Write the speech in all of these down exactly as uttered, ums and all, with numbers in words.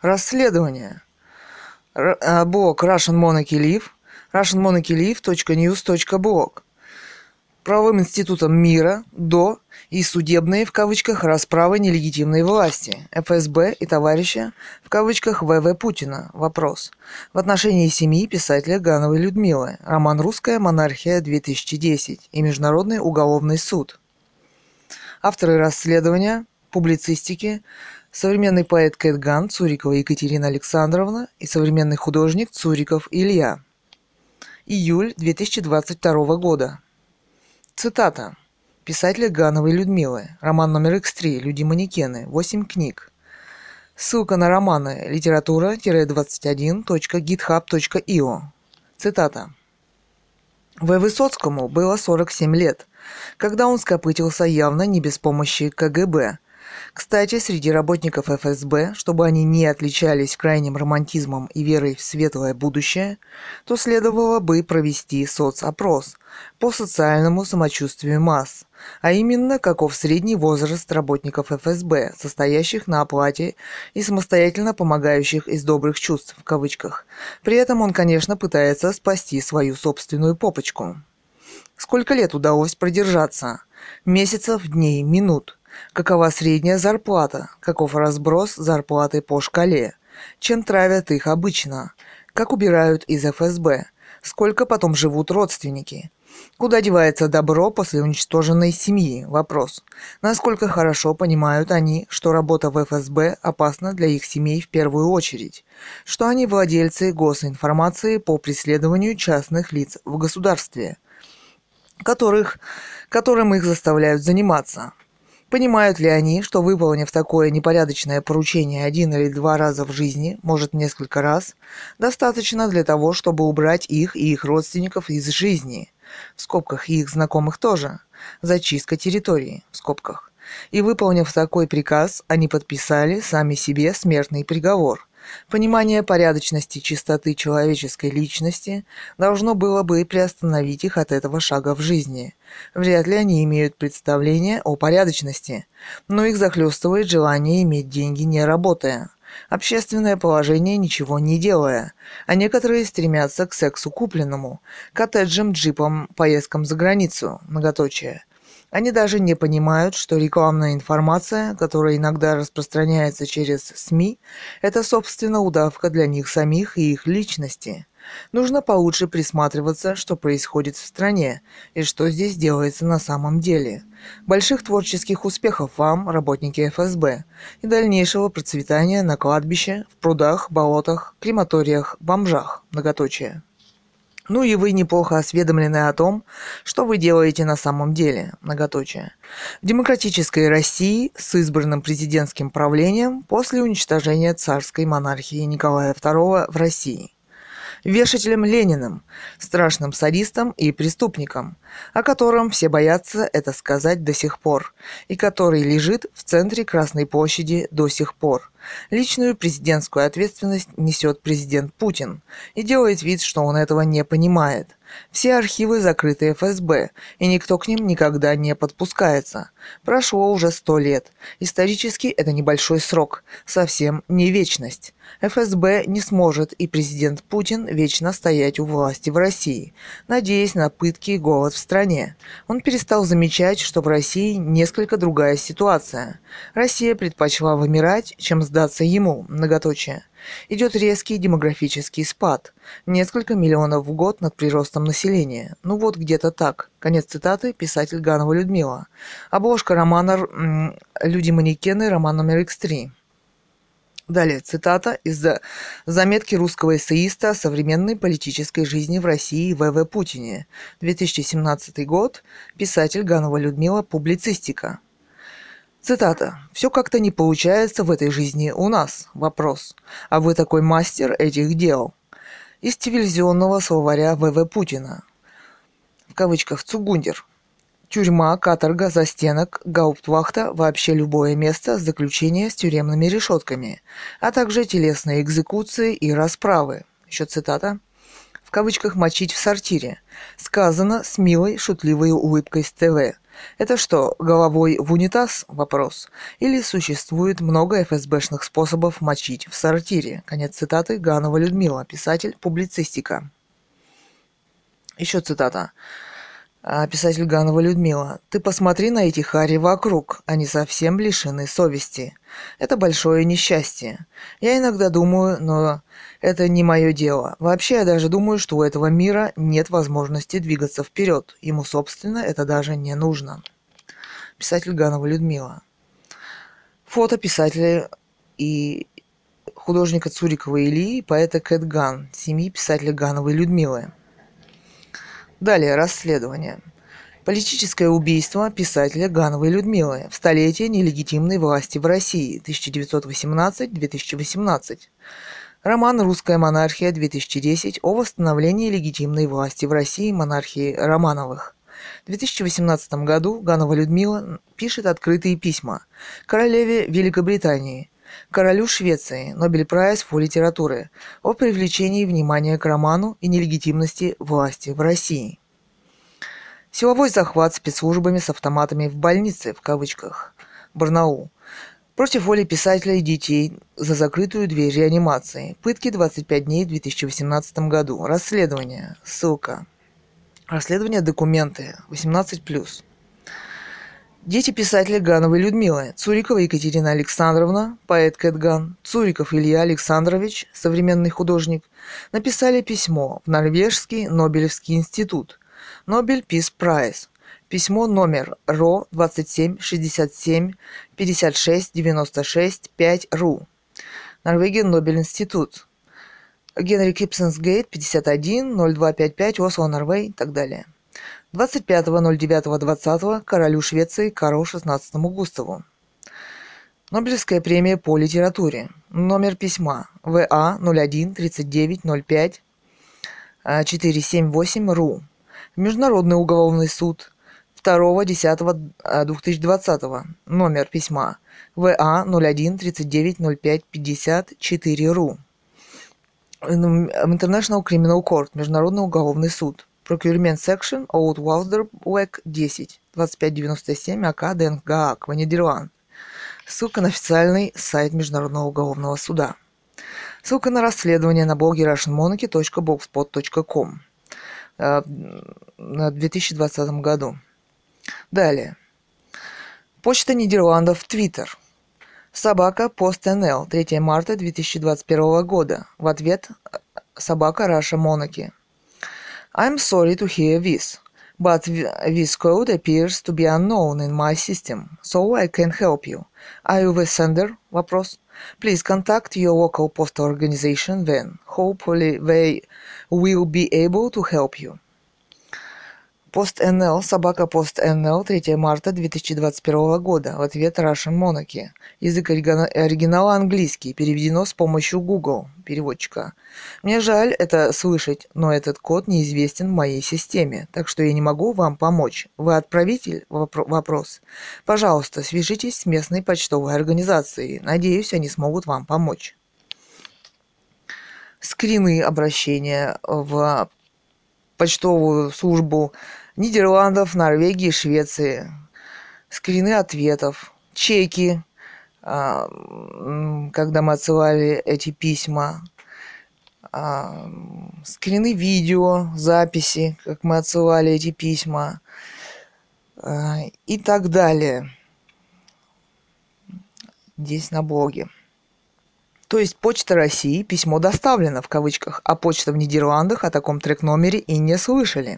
Расследование. Р- а, Блог Russian Monarchy Live, russian monarchy live точка news точка blog. Правовым институтом мира до и судебные, в кавычках, расправы нелегитимной власти, эф эс бэ и товарища, в кавычках, вэ вэ Путина. Вопрос. В отношении семьи писателя Гановой Людмилы. Роман «Русская монархия две тысячи десять» и Международный уголовный суд. Авторы расследования, публицистики, современный поэт Кэтган, Цурикова Екатерина Александровна и современный художник Цуриков Илья. Июль две тысячи двадцать второго года. Цитата. Писателя Гановой Людмилы. Роман номер икс три. Люди-манекены. восемь книг. Ссылка на романы литература двадцать один точка гитхаб точка io. Цитата. В. Высоцкому было сорок семь лет, когда он скопытился явно не без помощи ка гэ бэ. Кстати, среди работников эф эс бэ, чтобы они не отличались крайним романтизмом и верой в светлое будущее, то следовало бы провести соцопрос по социальному самочувствию масс, а именно, каков средний возраст работников эф эс бэ, состоящих на оплате и самостоятельно помогающих из добрых чувств, в кавычках. При этом он, конечно, пытается спасти свою собственную попочку. Сколько лет удалось продержаться? Месяцев, дней, минут? Какова средняя зарплата? Каков разброс зарплаты по шкале? Чем травят их обычно? Как убирают из эф эс бэ? Сколько потом живут родственники? Куда девается добро после уничтоженной семьи? Вопрос. Насколько хорошо понимают они, что работа в эф эс бэ опасна для их семей в первую очередь? Что они владельцы госинформации по преследованию частных лиц в государстве, которых, которым их заставляют заниматься? Понимают ли они, что, выполнив такое непорядочное поручение один или два раза в жизни, может несколько раз, достаточно для того, чтобы убрать их и их родственников из жизни, в скобках и их знакомых тоже, зачистка территории, в скобках. И выполнив такой приказ, они подписали сами себе смертный приговор. Понимание порядочности и чистоты человеческой личности должно было бы приостановить их от этого шага в жизни. Вряд ли они имеют представление о порядочности, но их захлестывает желание иметь деньги, не работая, общественное положение, ничего не делая, а некоторые стремятся к сексу купленному, коттеджам, джипам, поездкам за границу, многоточие. Они даже не понимают, что рекламная информация, которая иногда распространяется через СМИ, это, собственно, удавка для них самих и их личности. Нужно получше присматриваться, что происходит в стране и что здесь делается на самом деле. Больших творческих успехов вам, работники эф эс бэ, и дальнейшего процветания на кладбище, в прудах, болотах, крематориях, бомжах, многоточие. Ну и вы неплохо осведомлены о том, что вы делаете на самом деле, многоточие. В демократической России с избранным президентским правлением после уничтожения царской монархии Николая второго в России. Вешателем Лениным, страшным садистом и преступником, о котором все боятся это сказать до сих пор, и который лежит в центре Красной площади до сих пор. Личную президентскую ответственность несет президент Путин и делает вид, что он этого не понимает. Все архивы закрыты эф эс бэ, и никто к ним никогда не подпускается. Прошло уже сто лет. Исторически это небольшой срок, совсем не вечность. эф эс бэ не сможет, и президент Путин вечно стоять у власти в России, надеясь на пытки и голод в стране. Он перестал замечать, что в России несколько другая ситуация. Россия предпочла вымирать, чем сдаться ему, многоточие. Идет резкий демографический спад. Несколько миллионов в год над приростом населения. Ну вот где-то так. Конец цитаты. Писатель Ганова Людмила. Обложка романа «Люди-манекены», роман номер икс три. Далее цитата из заметки русского эссеиста о современной политической жизни в России вэ вэ Путине. две тысячи семнадцатый год. Писатель Ганова Людмила. Публицистика. Цитата. «Все как-то не получается в этой жизни у нас. Вопрос. А вы такой мастер этих дел?» Из телевизионного словаря вэ вэ Путина. В кавычках «Цугундер». Тюрьма, каторга, застенок, гауптвахта, вообще любое место заключения с тюремными решетками, а также телесные экзекуции и расправы. Еще цитата. В кавычках «мочить в сортире». Сказано с милой шутливой улыбкой с ТВ. Это что, головой в унитаз? Вопрос. Или существует много эф эс бэшных способов мочить в сортире? Конец цитаты. Ганова Людмила, писатель, публицистика. Еще цитата. Писатель Ганова Людмила. «Ты посмотри на эти хари вокруг, они совсем лишены совести. Это большое несчастье. Я иногда думаю, но это не мое дело. Вообще я даже думаю, что у этого мира нет возможности двигаться вперед. Ему, собственно, это даже не нужно». Писатель Ганова Людмила. Фото писателя и художника Цурикова Ильи и поэта Кэт Ган, семьи писателя Гановой Людмилы. Далее расследование. Политическое убийство писателя Гановой Людмилы в столетие нелегитимной власти в России тысяча девятьсот восемнадцать — две тысячи восемнадцать. Роман «Русская монархия» две тысячи десять о восстановлении легитимной власти в России монархии Романовых. В две тысячи восемнадцатом году Ганова Людмила пишет открытые письма королеве Великобритании, королю Швеции, Нобель-прайз по литературе, о привлечении внимания к роману и нелегитимности власти в России. Силовой захват спецслужбами с автоматами в больнице, в кавычках, Барнаул. Против воли писателя и детей за закрытую дверь реанимации. Пытки двадцать пять дней в две тысячи восемнадцатом году. Расследование. Ссылка. Расследование, документы. восемнадцать плюс. Дети писателя Гановой Людмилы. Цурикова Екатерина Александровна, поэт Кэт Ган, Цуриков Илья Александрович, современный художник, написали письмо в Норвежский Нобелевский институт. Нобель Пис Прайз. Письмо номер РО двадцать семь шестьдесят семь пятьдесят шесть девяносто шесть пять РУ. Норвегия Нобель Институт. Генри Кипсенсгейт, пятьдесят один ноль два пятьдесят пять, Осло, Норвей и так далее. двадцать пятого ноль девятого двадцатого королю Швеции Карлу шестнадцатому Густаву. Нобелевская премия по литературе. Номер письма ВА ноль один тридцать девять ноль пять четыреста семьдесят восемь РУ. Международный уголовный суд второго десятого две тысячи двадцатого. Номер письма ВА ноль один тридцать девять ноль пять пятьдесят четыре РУ. International Criminal Court. Международный уголовный суд. Procurement Section Old Waldersweg десять двадцать пять девяносто семь АК Den Haag, Нидерланд. Ссылка на официальный сайт Международного уголовного суда. Ссылка на расследование на блоге russian monarchy точка blogspot точка com в две тысячи двадцатом году. Далее. Почта Нидерландов, Твиттер. Собака PostNL, третьего марта две тысячи двадцать первого года. В ответ собака Russia Monarchy. I'm sorry to hear this, but this code appears to be unknown in my system, so I can't help you. Are you the sender? Вопрос. Please contact your local postal organization then. Hopefully they will be able to help you. PostNL, собака PostNL, третьего марта две тысячи двадцать первого года. В ответ Russian Monarchy. Язык оригинала английский. Переведено с помощью Google, переводчика. Мне жаль это слышать, но этот код неизвестен в моей системе, так что я не могу вам помочь. Вы отправитель? Вопрос. Пожалуйста, свяжитесь с местной почтовой организацией. Надеюсь, они смогут вам помочь. Скрины обращения в почтовую службу Нидерландов, Норвегии, Швеции. Скрины ответов. Чеки, когда мы отсылали эти письма. Скрины видео, записи, как мы отсылали эти письма. И так далее. Здесь на блоге. То есть Почта России, письмо доставлено в кавычках, а почта в Нидерландах о таком трек-номере и не слышали.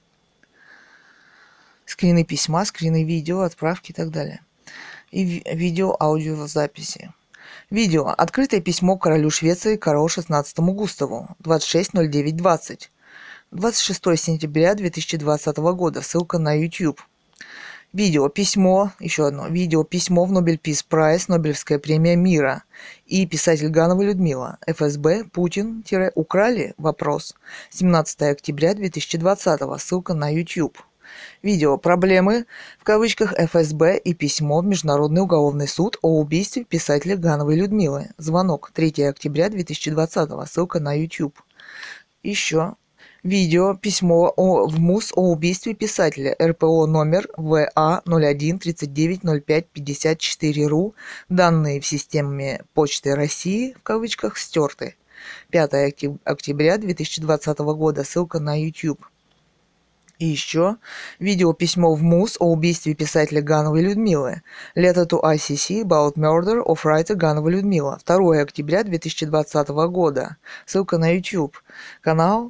Скрины письма, скрины видео, отправки и так далее. И ви- видео, аудиозаписи. Видео. Открытое письмо королю Швеции Карлу шестнадцатому Густаву. двадцать шесть ноль девять двадцать. двадцать шестого сентября две тысячи двадцатого года. Ссылка на YouTube. Видео, письмо, еще одно, видео, письмо в Нобель Пис Прайз, Нобелевская премия мира. И писатель Ганова Людмила. эф эс бэ, Путин-украли? Вопрос. семнадцатого октября две тысячи двадцатого. Ссылка на YouTube. Видео, проблемы, в кавычках, эф эс бэ и письмо в Международный уголовный суд о убийстве писателя Гановой Людмилы. Звонок. третьего октября две тысячи двадцатого. Ссылка на YouTube. Еще. Видео, письмо о, в МУС о убийстве писателя эр пэ о номер вэ а ноль один тридцать девять ноль пять пятьдесят четыре ру. Данные в системе Почты России, в кавычках, стерты. пятое октября две тысячи двадцатого года. Ссылка на YouTube. И еще видео письмо в МУС о убийстве писателя Гановой Людмилы. Letter to ай си си about murder of writer Ганова Людмила. второе октября две тысячи двадцатого года. Ссылка на YouTube. Канал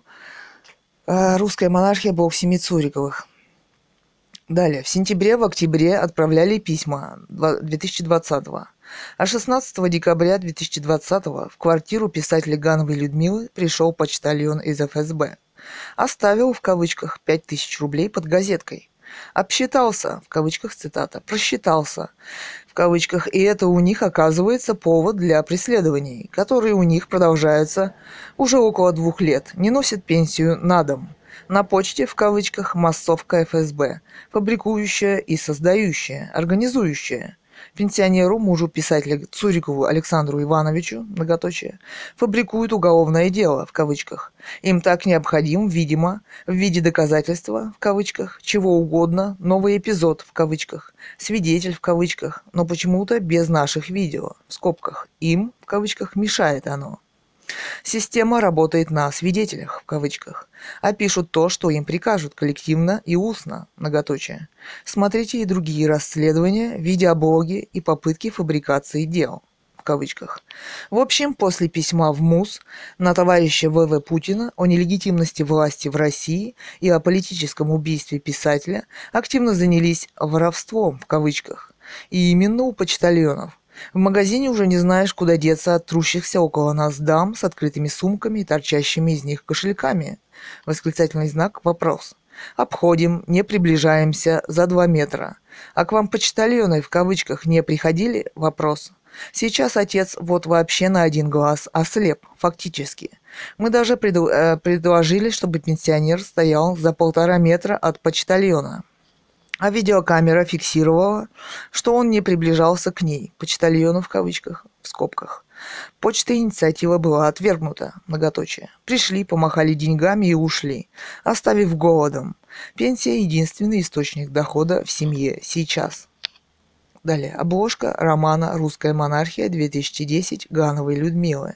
«Русская монархия. Бог семи Цуриковых». Далее. В сентябре, в октябре отправляли письма две тысячи двадцатого. А шестнадцатого декабря две тысячи двадцатого в квартиру писателя Гановой Людмилы пришел почтальон из эф эс бэ. Оставил, в кавычках, пять тысяч рублей под газеткой. Обсчитался, в кавычках, цитата, просчитался, в кавычках, и это у них оказывается повод для преследований, которые у них продолжаются уже около двух лет, не носят пенсию на дом. На почте, в кавычках, массовка эф эс бэ, фабрикующая и создающая, организующая. Пенсионеру, мужу писателя Цурикову Александру Ивановичу, многоточие, фабрикуют уголовное дело, в кавычках. Им так необходим, видимо, в виде доказательства, в кавычках, чего угодно, новый эпизод, в кавычках, свидетель, в кавычках, но почему-то без наших видео, в скобках. Им, в кавычках, мешает оно. Система работает на свидетелях, в кавычках, а пишут то, что им прикажут, коллективно и устно, многоточие. Смотрите и другие расследования, видеоблоги и попытки фабрикации дел, в кавычках. В общем, после письма в МУС на товарища вэ вэ Путина о нелегитимности власти в России и о политическом убийстве писателя активно занялись воровством, в кавычках, и именно у почтальонов. В магазине уже не знаешь, куда деться от трущихся около нас дам с открытыми сумками и торчащими из них кошельками. Восклицательный знак, вопрос. Обходим, не приближаемся за два метра. А к вам почтальоны, в кавычках, не приходили? Вопрос. Сейчас отец вот вообще на один глаз ослеп, фактически. Мы даже преду- э, предложили, чтобы пенсионер стоял за полтора метра от почтальона. А видеокамера фиксировала, что он не приближался к ней, почтальону в кавычках, в скобках. Почта инициатива была отвергнута, многоточие. Пришли, помахали деньгами и ушли, оставив голодом. Пенсия – единственный источник дохода в семье сейчас. Далее. Обложка романа «Русская монархия» две тысячи десять Гановой Людмилы.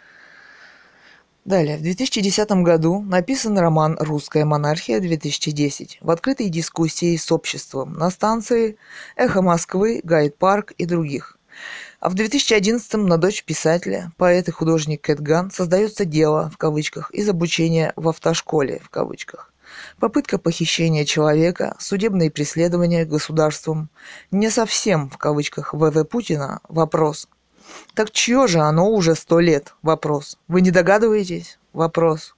Далее. В две тысячи десятом году написан роман «Русская монархия» две тысячи десять в открытой дискуссии с обществом на станции «Эхо Москвы», «Гайд-парк» и других. А в две тысячи одиннадцатом на дочь писателя, поэт и художник Кэт Ган создается дело, в кавычках, из обучения в автошколе, в кавычках. Попытка похищения человека, судебные преследования государством, не совсем, в кавычках, вэ вэ Путина, вопрос. Так чье же оно уже сто лет? Вопрос. Вы не догадываетесь? Вопрос.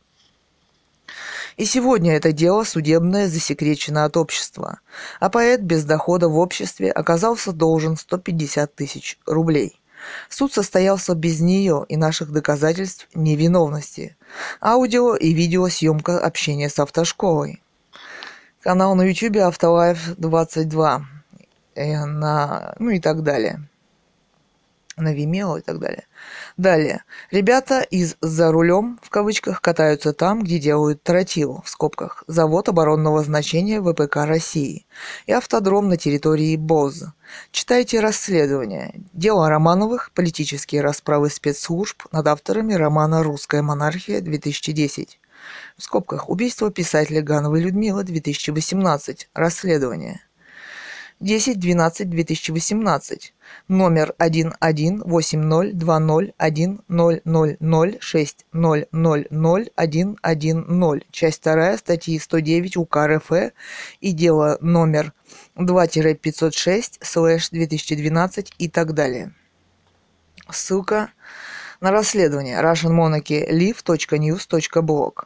И сегодня это дело судебное засекречено от общества, а поэт без дохода в обществе оказался должен сто пятьдесят тысяч рублей. Суд состоялся без нее и наших доказательств невиновности. Аудио и видеосъемка общения с автошколой. Канал на YouTube Автолайф двадцать два. Э, на, ну и так далее. На Vimeo и так далее. Далее. Ребята из «За рулем» в кавычках катаются там, где делают тротил, в скобках, завод оборонного значения вэ пэ ка России и автодром на территории БОЗ. Читайте расследование. Дело Романовых, политические расправы спецслужб над авторами романа «Русская монархия» две тысячи десять. В скобках, убийство писателя Гановой Людмилы две тысячи восемнадцать. Расследование. десять двенадцать две тысячи восемнадцать. Номер один один восемь ноль два ноль один ноль ноль ноль шесть ноль ноль ноль один один ноль. Часть вторая статьи сто девять УК эр эф и дело номер два пятьсот шесть слэш две тысячи двенадцать и так далее. Ссылка на расследование russian monarchy live точка news точка blog.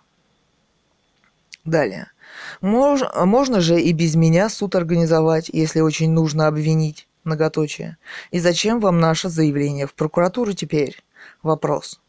Далее. Мож, можно же и без меня суд организовать, если очень нужно обвинить, многоточие. И зачем вам наше заявление в прокуратуру теперь? Вопрос.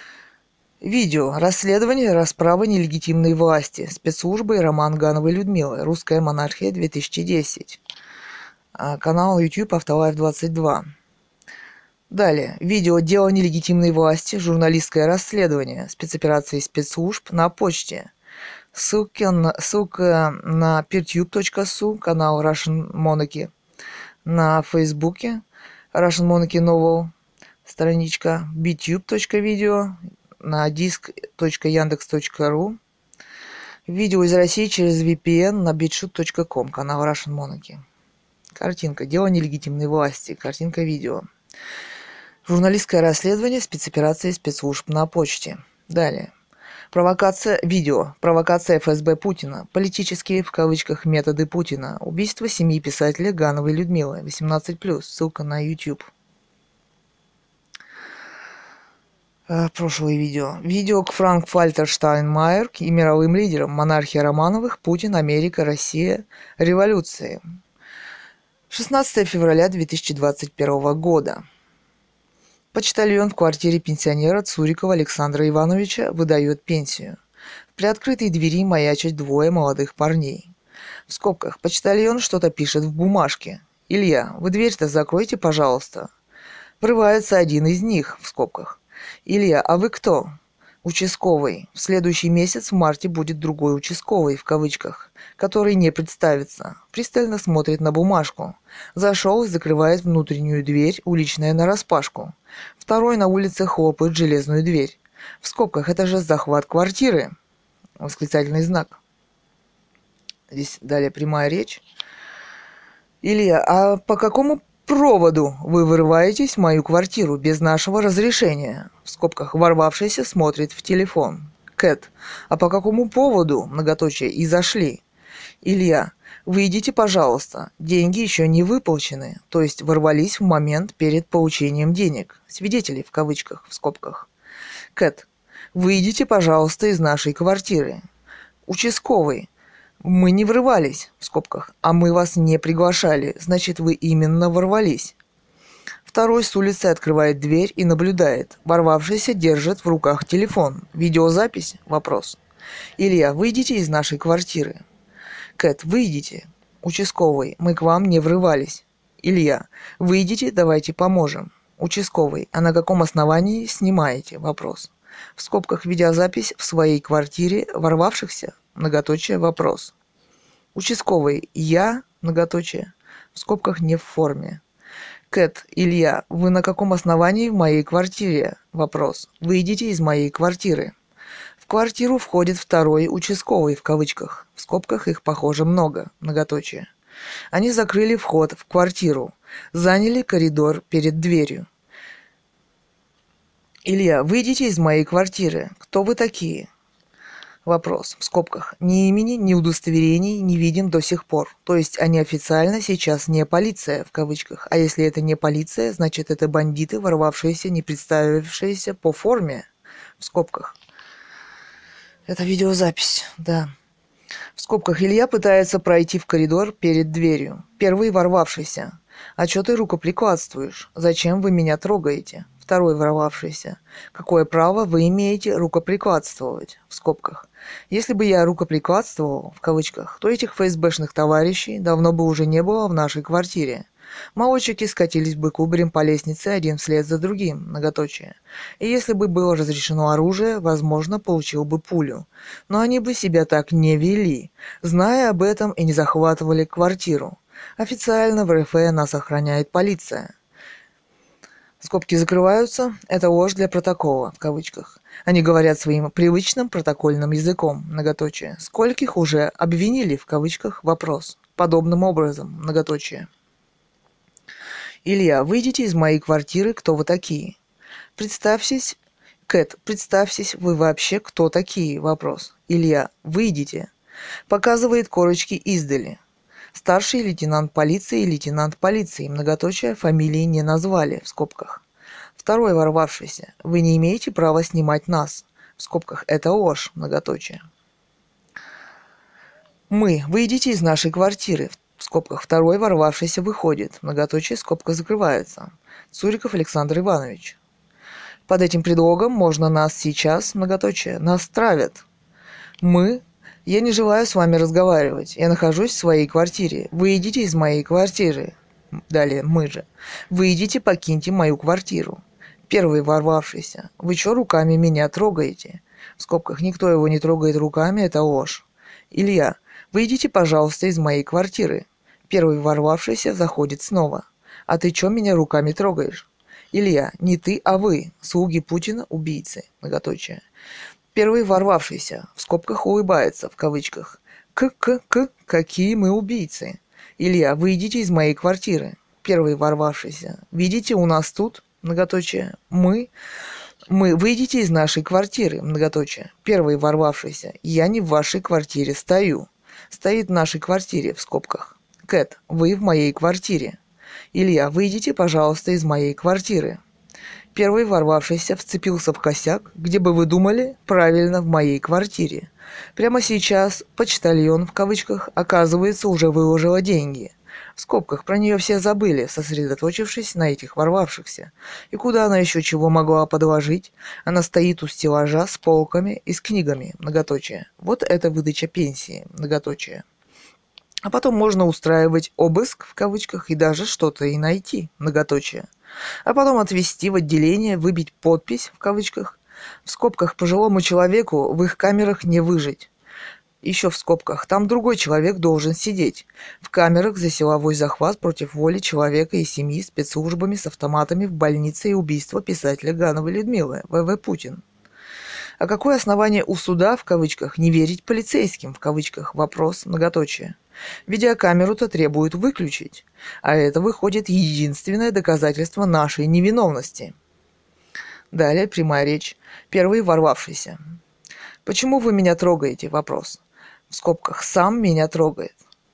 Видео. Расследование расправы нелегитимной власти. Спецслужбы и роман Гановой Людмилы. Русская монархия две тысячи десять. Канал YouTube Автолайф двадцать два. Далее. Видео «Дело нелегитимной власти. Журналистское расследование. Спецоперации спецслужб» на почте. Ссылки на, ссылка на peertube точка су, канал Russian Monarchy, на Фейсбуке Russian Monarchy Novel, страничка bitube точка видео, на диск точка яндекс точка ру, видео из России через ви пи эн на bitshoot точка ком, канал Russian Monarchy. Картинка. Дело нелегитимной власти. Картинка видео. Журналистское расследование спецоперации спецслужб на почте. Далее. Провокация видео. Провокация эф эс бэ Путина. Политические, в кавычках, методы Путина. Убийство семьи писателя Гановой Людмилы. восемнадцать плюс. Ссылка на YouTube. Прошлое видео. Видео к Франк-Вальтер Штайнмайер и мировым лидерам. Монархия Романовых. Путин, Америка, Россия. Революции. шестнадцатое февраля две тысячи двадцать первого года. Почтальон в квартире пенсионера Цурикова Александра Ивановича выдает пенсию. В приоткрытой двери маячат двое молодых парней. В скобках почтальон что-то пишет в бумажке. «Илья, вы дверь-то закройте, пожалуйста». Врывается один из них, в скобках. «Илья, а вы кто?» «Участковый. В следующий месяц в марте будет другой участковый, в кавычках, который не представится. Пристально смотрит на бумажку. Зашел и закрывает внутреннюю дверь, уличная нараспашку. Второй на улице хлопает железную дверь. В скобках, это же захват квартиры». Восклицательный знак. Здесь далее прямая речь. «Илья, а по какому проводу вы вырываетесь в мою квартиру без нашего разрешения?» В скобках ворвавшийся смотрит в телефон. Кэт. А по какому поводу, многоточие, и зашли? Илья. Выйдите, пожалуйста. Деньги еще не выплачены. То есть ворвались в момент перед получением денег. Свидетели в кавычках, в скобках. Кэт. Выйдите, пожалуйста, из нашей квартиры. Участковый. Мы не врывались, в скобках, а мы вас не приглашали, значит, вы именно ворвались. Второй с улицы открывает дверь и наблюдает. Ворвавшийся держит в руках телефон. Видеозапись? Вопрос. Илья, выйдите из нашей квартиры. Кэт, выйдите. Участковый, мы к вам не врывались. Илья, выйдите, давайте поможем. Участковый, а на каком основании снимаете? Вопрос. В скобках видеозапись в своей квартире ворвавшихся? Многоточие, вопрос. Участковый, я, многоточие, в скобках не в форме. Кэт, Илья, вы на каком основании в моей квартире? Вопрос. Выйдите из моей квартиры. В квартиру входит второй участковый, в кавычках. В скобках их, похоже, много, многоточие. Они закрыли вход в квартиру, заняли коридор перед дверью. Илья, выйдите из моей квартиры. Кто вы такие? Вопрос. В скобках. Ни имени, ни удостоверений не видим до сих пор. То есть они официально сейчас не полиция, в кавычках. А если это не полиция, значит это бандиты, ворвавшиеся, не представившиеся по форме, в скобках. Это видеозапись, да. В скобках Илья пытается пройти в коридор перед дверью. Первый ворвавшийся. А чё ты рукоприкладствуешь? Зачем вы меня трогаете? Второй ворвавшийся. Какое право вы имеете рукоприкладствовать? В скобках. Если бы я рукоприкладствовал, в кавычках, то этих эф эс бэшных товарищей давно бы уже не было в нашей квартире. Молодчики скатились бы кубарем по лестнице один вслед за другим, многоточие. И если бы было разрешено оружие, возможно, получил бы пулю. Но они бы себя так не вели, зная об этом и не захватывали квартиру. Официально в эр эф нас охраняет полиция. Скобки закрываются. Это ложь для протокола, в кавычках. Они говорят своим привычным протокольным языком, многоточие. Скольких уже обвинили, в кавычках, вопрос. Подобным образом, многоточие. Илья, выйдите из моей квартиры, кто вы такие? Представьтесь, Кэт, представьтесь, вы вообще кто такие? Вопрос. Илья, выйдите. Показывает корочки издали. Старший лейтенант полиции и лейтенант полиции, многоточие, фамилии не назвали, в скобках. Второй ворвавшийся. Вы не имеете права снимать нас. В скобках. Это ложь, многоточие. Мы. Выйдите из нашей квартиры. В скобках. Второй ворвавшийся выходит. Многоточие, скобка закрывается. Цуриков Александр Иванович. Под этим предлогом можно нас сейчас, многоточие, нас травят. Мы. Я не желаю с вами разговаривать. Я нахожусь в своей квартире. Вы идите из моей квартиры. Далее, мы же. Вы идите, покиньте мою квартиру. Первый ворвавшийся. Вы что руками меня трогаете? В скобках. Никто его не трогает руками, это ложь. Илья, выйдите, пожалуйста, из моей квартиры. Первый ворвавшийся заходит снова. А ты чё меня руками трогаешь? Илья, не ты, а вы, слуги Путина, убийцы, многоточие. Первый ворвавшийся, в скобках улыбается, в кавычках. К-к-к, какие мы убийцы. Илья, выйдите из моей квартиры. Первый ворвавшийся. Видите, у нас тут, многоточие, мы... Мы, выйдите из нашей квартиры, многоточие. Первый ворвавшийся. Я не в вашей квартире стою. Стоит в нашей квартире, в скобках. Кэт, вы в моей квартире. Илья, выйдите, пожалуйста, из моей квартиры. Первый ворвавшийся вцепился в косяк, где бы вы думали, правильно, в моей квартире. Прямо сейчас почтальон, в кавычках, оказывается, уже выложила деньги. В скобках про нее все забыли, сосредоточившись на этих ворвавшихся. И куда она еще чего могла подложить? Она стоит у стеллажа с полками и с книгами, многоточие. Вот это выдача пенсии, многоточие. А потом можно устраивать обыск, в кавычках, и даже что-то и найти, многоточие. А потом отвезти в отделение, выбить подпись, в кавычках, в скобках пожилому человеку в их камерах не выжить. Еще в скобках, там другой человек должен сидеть. В камерах за силовой захват против воли человека и семьи спецслужбами с автоматами в больнице и убийство писателя Гановой Людмилы, вэ вэ Путин. А какое основание у суда, в кавычках, не верить полицейским, в кавычках, вопрос, многоточие. Видеокамеру-то требуют выключить, а это выходит единственное доказательство нашей невиновности. Далее прямая речь. Первый ворвавшийся. Почему вы меня трогаете? Вопрос. В скобках, сам меня трогает.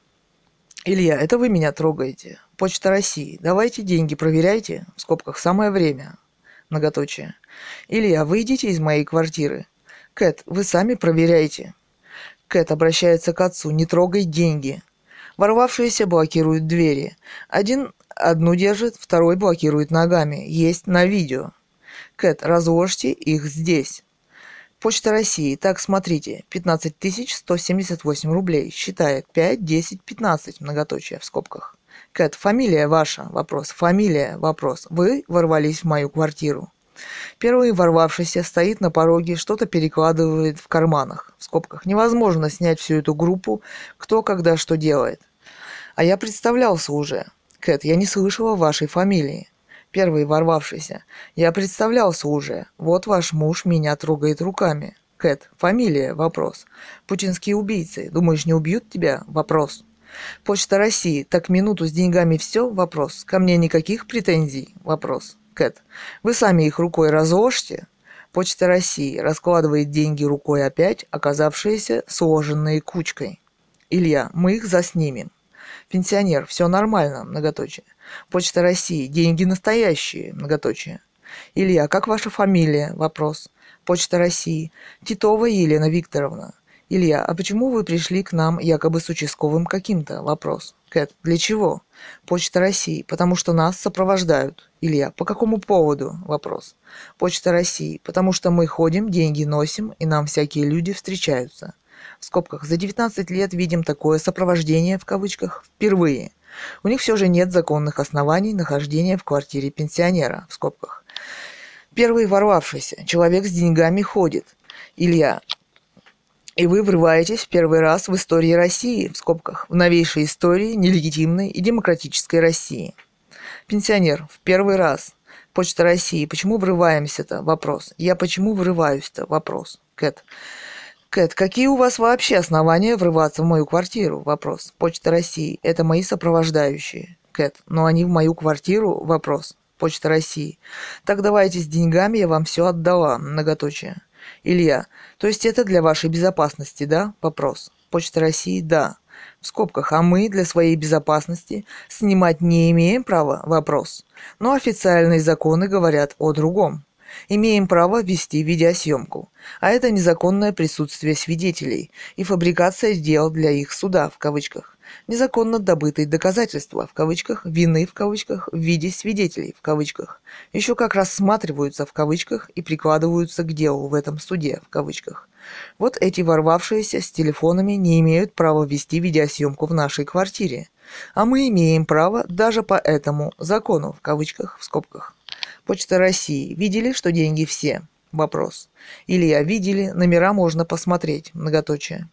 Илья, это вы меня трогаете. Почта России. Давайте деньги проверяйте. В скобках, самое время. Многоточие. Илья, выйдите из моей квартиры. Кэт, вы сами проверяйте. Кэт обращается к отцу. Не трогай деньги. Ворвавшиеся блокируют двери. Один одну держит, второй блокирует ногами. Есть на видео. Кэт, разложьте их здесь. Почта России. Так, смотрите. пятнадцать тысяч сто семьдесят восемь рублей. Считает. пять, десять, пятнадцать. Многоточие в скобках. Кэт, фамилия ваша? Вопрос. Фамилия? Вопрос. Вы ворвались в мою квартиру. Первый ворвавшийся стоит на пороге, что-то перекладывает в карманах. В скобках. Невозможно снять всю эту группу, кто когда что делает. А я представлялся уже. Кэт, я не слышала вашей фамилии. Первый ворвавшийся. Я представлялся уже. Вот ваш муж меня трогает руками. Кэт, фамилия? Вопрос. Путинские убийцы. Думаешь, не убьют тебя? Вопрос. Почта России. Так минуту с деньгами все? Вопрос. Ко мне никаких претензий? Вопрос. Кэт, вы сами их рукой разложьте. Почта России. Раскладывает деньги рукой опять, оказавшиеся сложенные кучкой. Илья, мы их заснимем. Пенсионер, все нормально, многоточие. Почта России, деньги настоящие, многоточие. Илья, как ваша фамилия? Вопрос. Почта России. Титова Елена Викторовна. Илья, а почему вы пришли к нам якобы с участковым каким-то? Вопрос. Кэт, для чего? Почта России. Потому что нас сопровождают. Илья, по какому поводу? Вопрос. Почта России. Потому что мы ходим, деньги носим, и нам всякие люди встречаются. В скобках, за девятнадцать лет видим такое сопровождение, в кавычках, впервые. У них все же нет законных оснований нахождения в квартире пенсионера, в скобках. Первый ворвавшийся. Человек с деньгами ходит. Илья, и вы врываетесь в первый раз в истории России, в скобках, в новейшей истории нелегитимной и демократической России. Пенсионер, в первый раз. Почта России, почему врываемся-то? Вопрос. Я почему врываюсь-то? Вопрос. Кэт. Кэт, какие у вас вообще основания врываться в мою квартиру? Вопрос. Почта России. Это мои сопровождающие. Кэт, но они в мою квартиру? Вопрос. Почта России. Так давайте с деньгами, я вам все отдала. Многоточие. Илья, то есть это для вашей безопасности, да? Вопрос. Почта России, да. В скобках, а мы для своей безопасности снимать не имеем права? Вопрос. Но официальные законы говорят о другом. Имеем право вести видеосъемку, а это незаконное присутствие свидетелей и фабрикация дел для их суда, в кавычках, незаконно добытые доказательства, в кавычках, вины, в кавычках, в виде свидетелей, в кавычках, еще как рассматриваются, в кавычках, и прикладываются к делу в этом суде, в кавычках. Вот эти ворвавшиеся с телефонами не имеют права вести видеосъемку в нашей квартире, а мы имеем право даже по этому закону, в кавычках, в скобках. Почта России. Видели, что деньги все? Вопрос. Илья, видели, номера можно посмотреть. Многоточие.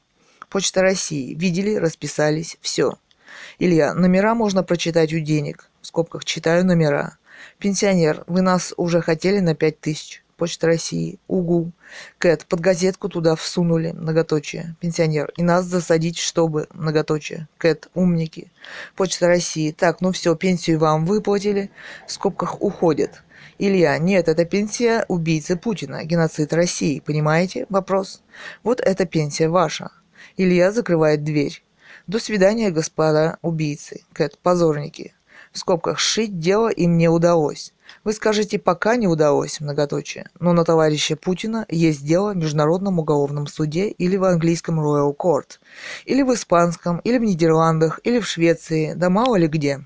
Почта России. Видели, расписались, все. Илья, номера можно прочитать у денег. В скобках читаю номера. Пенсионер, вы нас уже хотели на пять тысяч. Почта России. Угу. Кэт, под газетку туда всунули. Многоточие. Пенсионер. И нас засадить, чтобы. Многоточие. Кэт, умники. Почта России. Так, ну все, пенсию вам выплатили. В скобках уходят. Илья, нет, это пенсия убийцы Путина. Геноцид России. Понимаете? Вопрос. Вот эта пенсия ваша. Илья закрывает дверь. До свидания, господа убийцы. Кэт, позорники. В скобках сшить дело им не удалось. Вы скажете, пока не удалось, многоточие, но на товарища Путина есть дело в Международном уголовном суде или в английском Royal Court, или в испанском, или в Нидерландах, или в Швеции, да мало ли где.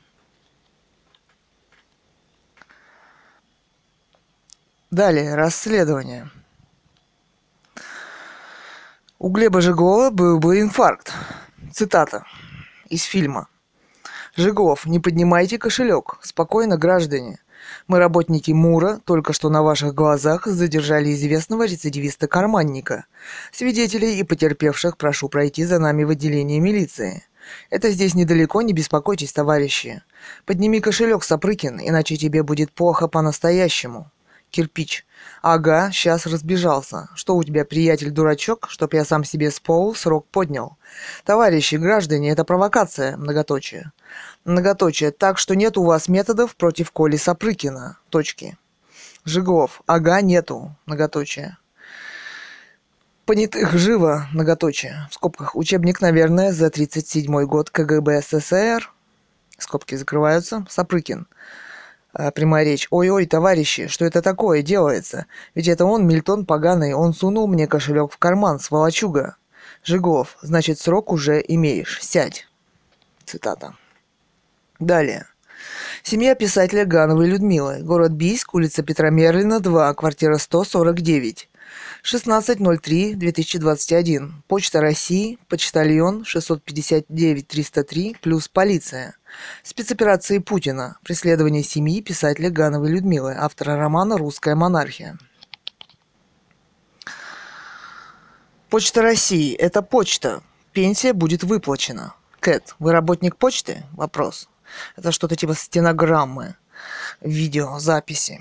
Далее, расследование. У Глеба Жеглова был бы инфаркт. Цитата из фильма. Жеглов, не поднимайте кошелек. Спокойно, граждане. Мы, работники МУРа, только что на ваших глазах задержали известного рецидивиста-карманника. Свидетелей и потерпевших прошу пройти за нами в отделение милиции. Это здесь недалеко, не беспокойтесь, товарищи. Подними кошелек, Сапрыкин, иначе тебе будет плохо по-настоящему. Кирпич. Ага, сейчас разбежался. Что у тебя, приятель, дурачок, чтоб я сам себе с полу срок поднял? Товарищи, граждане, это провокация, многоточие. Многоточие. Так что нет у вас методов против Коли Сапрыкина. Точки. Жеглов. Ага, нету. Многоточие. Понятых живо. Многоточие. В скобках. Учебник, наверное, за тридцать седьмой год КГБ СССР. Скобки закрываются. Сапрыкин. Прямая речь. Ой-ой, товарищи, что это такое делается? Ведь это он, Мильтон поганый, он сунул мне кошелек в карман, сволочуга. Жеглов. Значит, срок уже имеешь. Сядь. Цитата. Далее. Семья писателя Гановой Людмилы. Город Бийск, улица Петра Мерлина, два, квартира сто сорок девять. шестнадцатое ноль третье две тысячи двадцать один. Почта России, почтальон шестьсот пятьдесят девять триста три, плюс полиция. Спецоперации Путина. Преследование семьи писателя Гановой Людмилы, автора романа «Русская монархия». Почта России. Это почта. Пенсия будет выплачена. Кэт, вы работник почты? Вопрос. Это что-то типа стенограммы, видеозаписи.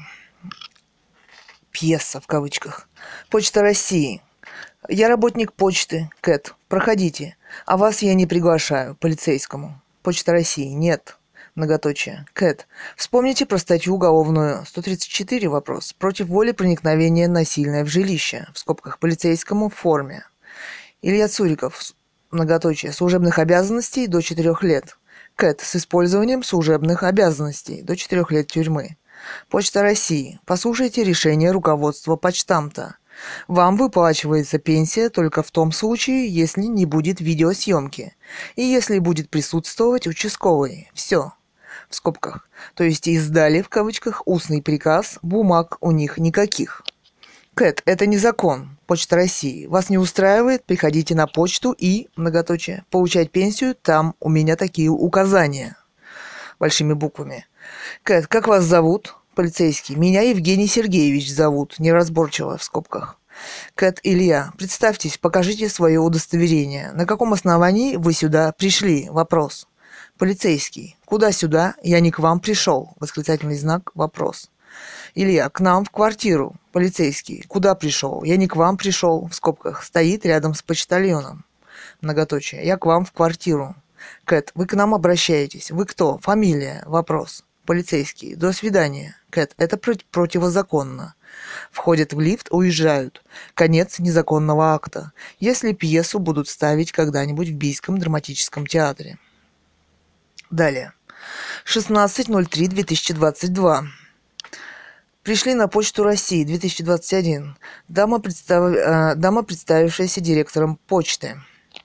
Пьеса в кавычках. Почта России. Я работник почты. Кэт, проходите. А вас я не приглашаю. Полицейскому. Почта России. Нет. Многоточие. Кэт, вспомните про статью уголовную сто тридцать четыре, вопрос. Против воли проникновения насильное в жилище. В скобках полицейскому в форме. Илья Цуриков. Многоточие. Служебных обязанностей до четырех лет. Кэт, с использованием служебных обязанностей до четырех лет тюрьмы. Почта России. Послушайте решение руководства почтамта. Вам выплачивается пенсия только в том случае, если не будет видеосъемки. И если будет присутствовать участковый. Все. В скобках. То есть издали, в кавычках, устный приказ, бумаг у них никаких. Кэт, это не закон. Почта России. Вас не устраивает? Приходите на почту и, многоточие, получать пенсию, там у меня такие указания. Большими буквами. Кэт, как вас зовут? Полицейский. Меня Евгений Сергеевич зовут. Неразборчиво, в скобках. Кэт, Илья, представьтесь, покажите свое удостоверение. На каком основании вы сюда пришли? Вопрос. Полицейский. Куда сюда? Я не к вам пришел. Восклицательный знак. Вопрос. Илья, к нам в квартиру. Полицейский. Куда пришел? Я не к вам пришел. В скобках. Стоит рядом с почтальоном. Многоточие. Я к вам в квартиру. Кэт, вы к нам обращаетесь. Вы кто? Фамилия. Вопрос. Полицейский. До свидания. Кэт, это противозаконно. Входят в лифт, уезжают. Конец незаконного акта. Если пьесу будут ставить когда-нибудь в Бийском драматическом театре. Далее. шестнадцатое ноль третье две тысячи двадцать два. Пришли на почту России, две тысячи двадцать один. Дама, представ... э, дама представившаяся директором почты.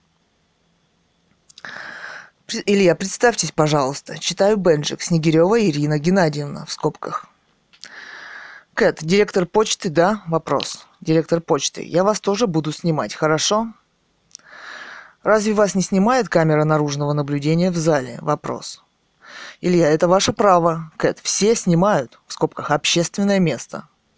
Илья, представьтесь, пожалуйста. Читаю бенджик. Снегирева Ирина Геннадьевна, в скобках. Кэт, директор почты, да? Вопрос. Директор почты. Я вас тоже буду снимать, хорошо? Разве вас не снимает камера наружного наблюдения в зале? Вопрос. Илья, это ваше право. Кэт, все снимают, в скобках, общественное место.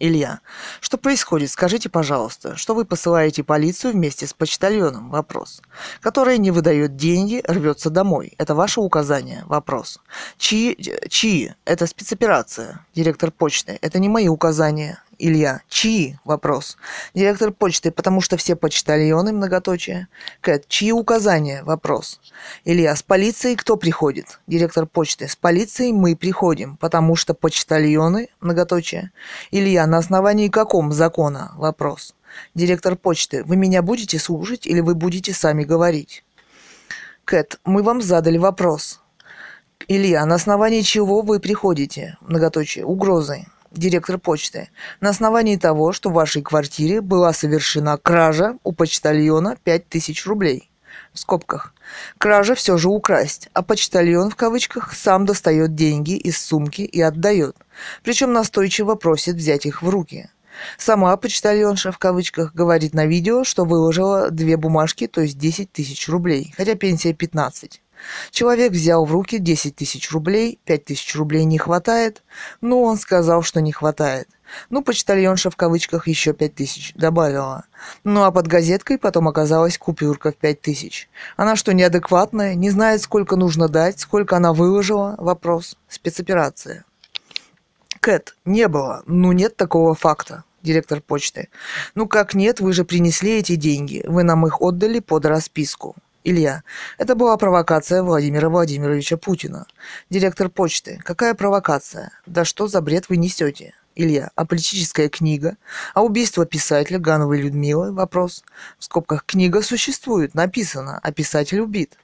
Илья. Что происходит? Скажите, пожалуйста, что вы посылаете полицию вместе с почтальоном? Вопрос. Который не выдает деньги, рвется домой. Это ваше указание? Вопрос. Чьи? Чьи? Это спецоперация. Директор почты. Это не мои указания. Илья. Чьи? Вопрос. Директор почты. Потому что все почтальоны, многоточие. Кэт. Чьи указания? Вопрос. Илья. С полицией кто приходит? Директор почты. С полицией мы приходим, потому что почтальоны, многоточие. Илья. На основании каком закона? Вопрос. Директор почты. Вы меня будете слушать или вы будете сами говорить? Кэт. Мы вам задали вопрос. Илья. На основании чего вы приходите? Многоточие. Угрозы. Директор почты. На основании того, что в вашей квартире была совершена кража у почтальона пять тысяч рублей. В скобках. Кража все же украсть, а почтальон, в кавычках, сам достает деньги из сумки и отдает. Причем настойчиво просит взять их в руки. Сама почтальонша, в кавычках, говорит на видео, что выложила две бумажки, то есть десять тысяч рублей, хотя пенсия пятнадцать. Человек взял в руки десять тысяч рублей, пять тысяч рублей не хватает, но он сказал, что не хватает. Ну, почтальонша в кавычках еще пять тысяч добавила. Ну, а под газеткой потом оказалась купюрка в пять тысяч. Она что, неадекватная, не знает, сколько нужно дать, сколько она выложила? Вопрос. Спецоперация. Кэт. Не было. Ну, нет такого факта. Директор почты. Ну, как нет, вы же принесли эти деньги. Вы нам их отдали под расписку. Илья. Это была провокация Владимира Владимировича Путина. Директор почты. Какая провокация? Да что за бред вы несете? Илья. А политическая книга? А убийство писателя Гановой Людмилы? Вопрос. В скобках. Книга существует, написано, а писатель убит.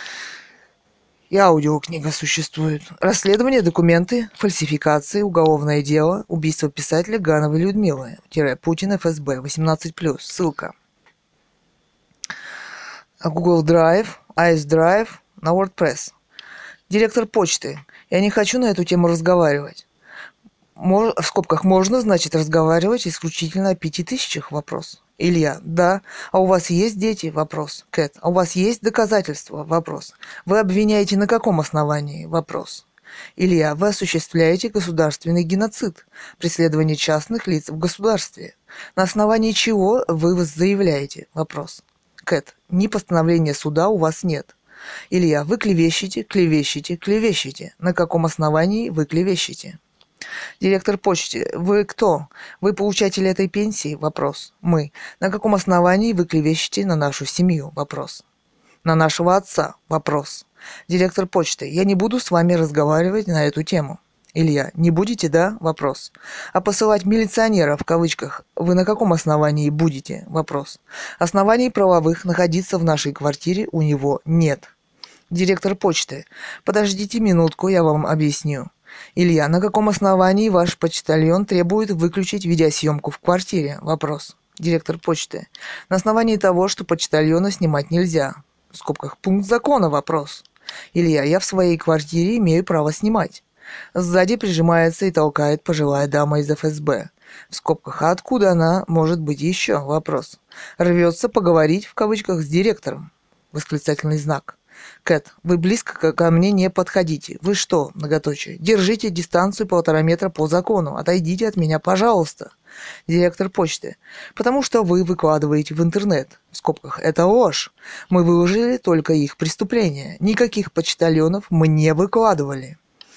И аудиокнига существует. Расследование, документы, фальсификации, уголовное дело, убийство писателя Гановой Людмилы. Тире, Путин, эф эс бэ, восемнадцать плюс. Ссылка. Google Drive, Ice Drive на WordPress. Директор почты. Я не хочу на эту тему разговаривать. Мож... В скобках можно, значит, разговаривать исключительно о пяти тысячах? Вопрос. Илья. Да. А у вас есть дети? Вопрос. Кэт. А у вас есть доказательства? Вопрос. Вы обвиняете на каком основании? Вопрос. Илья. Вы осуществляете государственный геноцид, преследование частных лиц в государстве. На основании чего вы заявляете? Вопрос. Кэт. Ни постановления суда у вас нет. Илья. Вы клевещете, клевещете, клевещете. На каком основании вы клевещете? Директор почты. Вы кто? Вы получатель этой пенсии? Вопрос. Мы. На каком основании вы клевещете на нашу семью? Вопрос. На нашего отца? Вопрос. Директор почты. Я не буду с вами разговаривать на эту тему. Илья. Не будете, да? Вопрос. А посылать милиционера, в кавычках, вы на каком основании будете? Вопрос. Оснований правовых находиться в нашей квартире у него нет. Директор почты. Подождите минутку, я вам объясню. Илья. На каком основании ваш почтальон требует выключить видеосъемку в квартире? Вопрос. Директор почты. На основании того, что почтальона снимать нельзя. В скобках. Пункт закона. Вопрос. Илья. Я в своей квартире имею право снимать. Сзади прижимается и толкает пожилая дама из эф эс бэ. В скобках. А откуда она может быть еще? Вопрос. Рвется поговорить, в кавычках, с директором. Восклицательный знак. Кэт. Вы близко ко мне не подходите. Вы что? Многоточие. Держите дистанцию полтора метра по закону. Отойдите от меня, пожалуйста. Директор почты. Потому что вы выкладываете в интернет. В скобках. Это ложь. Мы выложили только их преступления. Никаких почтальонов мы не выкладывали.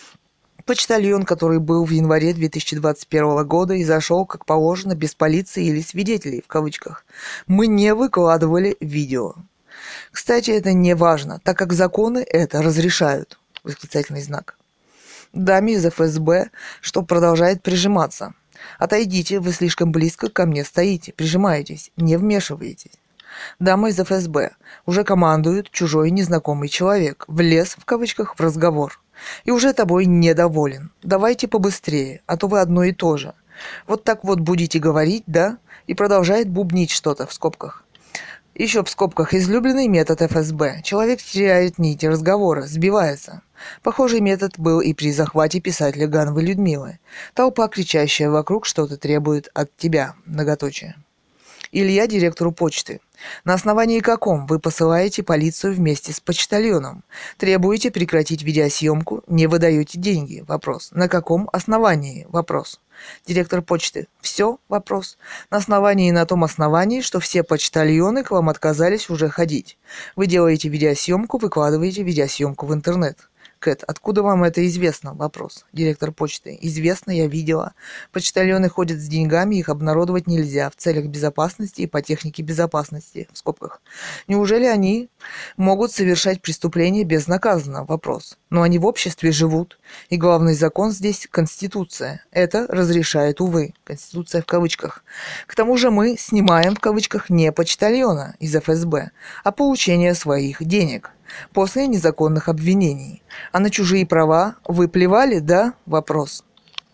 Почтальон, который был в январе две тысячи двадцать первого года и зашел, как положено, без полиции или свидетелей, в кавычках. Мы не выкладывали видео. Кстати, это не важно, так как законы это разрешают. Восклицательный знак. Даме из эф эс бэ, что продолжает прижиматься. Отойдите, вы слишком близко ко мне стоите, прижимаетесь, не вмешиваетесь. Дама из эф эс бэ. Уже командует чужой незнакомый человек. Влез, в кавычках, в разговор. И уже тобой недоволен. Давайте побыстрее, а то вы одно и то же. Вот так вот будете говорить, да? И продолжает бубнить что-то, в скобках. Еще в скобках. Излюбленный метод эф эс бэ. Человек теряет нити разговора, сбивается. Похожий метод был и при захвате писателя Гановой Людмилы. Толпа, кричащая вокруг, что-то требует от тебя. Многоточие. Илья директору почты. На основании каком вы посылаете полицию вместе с почтальоном? Требуете прекратить видеосъемку, не выдаете деньги? Вопрос. На каком основании? Вопрос. Директор почты. Все? Вопрос. На основании и на том основании, что все почтальоны к вам отказались уже ходить. Вы делаете видеосъемку, выкладываете видеосъемку в интернет. Кэт, откуда вам это известно? Вопрос. Директор почты. Известно, я видела. Почтальоны ходят с деньгами, их обнародовать нельзя в целях безопасности и по технике безопасности, в скобках. Неужели они могут совершать преступления безнаказанно? Вопрос. Но они в обществе живут, и главный закон здесь – Конституция. Это разрешает, увы, Конституция в кавычках. К тому же мы снимаем в кавычках не почтальона из эф эс бэ, а получение своих денег после незаконных обвинений. А на чужие права вы плевали, да? Вопрос.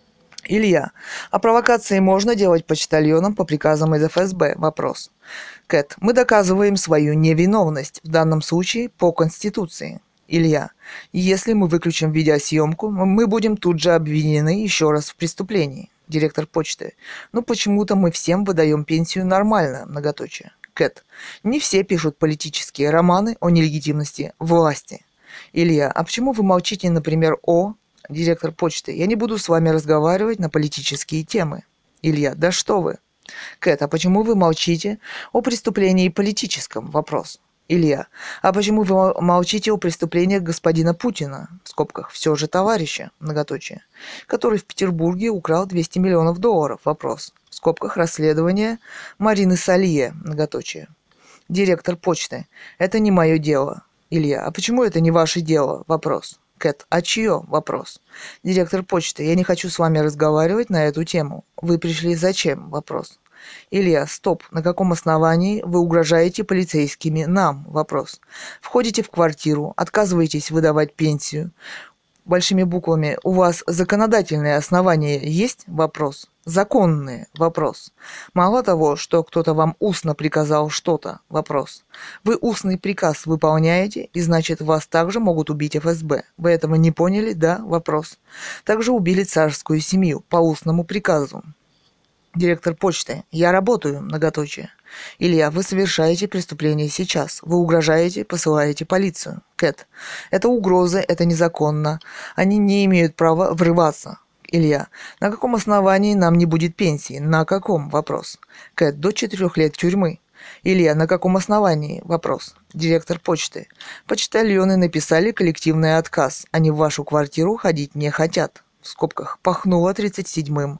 Илья. А провокации можно делать почтальоном по приказам из эф эс бэ? Вопрос. Кэт. Мы доказываем свою невиновность, в данном случае по Конституции. Илья. Если мы выключим видеосъемку, мы будем тут же обвинены еще раз в преступлении. Директор почты. Ну почему-то мы всем выдаем пенсию нормально, многоточие. Кэт. Не все пишут политические романы о нелегитимности власти. Илья. А почему вы молчите, например, о... Директор почты. Я не буду с вами разговаривать на политические темы. Илья. Да что вы. Кэт. А почему вы молчите о преступлении политическом? Вопрос. Илья. А почему вы молчите о преступлениях господина Путина, в скобках, все же товарища, многоточие, который в Петербурге украл двести миллионов долларов? Вопрос. В скобках расследование Марины Салье, многоточие. Директор почты. Это не мое дело. Илья. А почему это не ваше дело? Вопрос. Кэт. А чье? Вопрос. Директор почты. Я не хочу с вами разговаривать на эту тему. Вы пришли зачем? Вопрос. Илья. Стоп. На каком основании вы угрожаете полицейскими нам? Вопрос. Входите в квартиру, отказываетесь выдавать пенсию. Большими буквами. У вас законодательные основания есть? Вопрос. Законные? Вопрос. Мало того, что кто-то вам устно приказал что-то? Вопрос. Вы устный приказ выполняете, и значит вас также могут убить эф эс бэ. Вы этого не поняли? Да? Вопрос. Также убили царскую семью по устному приказу. Директор почты. Я работаю, многоточие. Илья, вы совершаете преступление сейчас. Вы угрожаете, посылаете полицию. Кэт. Это угрозы, это незаконно. Они не имеют права врываться. Илья. На каком основании нам не будет пенсии? На каком? Вопрос. Кэт. До четырех лет тюрьмы. Илья. На каком основании? Вопрос. Директор почты. Почтальоны написали коллективный отказ. Они в вашу квартиру ходить не хотят. В скобках. Пахнуло тридцать седьмым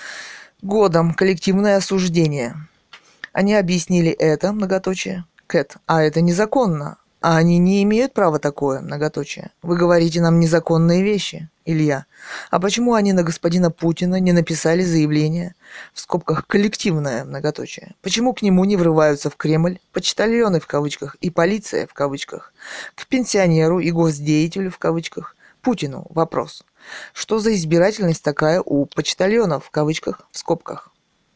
годом. Коллективное осуждение. Они объяснили это, многоточие. Кэт. А это незаконно. А они не имеют права такое, многоточие. Вы говорите нам незаконные вещи. Илья. А почему они на господина Путина не написали заявление, в скобках коллективное, многоточие? Почему к нему не врываются в Кремль почтальоны в кавычках и полиция в кавычках? К пенсионеру и госдеятелю в кавычках Путину? Вопрос. Что за избирательность такая у почтальонов в кавычках в скобках?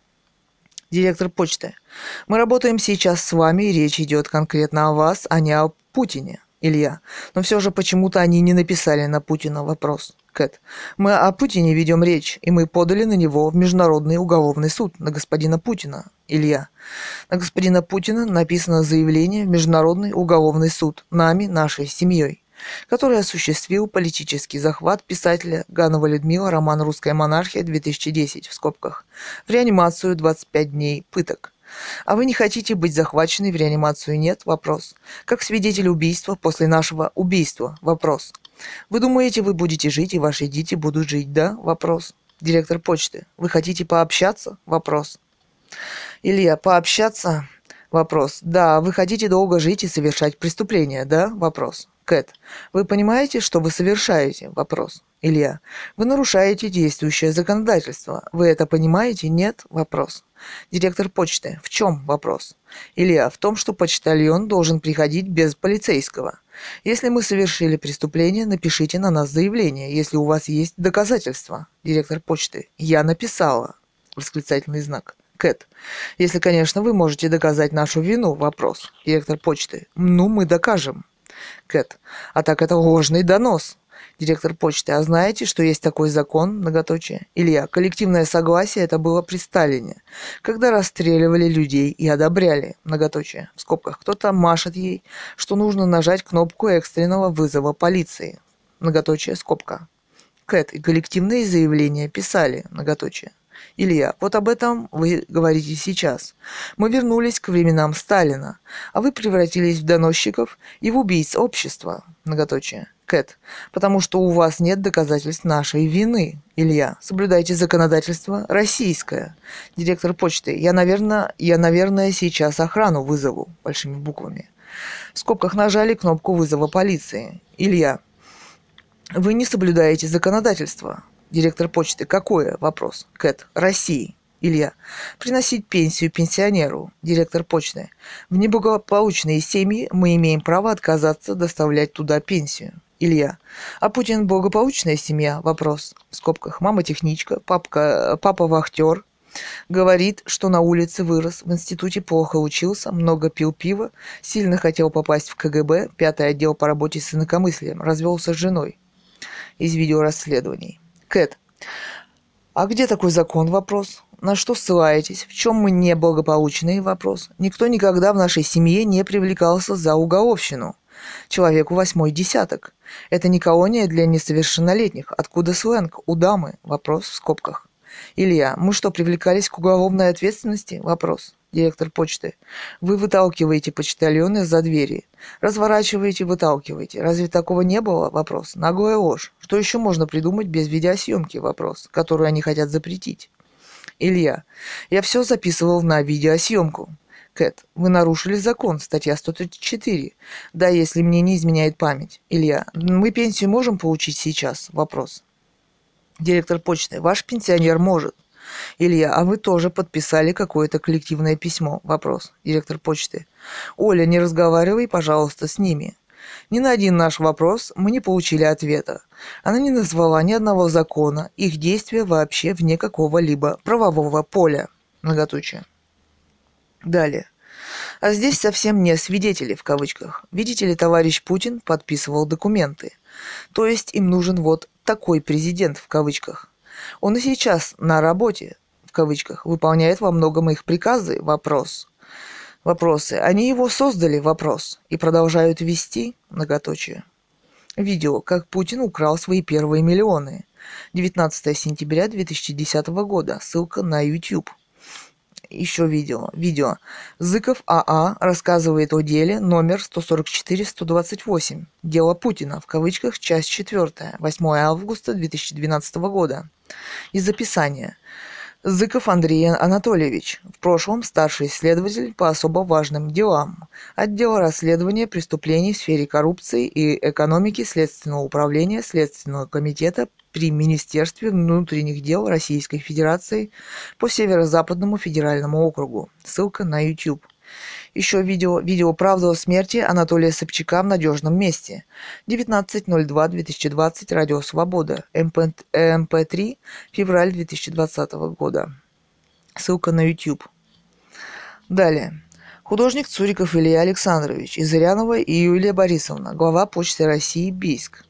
Директор почты. Мы работаем сейчас с вами, и речь идет конкретно о вас, а не о Путине. Илья. Но все же почему-то они не написали на Путина вопрос. Кэт. Мы о Путине ведем речь, и мы подали на него в Международный уголовный суд, на господина Путина. Илья. На господина Путина написано заявление в Международный уголовный суд нами, нашей семьей, который осуществил политический захват писателя Ганова Людмила, роман «Русская монархия», две тысячи десять, в скобках, в реанимацию двадцать пять дней пыток. А вы не хотите быть захвачены в реанимацию? Нет? Вопрос. Как свидетель убийства после нашего убийства? Вопрос. Вы думаете, вы будете жить, и ваши дети будут жить? Да? Вопрос. Директор почты. Вы хотите пообщаться? Вопрос. Илья. Пообщаться? Вопрос. Да, вы хотите долго жить и совершать преступления? Да? Вопрос. Кэт. Вы понимаете, что вы совершаете? Вопрос. Илья. Вы нарушаете действующее законодательство. Вы это понимаете? Нет? Вопрос. Директор почты. В чем? Вопрос. Илья. В том, что почтальон должен приходить без полицейского. Если мы совершили преступление, напишите на нас заявление, если у вас есть доказательства. Директор почты. Я написала. Восклицательный знак. Кэт. Если, конечно, вы можете доказать нашу вину. Вопрос. Директор почты. Ну, мы докажем. Кэт. А так это ложный донос. Директор почты. А знаете, что есть такой закон? Многоточие. Илья. Коллективное согласие это было при Сталине, когда расстреливали людей и одобряли. Многоточие. В скобках. Кто-то машет ей, что нужно нажать кнопку экстренного вызова полиции. Многоточие. Скобка. Кэт и коллективные заявления писали. Многоточие. Илья, вот об этом вы говорите сейчас. Мы вернулись к временам Сталина, а вы превратились в доносчиков и в убийц общества. Многоточие. Кэт, потому что у вас нет доказательств нашей вины. Илья, соблюдайте законодательство российское. Директор почты, я, наверное, я, наверное, сейчас охрану вызову. Большими буквами. В скобках нажали кнопку вызова полиции. Илья, вы не соблюдаете законодательство. Директор почты. Какое? Вопрос. Кэт. России. Илья. Приносить пенсию пенсионеру. Директор почты. В неблагополучные семьи мы имеем право отказаться доставлять туда пенсию. Илья. А Путин благополучная семья? Вопрос. В скобках. Мама техничка, папка, папа вахтер. Говорит, что на улице вырос, в институте плохо учился, много пил пива, сильно хотел попасть в ка гэ бэ, пятый отдел по работе с инакомыслием, развелся с женой. Из видеорасследований. Кэт. А где такой закон? Вопрос. На что ссылаетесь? В чем мы неблагополучные? Вопрос. Никто никогда в нашей семье не привлекался за уголовщину. Человеку восьмой десяток. Это не колония для несовершеннолетних. Откуда сленг? У дамы? Вопрос в скобках. Илья. Мы что, привлекались к уголовной ответственности? Вопрос. Директор почты. Вы выталкиваете почтальона за двери. Разворачиваете, выталкиваете. Разве такого не было? Вопрос. Наглая ложь. Что еще можно придумать без видеосъемки? Вопрос. Которую они хотят запретить. Илья. Я все записывал на видеосъемку. Кэт. Вы нарушили закон. Статья сто тридцать четыре. Да, если мне не изменяет память. Илья. Мы пенсию можем получить сейчас? Вопрос. Директор почты. Ваш пенсионер может. Илья, а вы тоже подписали какое-то коллективное письмо? Вопрос. Директор почты. Оля, не разговаривай, пожалуйста, с ними. Ни на один наш вопрос мы не получили ответа. Она не назвала ни одного закона, их действия вообще вне какого-либо правового поля. Многоточие. Далее. А здесь совсем не свидетели в кавычках. Видите ли, товарищ Путин подписывал документы. То есть им нужен вот такой президент в кавычках. Он и сейчас на работе, в кавычках, выполняет во многом их приказы, вопрос. Вопросы. Они его создали, вопрос. И продолжают вести, многоточие. Видео, как Путин украл свои первые миллионы. девятнадцатое сентября две тысячи десятого года. Ссылка на YouTube. Еще видео. Видео. Зыков А А рассказывает о деле номер сто сорок четыре сто двадцать восемь. Дело Путина, в кавычках, часть четвертая. восьмое августа две тысячи двенадцатого года. Из описания. Зыков Андрей Анатольевич. В прошлом старший следователь по особо важным делам. Отдела расследования преступлений в сфере коррупции и экономики Следственного управления Следственного комитета при Министерстве внутренних дел Российской Федерации по Северо-Западному федеральному округу. Ссылка на YouTube. Еще видео. Видео «Правда о смерти» Анатолия Собчака в надежном месте. девятнадцатое ноль два две тысячи двадцать. Радио Свобода. эм пэ три. Февраль две тысячи двадцатого года. Ссылка на YouTube. Далее. Художник Цуриков Илья Александрович. Изырянова и Юлия Борисовна. Глава Почты России. Бийск.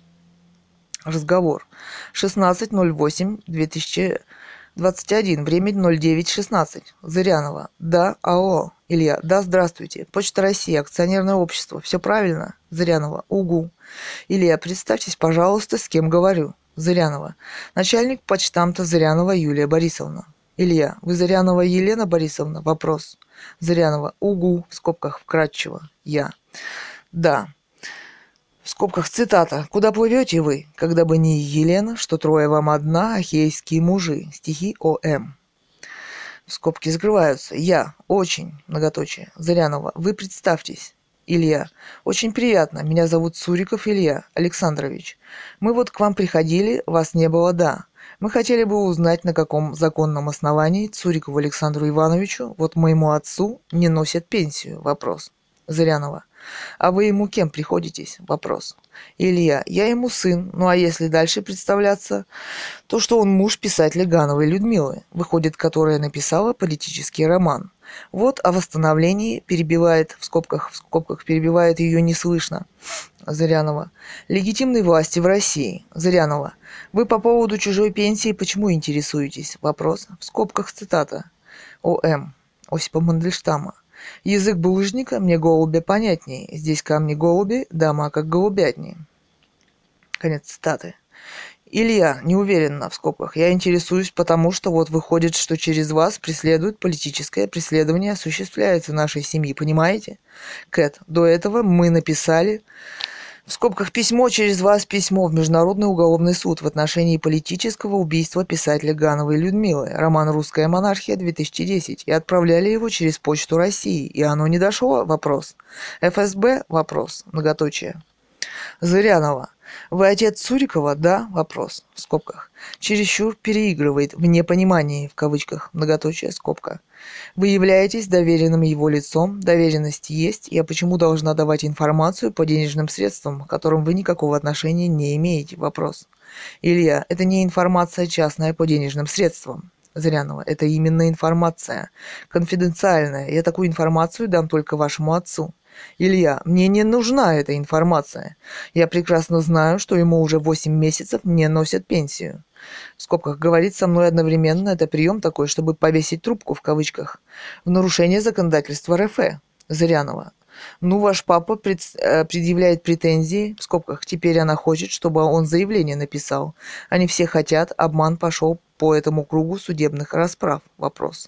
Разговор. шестнадцатое ноль восемь две тысячи двадцать один. Время ноль девять шестнадцать. Зырянова. Да, алло. Илья. Да, здравствуйте. Почта России. Акционерное общество. Все правильно? Зырянова. Угу. Илья. Представьтесь, пожалуйста, с кем говорю. Зырянова. Начальник почтамта Зырянова Юлия Борисовна. Илья. Вы Зырянова Елена Борисовна? Вопрос. Зырянова. Угу. В скобках вкратчиво. Я. Да. В скобках цитата. «Куда плывете вы, когда бы не Елена, что трое вам одна, ахейские мужи». Стихи О М. В скобки закрываются. Я. Очень. Многоточие. Зырянова. Вы представьтесь. Илья. Очень приятно. Меня зовут Цуриков Илья Александрович. Мы вот к вам приходили, вас не было, да. Мы хотели бы узнать, на каком законном основании Цурикову Александру Ивановичу, вот моему отцу, не носят пенсию. Вопрос. Зырянова. А вы ему кем приходитесь? Вопрос. Илья. Я ему сын. Ну а если дальше представляться, то что он муж писателя Гановой Людмилы, выходит, которая написала политический роман. Вот о восстановлении перебивает, в скобках, в скобках перебивает ее не слышно. Зырянова. Легитимной власти в России. Зырянова. Вы по поводу чужой пенсии почему интересуетесь? Вопрос. В скобках цитата. О.М. Осипа Мандельштама. Язык булыжника мне голубя понятней. Здесь камни голуби, дома как голубятни. Конец цитаты. Илья, неуверенно, в скобках, я интересуюсь, потому что вот выходит, что через вас преследуют, политическое преследование осуществляется нашей семьи, понимаете? Кэт, до этого мы написали, в скобках, письмо через вас, письмо в Международный уголовный суд в отношении политического убийства писателя Гановой Людмилы, роман «Русская монархия» две тысячи десять, и отправляли его через Почту России, и оно не дошло, вопрос. эф эс бэ, вопрос, многоточие. Зырянова. Вы отец Цурикова? Да? Вопрос. В скобках. Чересчур переигрывает в непонимании, в кавычках, многоточие, скобка. Вы являетесь доверенным его лицом, доверенность есть, я почему должна давать информацию по денежным средствам, к которым вы никакого отношения не имеете? Вопрос. Илья, это не информация частная по денежным средствам. Зырянова, это именно информация. Конфиденциальная. Я такую информацию дам только вашему отцу. Илья, мне не нужна эта информация. Я прекрасно знаю, что ему уже восемь месяцев не носят пенсию. В скобках говорит со мной одновременно, это прием такой, чтобы повесить трубку, в кавычках, в нарушение законодательства эр эф. Зырянова. Ну, ваш папа пред, э, предъявляет претензии, в скобках, теперь она хочет, чтобы он заявление написал. Они все хотят, обман пошел по этому кругу судебных расправ. Вопрос.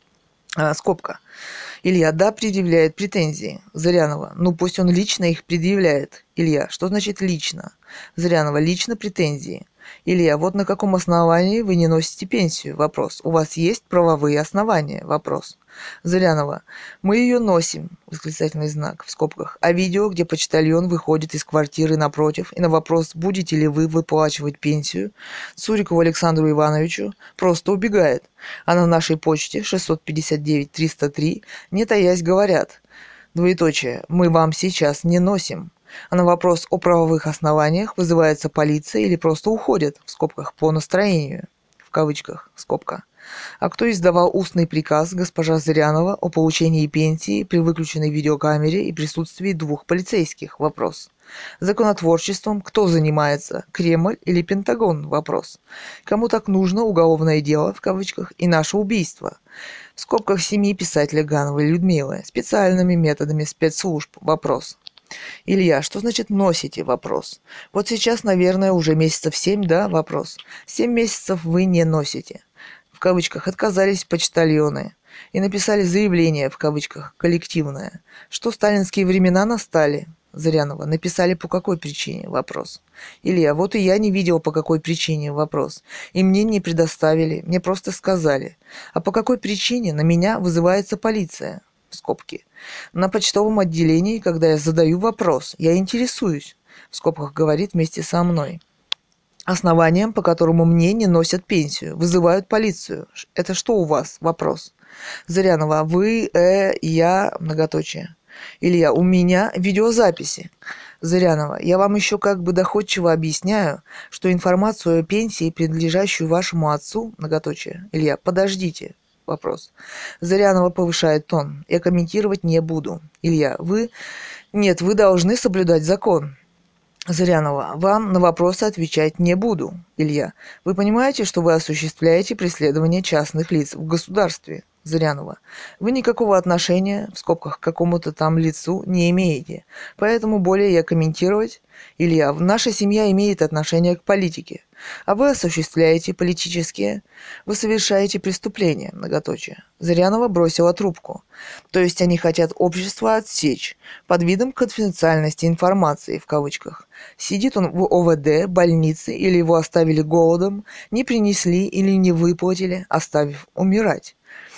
А, скобка. Илья, да, предъявляет претензии. Зырянова, ну пусть он лично их предъявляет. Илья, что значит лично? Зырянова, лично претензии. Илья, вот на каком основании вы не носите пенсию? Вопрос. У вас есть правовые основания? Вопрос. Зырянова, мы ее носим, восклицательный знак, в скобках, а видео, где почтальон выходит из квартиры напротив, и на вопрос, будете ли вы выплачивать пенсию, Цурикову Александру Ивановичу просто убегает. А на нашей почте шестьсот пятьдесят девять триста три, не таясь, говорят, двоеточие, мы вам сейчас не носим. А на вопрос о правовых основаниях вызывается полиция или просто уходит, в скобках, по настроению, в кавычках, скобка. А кто издавал устный приказ госпожа Зырянова о получении пенсии при выключенной видеокамере и присутствии двух полицейских? Вопрос. Законотворчеством кто занимается? Кремль или Пентагон? Вопрос. Кому так нужно уголовное дело, в кавычках, и наше убийство? В скобках семьи писателя Гановой Людмилы. Специальными методами спецслужб? Вопрос. Илья, что значит носите? Вопрос. Вот сейчас, наверное, уже месяцев семь, да? Вопрос. Семь месяцев вы не носите. В кавычках отказались почтальоны и написали заявление, в кавычках, коллективное, что сталинские времена настали. Зырянова, написали по какой причине? Вопрос. Илья, вот и я не видел по какой причине? Вопрос. И мне не предоставили, мне просто сказали. А по какой причине на меня вызывается полиция? В скобки. На почтовом отделении, когда я задаю вопрос, я интересуюсь, в скобках говорит вместе со мной. Основанием, по которому мне не носят пенсию, вызывают полицию. Это что у вас? Вопрос. Зырянова, вы, э, я, многоточие. Илья, у меня видеозаписи. Зырянова, я вам еще как бы доходчиво объясняю, что информацию о пенсии, принадлежащую вашему отцу, многоточие. Илья, подождите. Вопрос. Зырянова повышает тон. Я комментировать не буду. Илья, вы... Нет, вы должны соблюдать закон. Зырянова, вам на вопросы отвечать не буду. Илья, вы понимаете, что вы осуществляете преследование частных лиц в государстве? Зырянова, вы никакого отношения, в скобках, к какому-то там лицу не имеете, поэтому более я комментировать. Илья, наша семья имеет отношение к политике, а вы осуществляете политические, вы совершаете преступления, многоточие. Зырянова бросила трубку. То есть они хотят общество отсечь под видом конфиденциальности информации, в кавычках. Сидит он в о вэ дэ, больнице, или его оставили голодом, не принесли или не выплатили, оставив умирать.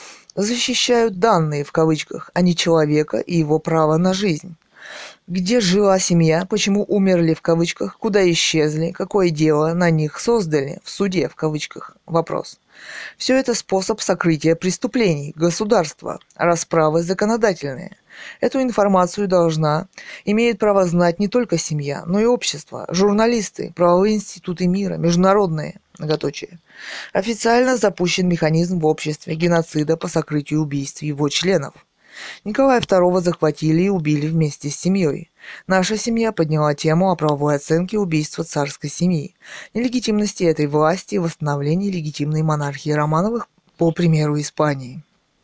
Защищают данные, в кавычках, а не человека и его право на жизнь. Где жила семья, почему умерли, в кавычках, куда исчезли, какое дело на них создали, в суде, в кавычках, вопрос. Все это способ сокрытия преступлений, государства, расправы законодательные. Эту информацию должна, имеет право знать не только семья, но и общество, журналисты, правовые институты мира, международные. Многоточие. Официально запущен механизм в обществе геноцида по сокрытию убийств его членов. Николая второго захватили и убили вместе с семьей. Наша семья подняла тему о правовой оценке убийства царской семьи, нелегитимности этой власти и восстановлении легитимной монархии Романовых по примеру Испании.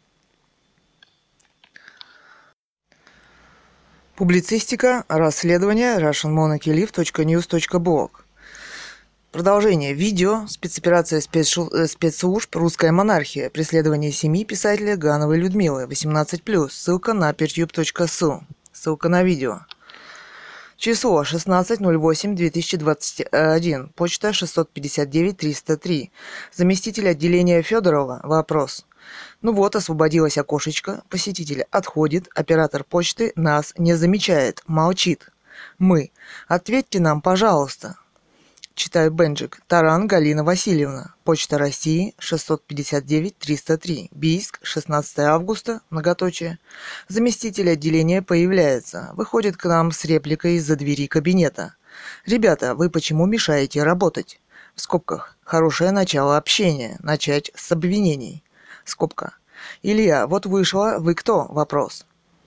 Публицистика. Расследование. russian monarchy live точка news точка blog. Продолжение. Видео. Спецоперация спецслужб «Русская монархия». Преследование семьи писателя Гановой Людмилы. восемнадцать плюс. Ссылка на пертюб точка су. Ссылка на видео. Число шестнадцатое ноль восемь две тысячи двадцать один. Почта шестьсот пятьдесят девять триста три. Заместитель отделения Федорова. Вопрос. Ну вот, освободилось окошечко. Посетитель отходит. Оператор почты нас не замечает. Молчит. Мы. Ответьте нам, пожалуйста. Читаю Бенджик. Таран Галина Васильевна. Почта России шестьсот пятьдесят девять триста три. Бийск, шестнадцатое августа, многоточие. Заместитель отделения появляется. Выходит к нам с репликой из-за двери кабинета. «Ребята, вы почему мешаете работать?» В скобках. Хорошее начало общения. Начать с обвинений. Скобка. «Илья, вот вышла. Вы кто?» Вопрос.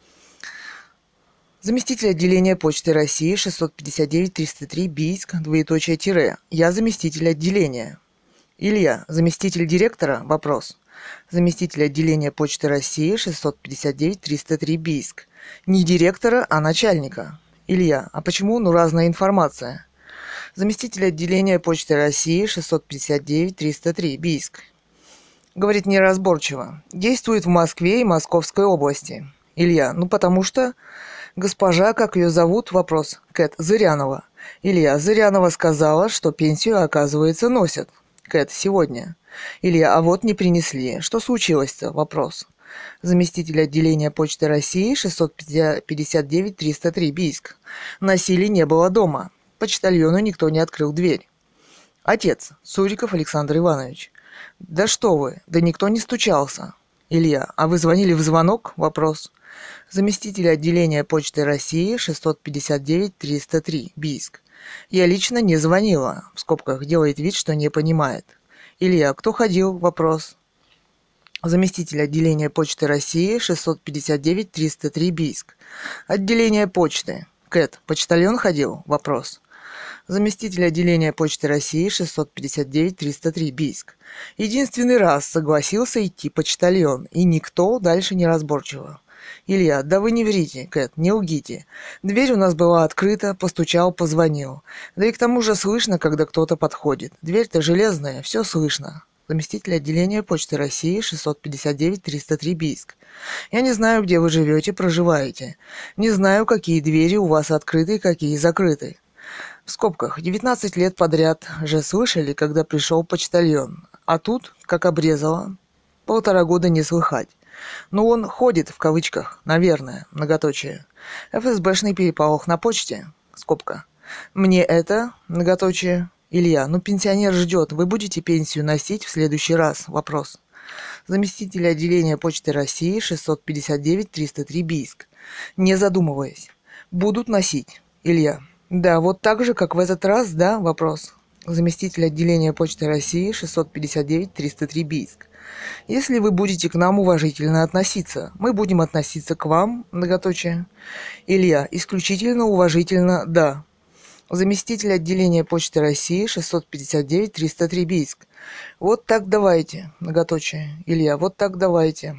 Заместитель отделения Почты России шестьсот пятьдесят девять триста три. Бийск, двоеточие тире. Я заместитель отделения. Илья, заместитель директора? Вопрос. Заместитель отделения Почты России шестьсот пятьдесят девять триста три. Бийск. Не директора, а начальника. Илья, а почему, ну, разная информация? Заместитель отделения Почты России шестьсот пятьдесят девять триста три. Бийск. Говорит неразборчиво. Действует в Москве и Московской области. Илья, ну потому что... Госпожа, как ее зовут? Вопрос. Кэт, Зырянова. Илья, Зырянова сказала, что пенсию, оказывается, носят. Кэт, сегодня. Илья, а вот не принесли. Что случилось-то? Вопрос. Заместитель отделения Почты России шестьсот пятьдесят девять триста три. Бийск. Носили, не было дома. Почтальону никто не открыл дверь. Отец. Цуриков Александр Иванович. Да что вы, да никто не стучался. Илья, а вы звонили в звонок? Вопрос. Заместитель отделения Почты России шестьсот пятьдесят девять триста три. Бийск. Я лично не звонила. В скобках делает вид, что не понимает. Илья, кто ходил? Вопрос. Заместитель отделения Почты России шестьсот пятьдесят девять триста три. Бийск. Отделение почты. Кэт, почтальон ходил? Вопрос. Заместитель отделения Почты России шестьсот пятьдесят девять триста три. Бийск. Единственный раз согласился идти почтальон, и никто дальше не разборчиво. Илья, да вы не врите, Кэт, не лгите. Дверь у нас была открыта, постучал, позвонил. Да и к тому же слышно, когда кто-то подходит. Дверь-то железная, все слышно. Заместитель отделения Почты России шестьсот пятьдесят девять триста три. Бийск. Я не знаю, где вы живете, проживаете. Не знаю, какие двери у вас открыты, какие закрыты. В скобках, девятнадцать лет подряд же слышали, когда пришел почтальон. А тут, как обрезало, полтора года не слыхать. Ну, он ходит, в кавычках, наверное, многоточие. эф эс бэшный переполох на почте, скобка. Мне это, многоточие. Илья, ну пенсионер ждет, вы будете пенсию носить в следующий раз? Вопрос. Заместитель отделения Почты России шестьсот пятьдесят девять триста три. Бийск. Не задумываясь. Будут носить. Илья. Да, вот так же, как в этот раз, да? Вопрос. Заместитель отделения Почты России шестьсот пятьдесят девять триста три. Бийск. Если вы будете к нам уважительно относиться, мы будем относиться к вам, многоточие. Илья, исключительно уважительно, да. Заместитель отделения Почты России шестьсот пятьдесят девять триста три. Бийск. Вот так давайте, многоточие. Илья, вот так давайте.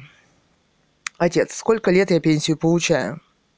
Отец, сколько лет я пенсию получаю?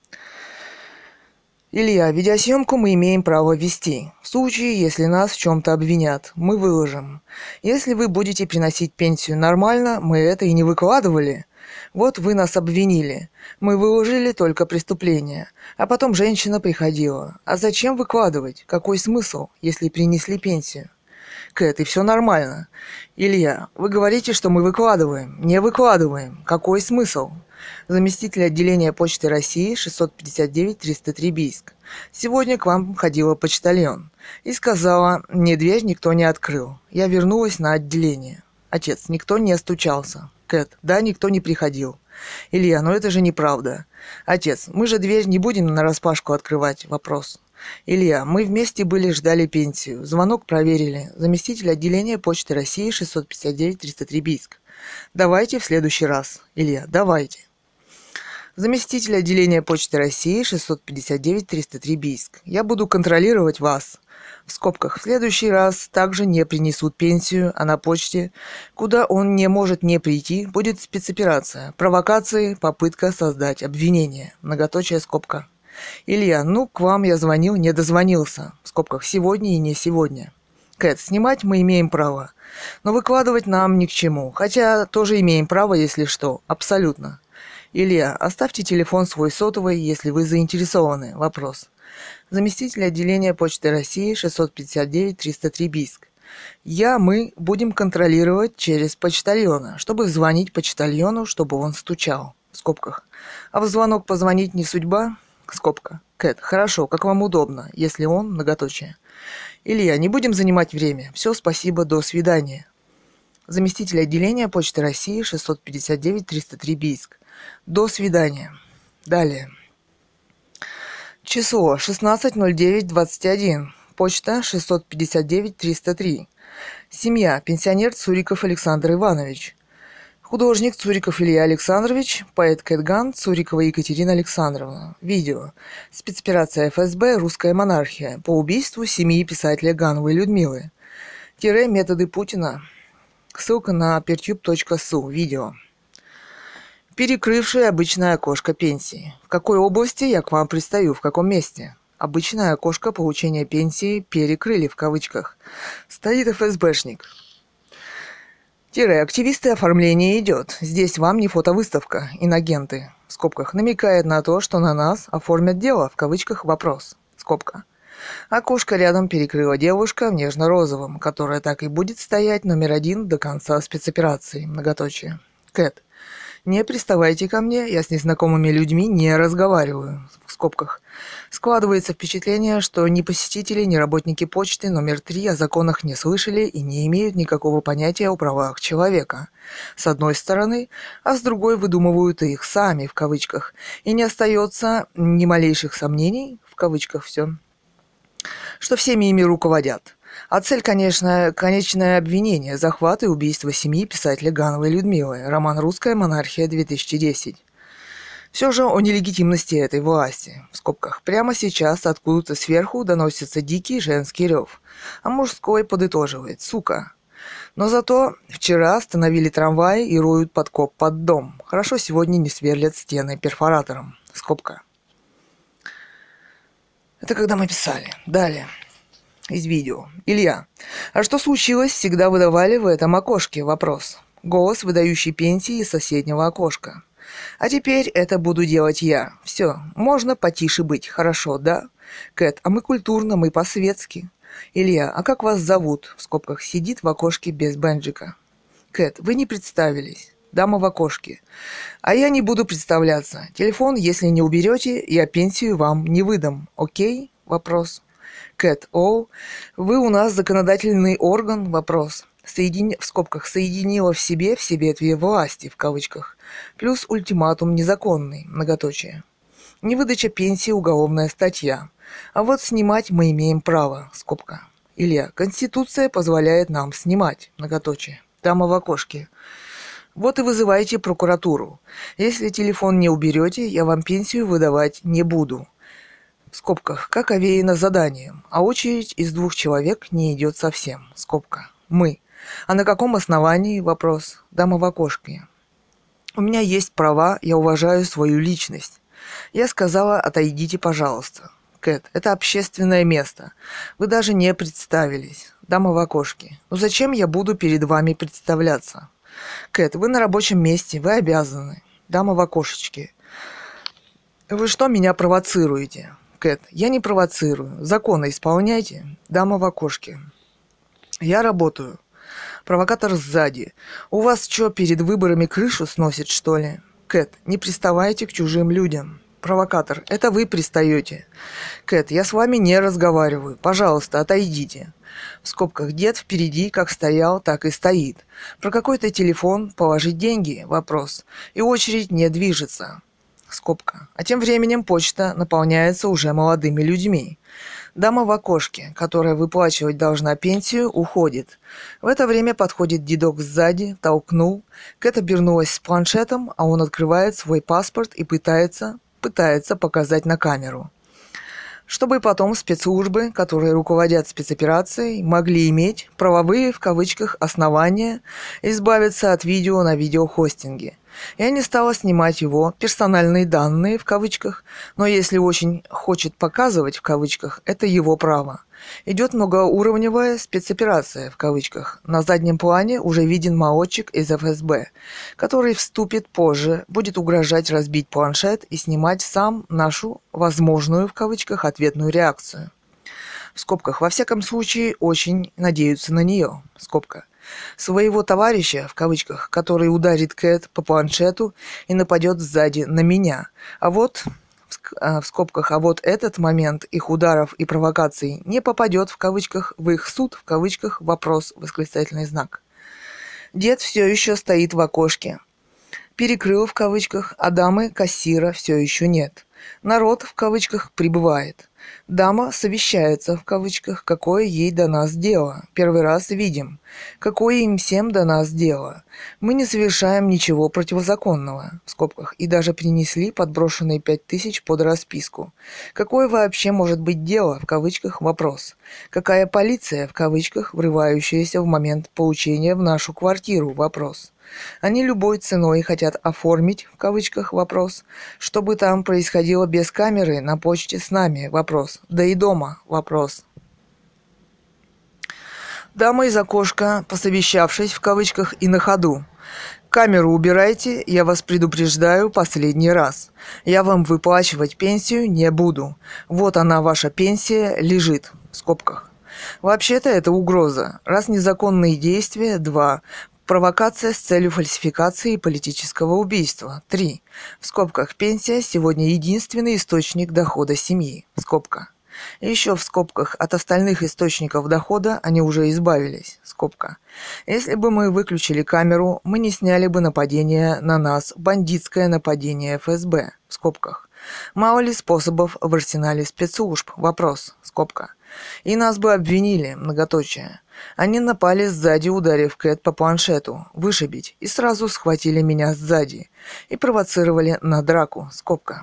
Илья, видеосъемку мы имеем право вести. В случае, если нас в чем-то обвинят, мы выложим. Если вы будете приносить пенсию нормально, мы это и не выкладывали. Вот вы нас обвинили. Мы выложили только преступление. А потом женщина приходила. А зачем выкладывать? Какой смысл, если принесли пенсию? Кэт, и все нормально. Илья, вы говорите, что мы выкладываем. Не выкладываем. Какой смысл? Заместитель отделения Почты России шестьсот пятьдесят девять триста три. Бийск. Сегодня к вам ходила почтальон и сказала, мне дверь никто не открыл. Я вернулась на отделение. Отец, никто не стучался. Кэт, да, никто не приходил. Илья, но это же неправда. Отец, мы же дверь не будем нараспашку открывать. Вопрос. Илья, мы вместе были, ждали пенсию. Звонок проверили. Заместитель отделения Почты России шестьсот пятьдесят девять триста три Бийск. Давайте в следующий раз. Илья, давайте. Заместитель отделения Почты России шестьсот пятьдесят девять триста три Бийск. Я буду контролировать вас. В скобках, в следующий раз также не принесут пенсию, а на почте, куда он не может не прийти, будет спецоперация, провокации, попытка создать обвинение. Многоточие, скобка. Илья, ну, к вам я звонил, не дозвонился. В скобках, сегодня и не сегодня. Кэт, снимать мы имеем право, но выкладывать нам ни к чему, хотя тоже имеем право, если что, абсолютно. Илья, оставьте телефон свой сотовый, если вы заинтересованы. Вопрос. Заместитель отделения Почты России шестьсот пятьдесят девять триста три Бийск. Я, мы будем контролировать через почтальона, чтобы звонить почтальону, чтобы он стучал. В скобках. А в звонок позвонить не судьба? Скобка. Кэт, хорошо, как вам удобно, если он, многоточие. Илья, не будем занимать время. Все, спасибо, до свидания. Заместитель отделения Почты России шестьсот пятьдесят девять триста три Бийск. До свидания. Далее. Число шестнадцать ноль девять двадцать один. Почта шестьсот пятьдесят девять триста три. Семья. Пенсионер Цуриков Александр Иванович. Художник Цуриков Илья Александрович. Поэт Кэтган Цурикова Екатерина Александровна. Видео. Спецоперация эф эс бэ «Русская монархия» по убийству семьи писателя Гановой Людмилы. Тире методы Путина. Ссылка на пертюб точка су. Видео. Перекрывшее обычное окошко пенсии. В какой области я к вам пристаю? В каком месте? Обычное окошко получения пенсии перекрыли в кавычках. Стоит эф эс бэшник. Тире, активисты оформления идет. Здесь вам не фотовыставка. Инагенты. В скобках. Намекает на то, что на нас оформят дело. В кавычках вопрос. Скобка. Окошко рядом перекрыла девушка в нежно-розовом, которая так и будет стоять номер один до конца спецоперации. Многоточие. Кэт. Не приставайте ко мне, я с незнакомыми людьми не разговариваю. В скобках. Складывается впечатление, что ни посетители, ни работники почты номер три о законах не слышали и не имеют никакого понятия о правах человека. С одной стороны, а с другой выдумывают их сами, в кавычках. И не остается ни малейших сомнений, в кавычках все, что всеми ими руководят. А цель, конечно, конечное обвинение, захват и убийство семьи писателя Гановой Людмилы. Роман «Русская монархия» две тысячи десять. Все же о нелегитимности этой власти. В скобках. Прямо сейчас откуда-то сверху доносится дикий женский рев. А мужской подытоживает. Сука. Но зато вчера остановили трамваи и роют подкоп под дом. Хорошо сегодня не сверлят стены перфоратором. Скобка. Это когда мы писали. Далее. Из видео. Илья. А что случилось, всегда выдавали в этом окошке? Вопрос. Голос, выдающий пенсии из соседнего окошка. А теперь это буду делать я. Все, можно потише быть, хорошо, да? Кэт, а мы культурно, мы по-светски. Илья, а как вас зовут? В скобках сидит в окошке без бенджика. Кэт, вы не представились. Дама в окошке. А я не буду представляться. Телефон, если не уберете, я пенсию вам не выдам. Окей? Вопрос. Кэт, о, вы у нас законодательный орган? Вопрос. Соедини... В скобках соединила в себе все ветви власти, в кавычках, плюс ультиматум незаконный, многоточие. Невыдача пенсии – уголовная статья. А вот снимать мы имеем право, скобка. Илья, Конституция позволяет нам снимать, многоточие. Дама в окошке. Вот и вызывайте прокуратуру. Если телефон не уберете, я вам пенсию выдавать не буду. В скобках, как овеяно заданием, а очередь из двух человек не идет совсем. Скобка. Мы. А на каком основании? Вопрос. Дама в окошке. У меня есть права, я уважаю свою личность. Я сказала, отойдите, пожалуйста. Кэт, это общественное место. Вы даже не представились. Дама в окошке. Ну зачем я буду перед вами представляться? Кэт, вы на рабочем месте, вы обязаны. Дама в окошечке. Вы что меня провоцируете? Кэт, я не провоцирую. Законы исполняйте. Дама в окошке. Я работаю. Провокатор сзади. У вас что, перед выборами крышу сносит, что ли? Кэт, не приставайте к чужим людям. Провокатор, это вы пристаете. Кэт, я с вами не разговариваю. Пожалуйста, отойдите. В скобках дед впереди как стоял, так и стоит. Про какой-то телефон положить деньги? Вопрос. И очередь не движется. Скобка. А тем временем почта наполняется уже молодыми людьми. Дама в окошке, которая выплачивать должна пенсию, уходит. В это время подходит дедок сзади, толкнул. Кэт обернулась с планшетом, а он открывает свой паспорт и пытается, пытается показать на камеру. Чтобы потом спецслужбы, которые руководят спецоперацией, могли иметь правовые, в кавычках, основания избавиться от видео на видеохостинге. Я не стала снимать его персональные данные, в кавычках, но если очень хочет показывать, в кавычках, это его право. Идет многоуровневая спецоперация, в кавычках. На заднем плане уже виден молодчик из эф эс бэ, который вступит позже, будет угрожать разбить планшет и снимать сам нашу возможную, в кавычках, ответную реакцию. В скобках, во всяком случае, очень надеются на нее, скобка. Своего товарища, в кавычках, который ударит Кэт по планшету и нападет сзади на меня. А вот, в скобках, а вот этот момент их ударов и провокаций не попадет, в кавычках, в их суд, в кавычках, вопрос, восклицательный знак. Дед все еще стоит в окошке. Перекрыл, в кавычках, а дамы кассира все еще нет. Народ, в кавычках, прибывает. Дама совещается, в кавычках, какое ей до нас дело. Первый раз видим. Какое им всем до нас дело. Мы не совершаем ничего противозаконного, в скобках, и даже принесли подброшенные пять тысяч под расписку. Какое вообще может быть дело, в кавычках, вопрос. Какая полиция, в кавычках, врывающаяся в момент получения в нашу квартиру, вопрос. Они любой ценой хотят оформить, в кавычках, вопрос, чтобы там происходило без камеры на почте с нами, вопрос, да и дома, вопрос. Дама из окошка, посовещавшись, в кавычках, и на ходу. Камеру убирайте, я вас предупреждаю последний раз. Я вам выплачивать пенсию не буду. Вот она, ваша пенсия, лежит, в скобках. Вообще-то это угроза. Раз незаконные действия, два. Провокация с целью фальсификации политического убийства. три. В скобках, пенсия сегодня единственный источник дохода семьи. Скобка. И еще в скобках, от остальных источников дохода они уже избавились. Скобка. Если бы мы выключили камеру, мы не сняли бы нападение на нас, бандитское нападение эф эс бэ. В скобках. Мало ли способов в арсенале спецслужб. Вопрос. Скобка. И нас бы обвинили, многоточие. Они напали сзади, ударив Кэт по планшету, вышибить, и сразу схватили меня сзади и провоцировали на драку, скобка.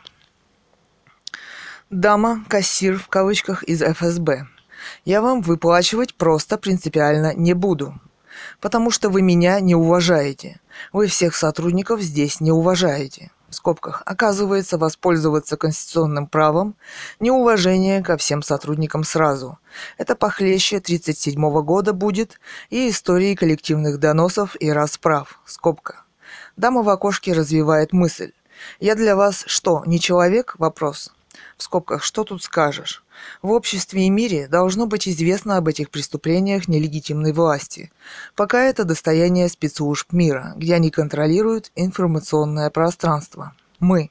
Дама, кассир, в кавычках, из эф эс бэ. Я вам выплачивать просто принципиально не буду, потому что вы меня не уважаете. Вы всех сотрудников здесь не уважаете. В скобках, оказывается, воспользоваться конституционным правом неуважение ко всем сотрудникам сразу. Это похлеще тридцать седьмого года будет и истории коллективных доносов и расправ. Скобка. Дама в окошке развивает мысль. Я для вас что, не человек? Вопрос. В скобках, что тут скажешь? В обществе и мире должно быть известно об этих преступлениях нелегитимной власти. Пока это достояние спецслужб мира, где они контролируют информационное пространство. Мы.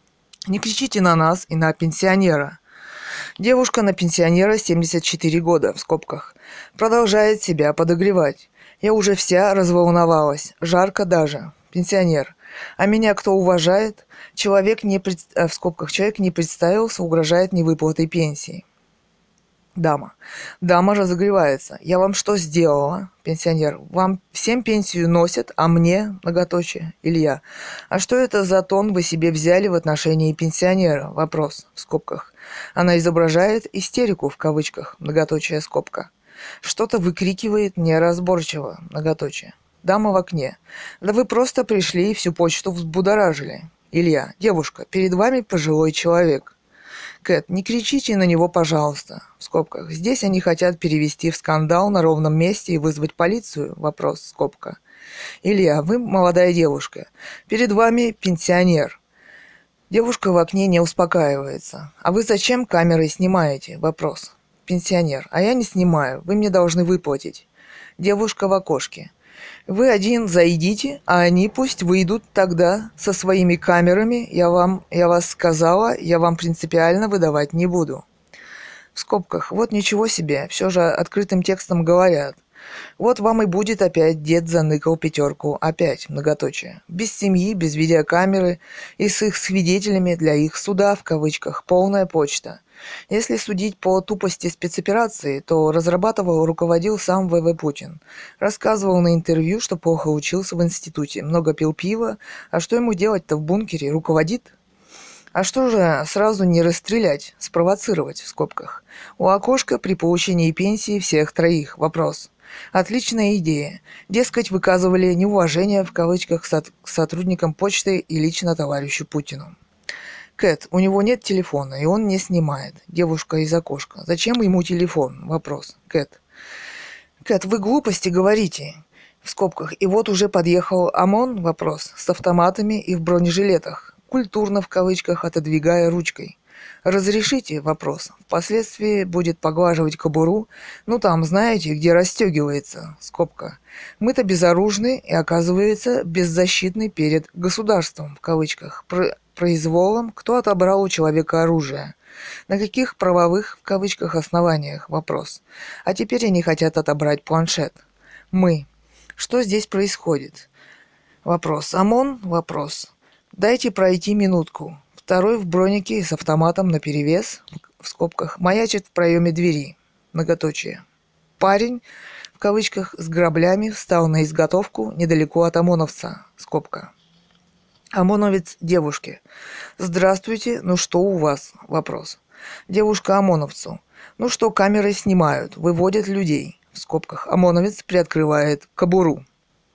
Не кричите на нас и на пенсионера. Девушка на пенсионера семьдесят четыре года, в скобках, продолжает себя подогревать. Я уже вся разволновалась, жарко даже. Пенсионер. А меня кто уважает? Человек не пред... в скобках, человек не представился, угрожает невыплатой пенсии. Дама. Дама разогревается. Я вам что сделала? Пенсионер. Вам всем пенсию носят, а мне, многоточие, Илья. А что это за тон вы себе взяли в отношении пенсионера? Вопрос, в скобках. Она изображает истерику, в кавычках, многоточие, скобка. Что-то выкрикивает неразборчиво, многоточие. Дама в окне. Да вы просто пришли и всю почту взбудоражили. Илья. Девушка, перед вами пожилой человек. Кэт, не кричите на него, пожалуйста. В скобках. Здесь они хотят перевести в скандал на ровном месте и вызвать полицию. Вопрос, скобка. Илья, вы молодая девушка. Перед вами пенсионер. Девушка в окне не успокаивается. А вы зачем камерой снимаете? Вопрос. Пенсионер. А я не снимаю. Вы мне должны выплатить. Девушка в окошке. Вы один зайдите, а они пусть выйдут тогда со своими камерами. Я вам, я вас сказала, я вам принципиально выдавать не буду. В скобках. Вот ничего себе, все же открытым текстом говорят. Вот вам и будет опять дед заныкал пятерку, опять, многоточие. Без семьи, без видеокамеры и с их свидетелями для их суда, в кавычках, полная почта. Если судить по тупости спецоперации, то разрабатывал, руководил сам вэ вэ Путин. Рассказывал на интервью, что плохо учился в институте, много пил пива, а что ему делать-то в бункере, руководит? А что же сразу не расстрелять, спровоцировать, в скобках? У окошка при получении пенсии всех троих. Вопрос. Отличная идея. Дескать, выказывали неуважение, в кавычках, к сотрудникам почты и лично товарищу Путину. Кэт, у него нет телефона, и он не снимает. Девушка из окошка. Зачем ему телефон? Вопрос. Кэт. Кэт, вы глупости говорите. В скобках. И вот уже подъехал ОМОН, вопрос, с автоматами и в бронежилетах. Культурно, в кавычках, отодвигая ручкой. Разрешите? Вопрос. Впоследствии будет поглаживать кобуру. Ну там, знаете, где расстегивается. Скобка. Мы-то безоружны и, оказывается, беззащитны перед государством, в кавычках, про произволом, кто отобрал у человека оружие. На каких правовых, в кавычках, основаниях? Вопрос. А теперь они хотят отобрать планшет. Мы. Что здесь происходит? Вопрос. ОМОН? Вопрос. Дайте пройти минутку. Второй в бронике с автоматом наперевес, в скобках, маячит в проеме двери. Многоточие. Парень, в кавычках, с граблями встал на изготовку недалеко от ОМОНовца. Скобка. ОМОНовец девушке. Здравствуйте, ну что у вас? Вопрос. Девушка ОМОНовцу. Ну что, камеры снимают, выводят людей. В скобках. ОМОНовец приоткрывает кобуру.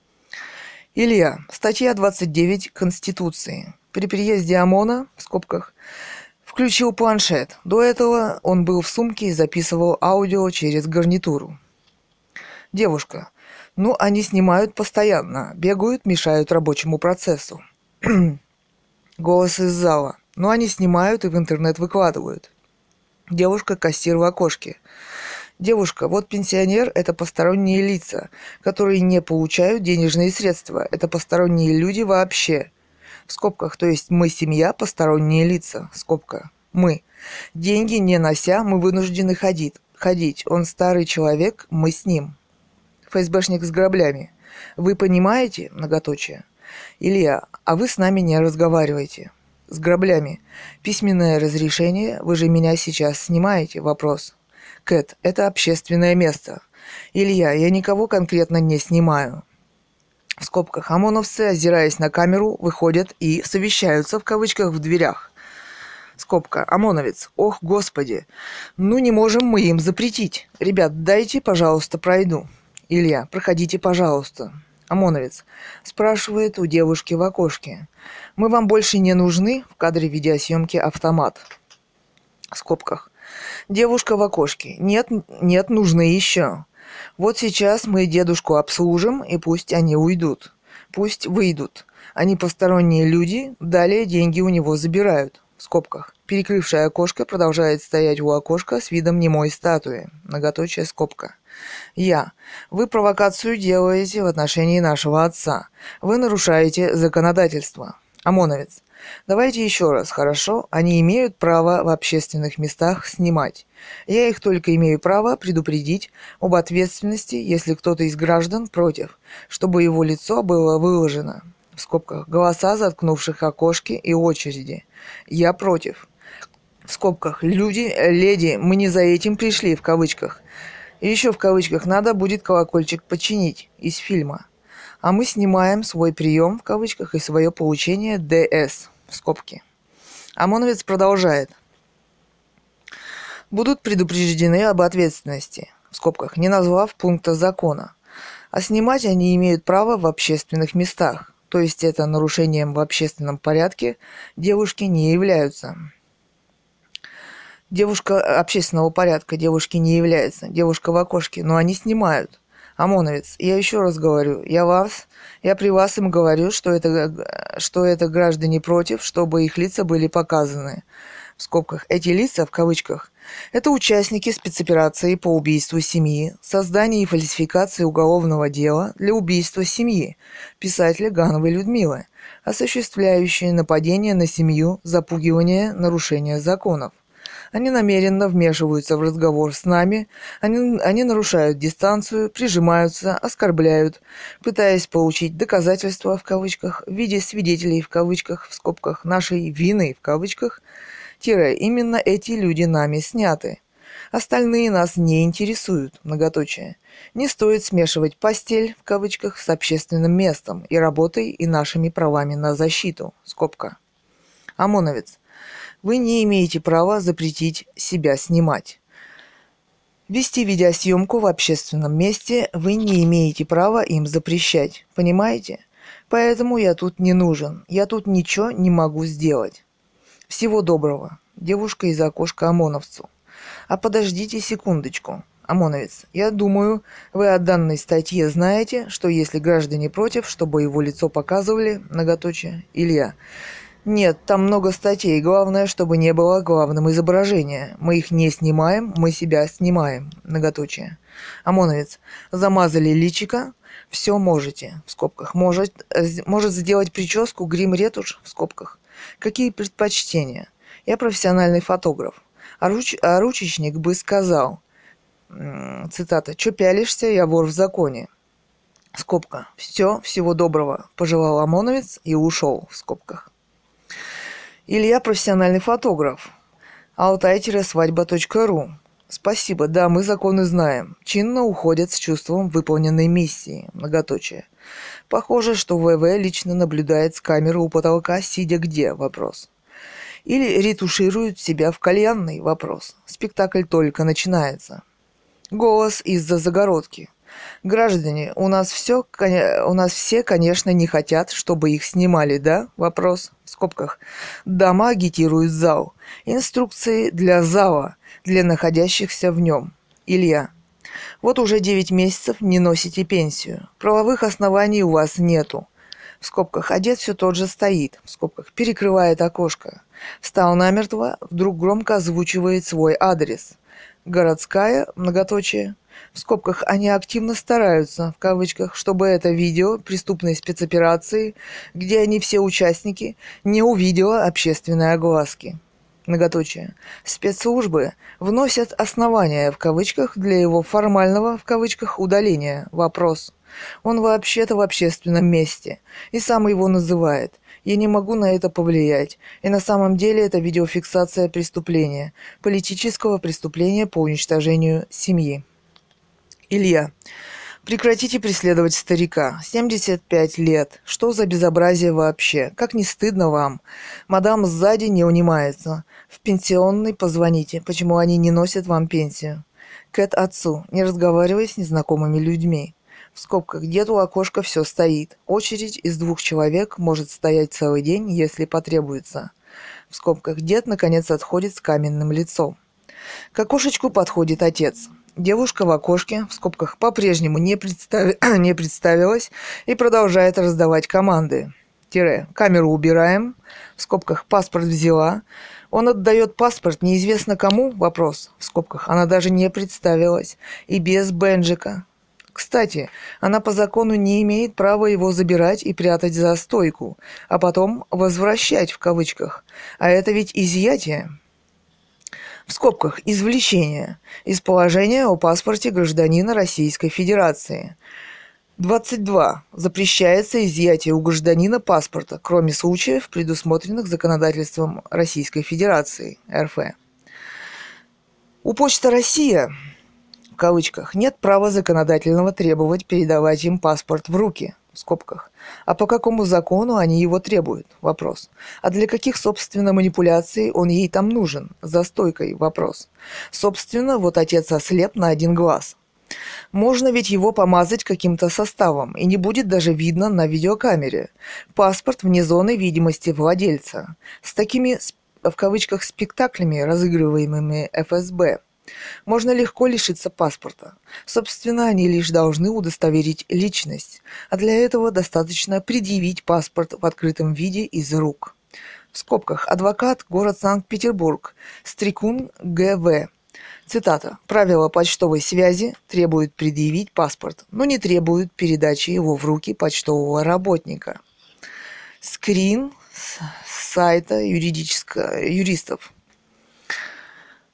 Илья. Статья двадцать девять Конституции. При приезде ОМОНа, в скобках, включил планшет. До этого он был в сумке и записывал аудио через гарнитуру. Девушка. Ну, они снимают постоянно, бегают, мешают рабочему процессу. Голос из зала. Ну, они снимают и в интернет выкладывают. Девушка-кассир в окошке. Девушка, вот пенсионер – это посторонние лица, которые не получают денежные средства. Это посторонние люди вообще. В скобках, то есть мы семья, посторонние лица. Скобка. Мы. Деньги не нося, мы вынуждены ходить. Ходить. Он старый человек, мы с ним. ФСБшник с граблями. Вы понимаете? Многоточие. Илья, а вы с нами не разговариваете. С граблями. Письменное разрешение, вы же меня сейчас снимаете? Вопрос. Кэт, это общественное место. Илья, я никого конкретно не снимаю. В скобках. ОМОНовцы, озираясь на камеру, выходят и совещаются, в кавычках, в дверях. Скобка. ОМОНовец. Ох, господи. Ну не можем мы им запретить. Ребят, дайте, пожалуйста, пройду. Илья, проходите, пожалуйста. ОМОНовец спрашивает у девушки в окошке. Мы вам больше не нужны? В кадре видеосъемки автомат. В скобках. Девушка в окошке. Нет, нет, нужны еще. Вот сейчас мы дедушку обслужим, и пусть они уйдут. Пусть выйдут. Они посторонние люди, далее деньги у него забирают. В скобках. Перекрывшая окошко продолжает стоять у окошка с видом немой статуи. Многоточие скобка. Я. Вы провокацию делаете в отношении нашего отца. Вы нарушаете законодательство. ОМОНовец. Давайте еще раз, хорошо? Они имеют право в общественных местах снимать. Я их только имею право предупредить об ответственности, если кто-то из граждан против, чтобы его лицо было выложено. В скобках. Голоса заткнувших окошки и очереди. Я против. В скобках. Люди, леди, мы не за этим пришли, в кавычках. И еще в кавычках надо будет колокольчик починить из фильма. А мы снимаем свой прием, в кавычках, и свое получение ДС, в скобки. ОМОНовец продолжает. Будут предупреждены об ответственности, в скобках, не назвав пункта закона. А снимать они имеют право в общественных местах, то есть это нарушением в общественном порядке девушки не являются. Девушка общественного порядка девушки не является, девушка в окошке, но они снимают. ОМОНовец, я еще раз говорю, я вас, я при вас им говорю, что это, что это граждане против, чтобы их лица были показаны. В скобках. Эти лица, в кавычках, это участники спецоперации по убийству семьи, созданию и фальсификации уголовного дела для убийства семьи писателя Гановой Людмилы, осуществляющие нападение на семью, запугивание, нарушение законов. Они намеренно вмешиваются в разговор с нами, они, они нарушают дистанцию, прижимаются, оскорбляют, пытаясь получить доказательства в кавычках в виде свидетелей в кавычках, в скобках, нашей вины в кавычках, тире, именно эти люди нами сняты. Остальные нас не интересуют, многоточие. Не стоит смешивать постель, в кавычках, с общественным местом и работой и нашими правами на защиту, скобка. ОМОНовец. Вы не имеете права запретить себя снимать. Вести видеосъемку в общественном месте вы не имеете права им запрещать, понимаете? Поэтому я тут не нужен, я тут ничего не могу сделать. Всего доброго. Девушка из окошка ОМОНовцу. А подождите секундочку, ОМОНовец. Я думаю, вы о данной статье знаете, что если граждане против, чтобы его лицо показывали, многоточие, Илья. Нет, там много статей, главное, чтобы не было главным изображения. Мы их не снимаем, мы себя снимаем, многоточие. ОМОНовец. Замазали личико, все можете, в скобках. Может, может сделать прическу, грим, ретушь, в скобках. Какие предпочтения? Я профессиональный фотограф. А, руч, а ручечник бы сказал, цитата, «Чё пялишься, я вор в законе». Скобка. «Все, всего доброго», пожелал ОМОНовец и ушел, в скобках. Илья профессиональный фотограф. алтай-свадьба точка ру. Спасибо, да, мы законы знаем. Чинно уходят с чувством выполненной миссии, многоточие. Похоже, что ВВ лично наблюдает с камеры у потолка, сидя где, вопрос. Или ретушируют себя в кальянный, вопрос. Спектакль только начинается. Голос из-за загородки. Граждане, у нас все, у нас все, конечно, не хотят, чтобы их снимали, да? Вопрос. В скобках. Дома агитируют зал. Инструкции для зала, для находящихся в нем. Илья. Вот уже девять месяцев не носите пенсию. Правовых оснований у вас нету. В скобках. Одет все тот же стоит. В скобках. Перекрывает окошко. Встал намертво, вдруг громко озвучивает свой адрес. Городская, многоточие. В скобках. Они активно стараются, в кавычках, чтобы это видео преступной спецоперации, где они все участники, не увидело общественной огласки. Многоточие. Спецслужбы вносят основания, в кавычках, для его формального, в кавычках, удаления. Вопрос. Он вообще-то в общественном месте, и сам его называет. Я не могу на это повлиять. И на самом деле это видеофиксация преступления, политического преступления по уничтожению семьи. Илья. Прекратите преследовать старика. семьдесят пять лет. Что за безобразие вообще? Как не стыдно вам? Мадам сзади не унимается. В пенсионный позвоните. Почему они не носят вам пенсию? Кэт отцу. Не разговаривай с незнакомыми людьми. В скобках. Где-то у окошка все стоит. Очередь из двух человек может стоять целый день, если потребуется. В скобках. Дед, наконец, отходит с каменным лицом. К окошечку подходит отец. Девушка в окошке, в скобках, по-прежнему не, представ... не представилась и продолжает раздавать команды. Тире. Камеру убираем. В скобках. Паспорт взяла. Он отдает паспорт неизвестно кому. Вопрос. В скобках. Она даже не представилась. И без бенджика. Кстати, она по закону не имеет права его забирать и прятать за стойку, а потом возвращать в кавычках. А это ведь изъятие. В скобках извлечение из положения о паспорте гражданина Российской Федерации. двадцать два. Запрещается изъятие у гражданина паспорта, кроме случаев, предусмотренных законодательством Российской Федерации, РФ. У Почта Россия, в кавычках, нет права законодательного требовать передавать им паспорт в руки, в скобках. А по какому закону они его требуют? Вопрос. А для каких, собственно, манипуляций он ей там нужен? За стойкой. Вопрос. Собственно, вот отец ослеп на один глаз. Можно ведь его помазать каким-то составом, и не будет даже видно на видеокамере. Паспорт вне зоны видимости владельца. С такими, в кавычках, спектаклями, разыгрываемыми эф эс бэ, можно легко лишиться паспорта. Собственно, они лишь должны удостоверить личность, а для этого достаточно предъявить паспорт в открытом виде из рук. В скобках. Адвокат, город Санкт-Петербург, Стрикун гэ вэ. Цитата. «Правила почтовой связи требуют предъявить паспорт, но не требуют передачи его в руки почтового работника». Скрин с сайта юридического юристов.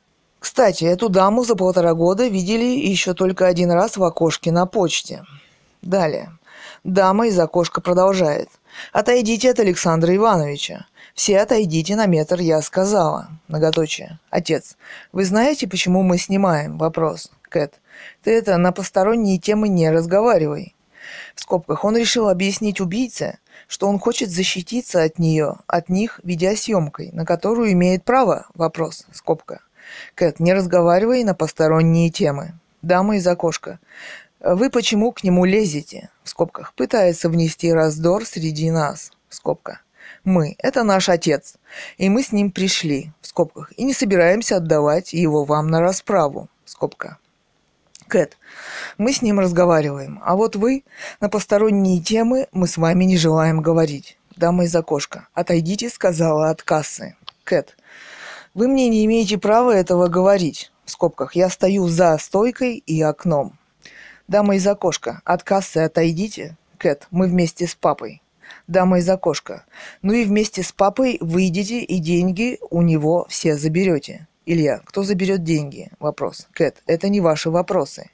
Кстати, эту даму за полтора года видели еще только один раз в окошке на почте. Далее. Дама из окошка продолжает. Отойдите от Александра Ивановича. Все отойдите на метр, я сказала. Многоточие. Отец. Вы знаете, почему мы снимаем? Вопрос. Кэт. Ты это на посторонние темы не разговаривай. В скобках. Он решил объяснить убийце, что он хочет защититься от нее, от них видеосъемкой, на которую имеет право. Вопрос. Скобка. Кэт. Не разговаривай на посторонние темы. Дама из окошка. Вы почему к нему лезете? В скобках. Пытается внести раздор среди нас. Скобка. Мы. Это наш отец. И мы с ним пришли. В скобках. И не собираемся отдавать его вам на расправу. Скобка. Кэт. Мы с ним разговариваем. А вот вы, на посторонние темы мы с вами не желаем говорить. Дама из окошка. Отойдите, сказала от кассы. Кэт. Вы мне не имеете права этого говорить. В скобках. Я стою за стойкой и окном. Дама из окошка. От кассы отойдите. Кэт. Мы вместе с папой. Дама из окошка. Ну и вместе с папой выйдете и деньги у него все заберете. Илья. Кто заберет деньги? Вопрос. Кэт. Это не ваши вопросы.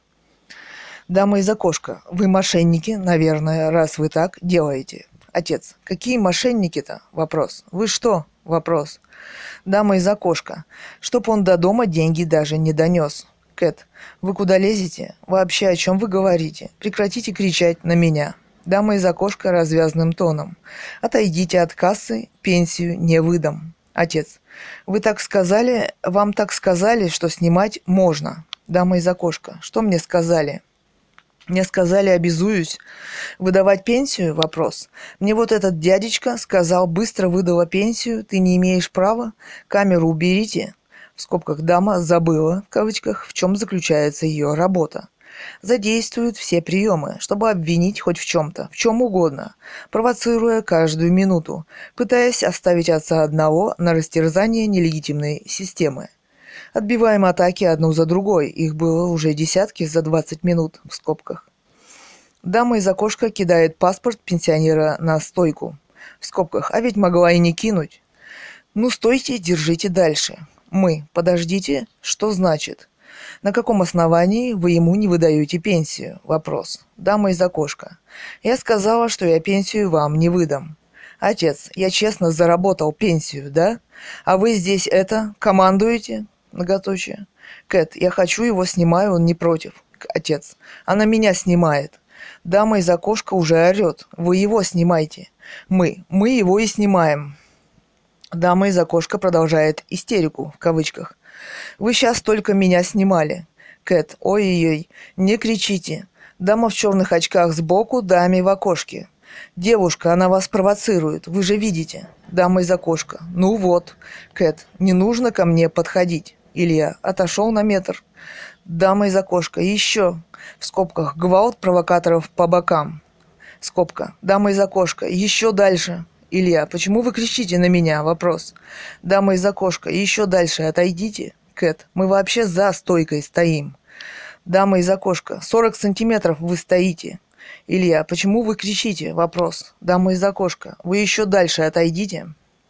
Дама из окошка. Вы мошенники, наверное, раз вы так делаете. Отец. Какие мошенники-то? Вопрос. Вы что? Вопрос. Дама из окошка. Чтоб он до дома деньги даже не донес. Кэт. Вы куда лезете? Вообще о чем вы говорите? Прекратите кричать на меня. Дама из окошка развязным тоном. Отойдите от кассы, пенсию не выдам. Отец. Вы так сказали, вам так сказали, что снимать можно. Дама из окошка. Что мне сказали? Мне сказали, обязуюсь выдавать пенсию? Вопрос. Мне вот этот дядечка сказал, быстро выдала пенсию, ты не имеешь права, камеру уберите. В скобках дама забыла, в кавычках, в чем заключается ее работа. Задействуют все приемы, чтобы обвинить хоть в чем-то, в чем угодно, провоцируя каждую минуту, пытаясь оставить отца одного на растерзание нелегитимной системы. Отбиваем атаки одну за другой, их было уже десятки за двадцать минут, в скобках. Дама из окошка кидает паспорт пенсионера на стойку, в скобках, а ведь могла и не кинуть. Ну стойте, держите дальше. Мы. Подождите, что значит? На каком основании вы ему не выдаете пенсию? Вопрос. Дама из окошка. Я сказала, что я пенсию вам не выдам. Отец. Я честно заработал пенсию, да? А вы здесь это, командуете? Многоточие. Кэт. Я хочу его, снимаю, он не против. Отец. Она меня снимает. Дама из окошка уже орет. Вы его снимайте. Мы. Мы его и снимаем. Дама из окошка продолжает истерику, в кавычках. Вы сейчас только меня снимали. Кэт. Ой-ой-ой. Не кричите. Дама в черных очках сбоку, даме в окошке. Девушка, она вас провоцирует. Вы же видите. Дама из окошка. Ну вот. Кэт. Не нужно ко мне подходить. Илья. Отошел на метр. Дама из окошка. Еще. В скобках. Гвалт провокаторов по бокам. Скобка. Дама из окошка. Еще дальше. Илья. Почему вы кричите на меня? Вопрос. Дама из окошка. Еще дальше. Отойдите. Кэт. Мы вообще за стойкой стоим. Дама из окошка. сорок сантиметров вы стоите. Илья. Почему вы кричите? Вопрос. Дама из окошка. Вы еще дальше отойдите.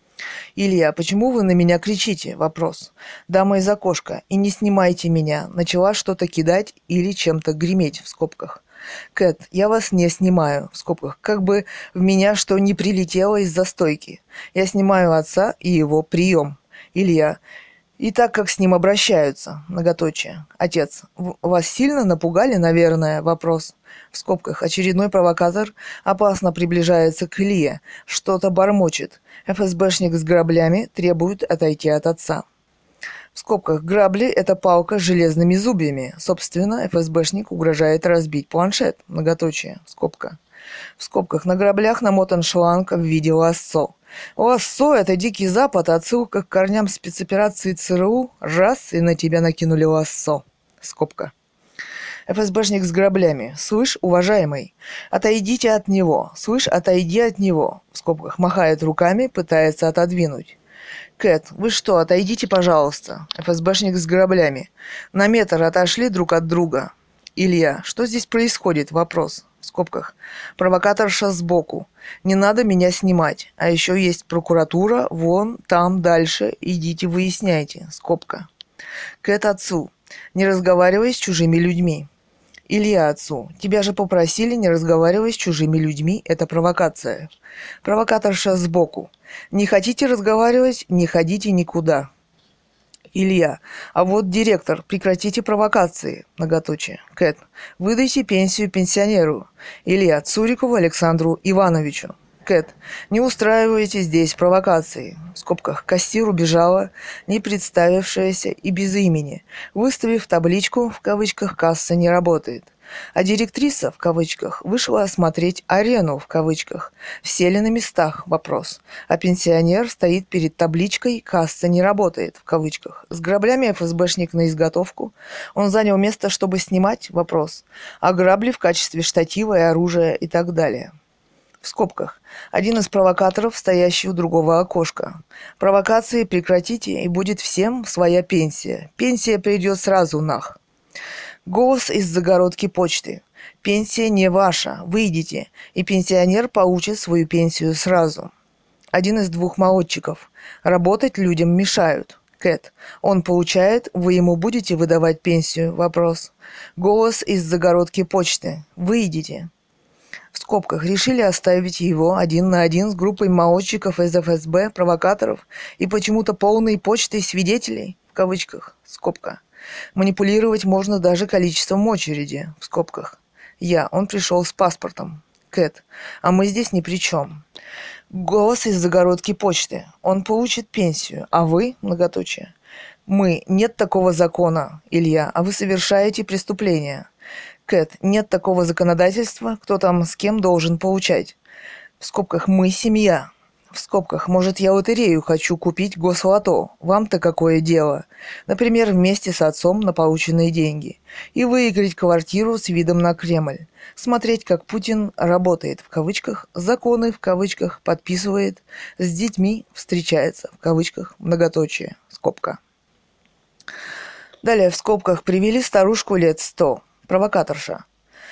Илья. Почему вы на меня кричите? Вопрос. Дама из окошка. И не снимайте меня. Начала что-то кидать или чем-то греметь, в скобках. Кэт. Я вас не снимаю, в скобках. Как бы в меня что не прилетело из-за стойки. Я снимаю отца и его прием. Илья. И так как с ним обращаются, многоточие. Отец. Вас сильно напугали, наверное? Вопрос. В скобках. Очередной провокатор опасно приближается к Илье. Что-то бормочет. эф эс бэшник с граблями требует отойти от отца. В скобках. Грабли – это палка с железными зубьями. Собственно, эф эс бэшник угрожает разбить планшет. Многоточие. Скобка. В скобках. На граблях намотан шланг в виде лассо. Лассо – это Дикий Запад, отсылка к корням спецоперации цэ эр у. Раз, и на тебя накинули лассо. Скобка. эф эс бэшник с граблями. Слышь, уважаемый, отойдите от него. Слышь, отойди от него. В скобках. Махает руками, пытается отодвинуть. Кэт, вы что, отойдите, пожалуйста. эф эс бэшник с граблями. На метр отошли друг от друга. Илья, что здесь происходит? Вопрос. В скобках. Провокаторша сбоку. Не надо меня снимать. А еще есть прокуратура. Вон, там, дальше. Идите, выясняйте. Скобка. Кэт отцу. Не разговаривай с чужими людьми. Илья отцу. Тебя же попросили не разговаривать с чужими людьми. Это провокация. Провокаторша сбоку. Не хотите разговаривать, не ходите никуда. Илья. А вот директор, прекратите провокации. Многоточие. Кэт. Выдайте пенсию пенсионеру. Илья. Цурикову Александру Ивановичу. Кэт. Не устраивайте здесь провокации. В скобках. Кассир убежала, не представившаяся и без имени, выставив табличку, в кавычках, «Касса не работает». А директриса, в кавычках, вышла осмотреть арену, в кавычках. Все ли на местах? Вопрос. А пенсионер стоит перед табличкой «Касса не работает», в кавычках. С граблями эф эс бэшник на изготовку. Он занял место, чтобы снимать? Вопрос. А грабли в качестве штатива и оружия и так далее. В скобках. Один из провокаторов, стоящий у другого окошка. Провокации прекратите, и будет всем своя пенсия. Пенсия придет сразу нах. Голос из загородки почты. Пенсия не ваша, выйдите, и пенсионер получит свою пенсию сразу. Один из двух молодчиков. Работать людям мешают. Кэт. Он получает, вы ему будете выдавать пенсию? Вопрос. Голос из загородки почты. Выйдите. В скобках. Решили оставить его один на один с группой молодчиков из эф эс бэ, провокаторов и почему-то полной почтой свидетелей, в кавычках, скобка. Манипулировать можно даже количеством очереди, в скобках. Я. Он пришел с паспортом. Кэт. А мы здесь ни при чем. Голос из загородки почты. Он получит пенсию. А вы? Многоточие. Мы. Нет такого закона, Илья. А вы совершаете преступление. Кэт. Нет такого законодательства. Кто там с кем должен получать. В скобках. Мы семья. В скобках. Может, я лотерею хочу купить гослото. Вам-то какое дело? Например, вместе с отцом на полученные деньги. И выиграть квартиру с видом на Кремль. Смотреть, как Путин работает, в кавычках, законы, в кавычках, подписывает, с детьми встречается, в кавычках, многоточие, скобка. Далее в скобках привели старушку лет сто. Провокаторша.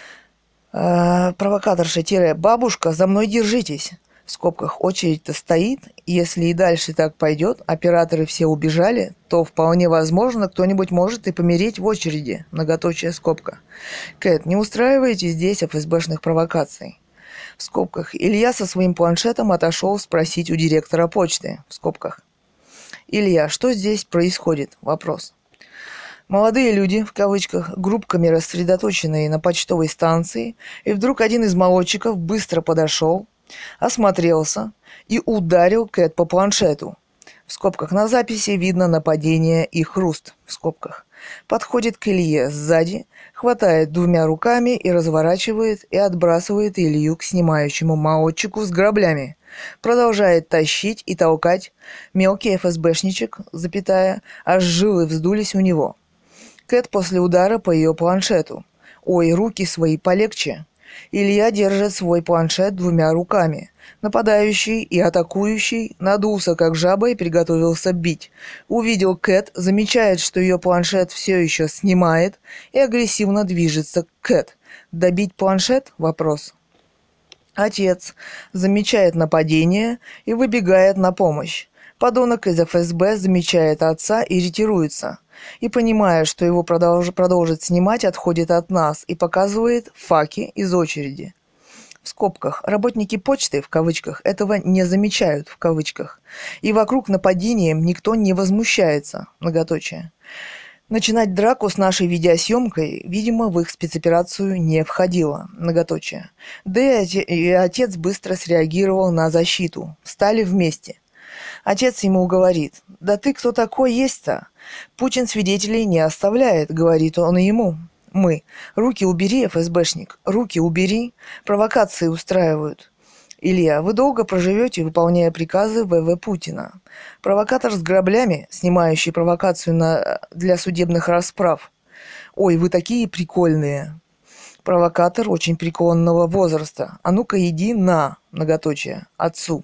Э, провокаторша-бабушка, за мной держитесь. В скобках, очередь-то стоит, если и дальше так пойдет, операторы все убежали, то вполне возможно, кто-нибудь может и помереть в очереди. Многоточие, скобка. Кэт, не устраивайте здесь эф эс бэшных провокаций. В скобках, Илья со своим планшетом отошел спросить у директора почты. В скобках. Илья, что здесь происходит? Вопрос. Молодые люди, в кавычках, группками рассредоточенные на почтовой станции, и вдруг один из молодчиков быстро подошел, осмотрелся и ударил Кэт по планшету. В скобках. На записи видно нападение и хруст. В скобках. Подходит к Илье сзади, хватает двумя руками и разворачивает и отбрасывает Илью к снимающему молодчику с граблями. Продолжает тащить и толкать. Мелкий эф эс бэшничек, запятая, аж жилы вздулись у него. Кэт после удара по ее планшету. Ой, руки свои полегче. Илья держит свой планшет двумя руками. Нападающий и атакующий надулся, как жаба, и приготовился бить. Увидел Кэт, замечает, что ее планшет все еще снимает, и агрессивно движется к Кэт. Добить планшет? Вопрос. Отец замечает нападение и выбегает на помощь. Подонок из эф эс бэ замечает отца и ретируется. И, понимая, что его продолж... продолжит снимать, отходит от нас и показывает факи из очереди. В скобках. Работники почты, в кавычках, этого не замечают, в кавычках. И вокруг нападением никто не возмущается, многоточие. Начинать драку с нашей видеосъемкой, видимо, в их спецоперацию не входило, многоточие. Да и, оте... и отец быстро среагировал на защиту. Встали вместе. Отец ему говорит: «Да ты кто такой есть-то? Путин свидетелей не оставляет», — говорит он ему. Мы. «Руки убери, эф эс бэшник, руки убери. Провокации устраивают». Илья. «Вы долго проживете, выполняя приказы вэ вэ Путина». Провокатор с граблями, снимающий провокацию на... для судебных расправ. «Ой, вы такие прикольные». Провокатор очень преклонного возраста. «А ну-ка иди на», многоточие, отцу.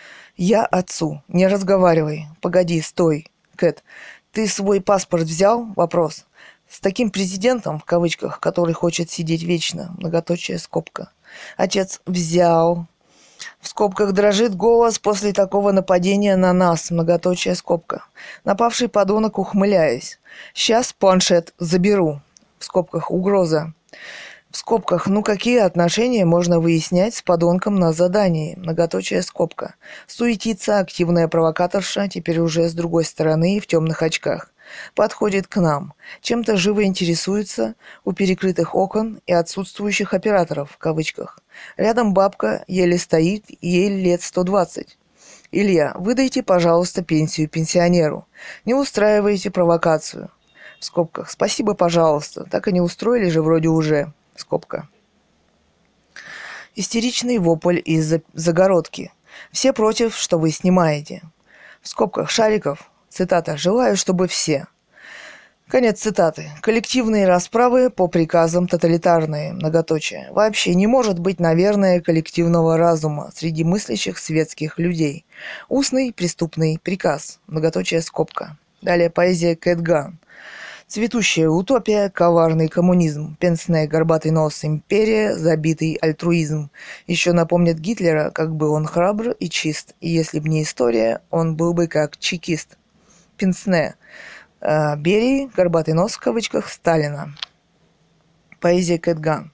Я отцу. Не разговаривай. Погоди, стой. Кэт. Ты свой паспорт взял? Вопрос. С таким президентом, в кавычках, который хочет сидеть вечно, многоточие, скобка. Отец. Взял. В скобках дрожит голос после такого нападения на нас, многоточие скобка. Напавший подонок, ухмыляясь. Сейчас планшет заберу. В скобках угроза. В скобках, ну какие отношения можно выяснять с подонком на задании? Многоточие скобка. Суетится активная провокаторша, теперь уже с другой стороны и в темных очках. Подходит к нам. Чем-то живо интересуется у перекрытых окон и отсутствующих операторов, в кавычках. Рядом бабка еле стоит, ей лет сто двадцать. Илья, выдайте, пожалуйста, пенсию пенсионеру. Не устраивайте провокацию. В скобках. Спасибо, пожалуйста. Так и не устроили же вроде уже. Скобка. Истеричный вопль из загородки. Все против, что вы снимаете. В скобках. Шариков. Цитата. «Желаю, чтобы все». Конец цитаты. Коллективные расправы по приказам тоталитарные. Многоточие. Вообще не может быть, наверное, коллективного разума среди мыслящих светских людей. Устный преступный приказ. Многоточие скобка. Далее поэзия Кэт Ган. Цветущая утопия, коварный коммунизм, пенсне, горбатый нос, империя, забитый альтруизм. Еще напомнит Гитлера, как бы он храбр и чист, и если б не история, он был бы как чекист. Пенсне. Э, Берии, горбатый нос, в кавычках, Сталина. Поэзия Кэт Ган.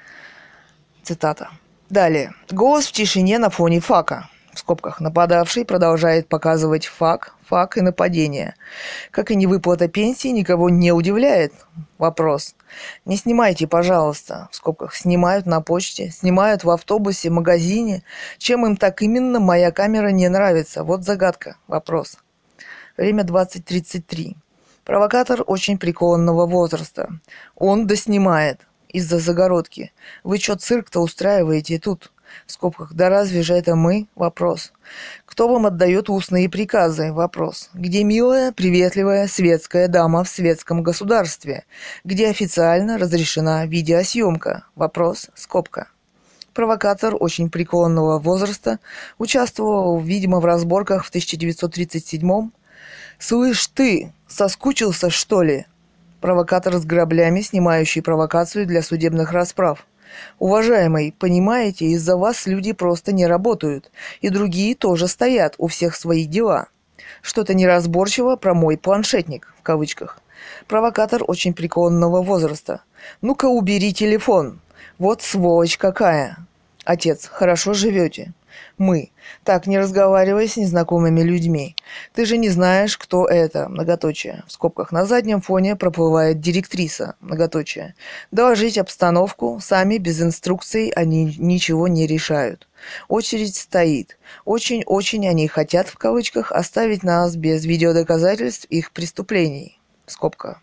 Цитата. Далее. Голос в тишине на фоне фака. В скобках. Нападавший продолжает показывать фак, фак и нападение. Как и невыплата пенсии никого не удивляет. Вопрос. Не снимайте, пожалуйста. В скобках. Снимают на почте, снимают в автобусе, магазине. Чем им так именно моя камера не нравится? Вот загадка. Вопрос. Время двадцать тридцать три. Провокатор очень преклонного возраста. Он доснимает. Из-за загородки. Вы чё цирк-то устраиваете тут? В скобках. Да разве же это мы? Вопрос. Кто вам отдает устные приказы? Вопрос. Где милая, приветливая, светская дама в светском государстве? Где официально разрешена видеосъемка? Вопрос. Скобка. Провокатор очень преклонного возраста участвовал, видимо, в разборках в тысяча девятьсот тридцать седьмом. «Слышь ты, соскучился, что ли?» Провокатор с граблями, снимающий провокацию для судебных расправ. «Уважаемый, понимаете, из-за вас люди просто не работают, и другие тоже стоят, у всех свои дела. Что-то неразборчиво про мой планшетник», в кавычках. Провокатор очень преклонного возраста. «Ну-ка, убери телефон. Вот сволочь какая». Отец. «Хорошо живете». Мы. «Так, не разговаривай с незнакомыми людьми. Ты же не знаешь, кто это». Многоточие. В скобках. На заднем фоне проплывает директриса. Многоточие. Доложить обстановку. Сами, без инструкций, они ничего не решают. Очередь стоит. Очень-очень они хотят, в кавычках, оставить нас без видеодоказательств их преступлений. Скобка.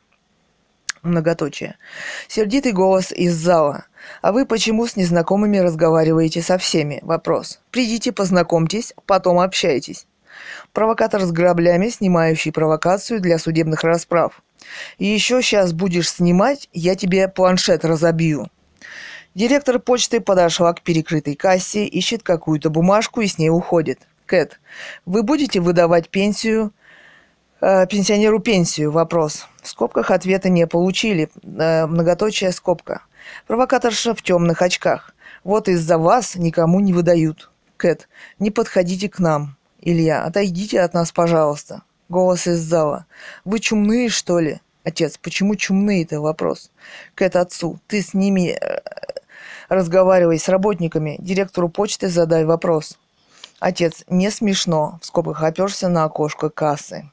Многоточие. Сердитый голос из зала. «А вы почему с незнакомыми разговариваете со всеми?» Вопрос. «Придите, познакомьтесь, потом общайтесь». Провокатор с граблями, снимающий провокацию для судебных расправ. «И еще сейчас будешь снимать, я тебе планшет разобью». Директор почты подошла к перекрытой кассе, ищет какую-то бумажку и с ней уходит. Кэт. «Вы будете выдавать пенсию?» э, «Пенсионеру пенсию?» Вопрос. В скобках ответа не получили. Э, многоточие скобка. Провокаторша в темных очках. «Вот из-за вас никому не выдают». Кэт. «Не подходите к нам». Илья. «Отойдите от нас, пожалуйста». Голос из зала. «Вы чумные, что ли?» Отец. «Почему чумные-то?» Вопрос. Кэт отцу. «Ты с ними э, разговаривай, с работниками. Директору почты задай вопрос». Отец. «Не смешно». В скобках оперся на окошко кассы.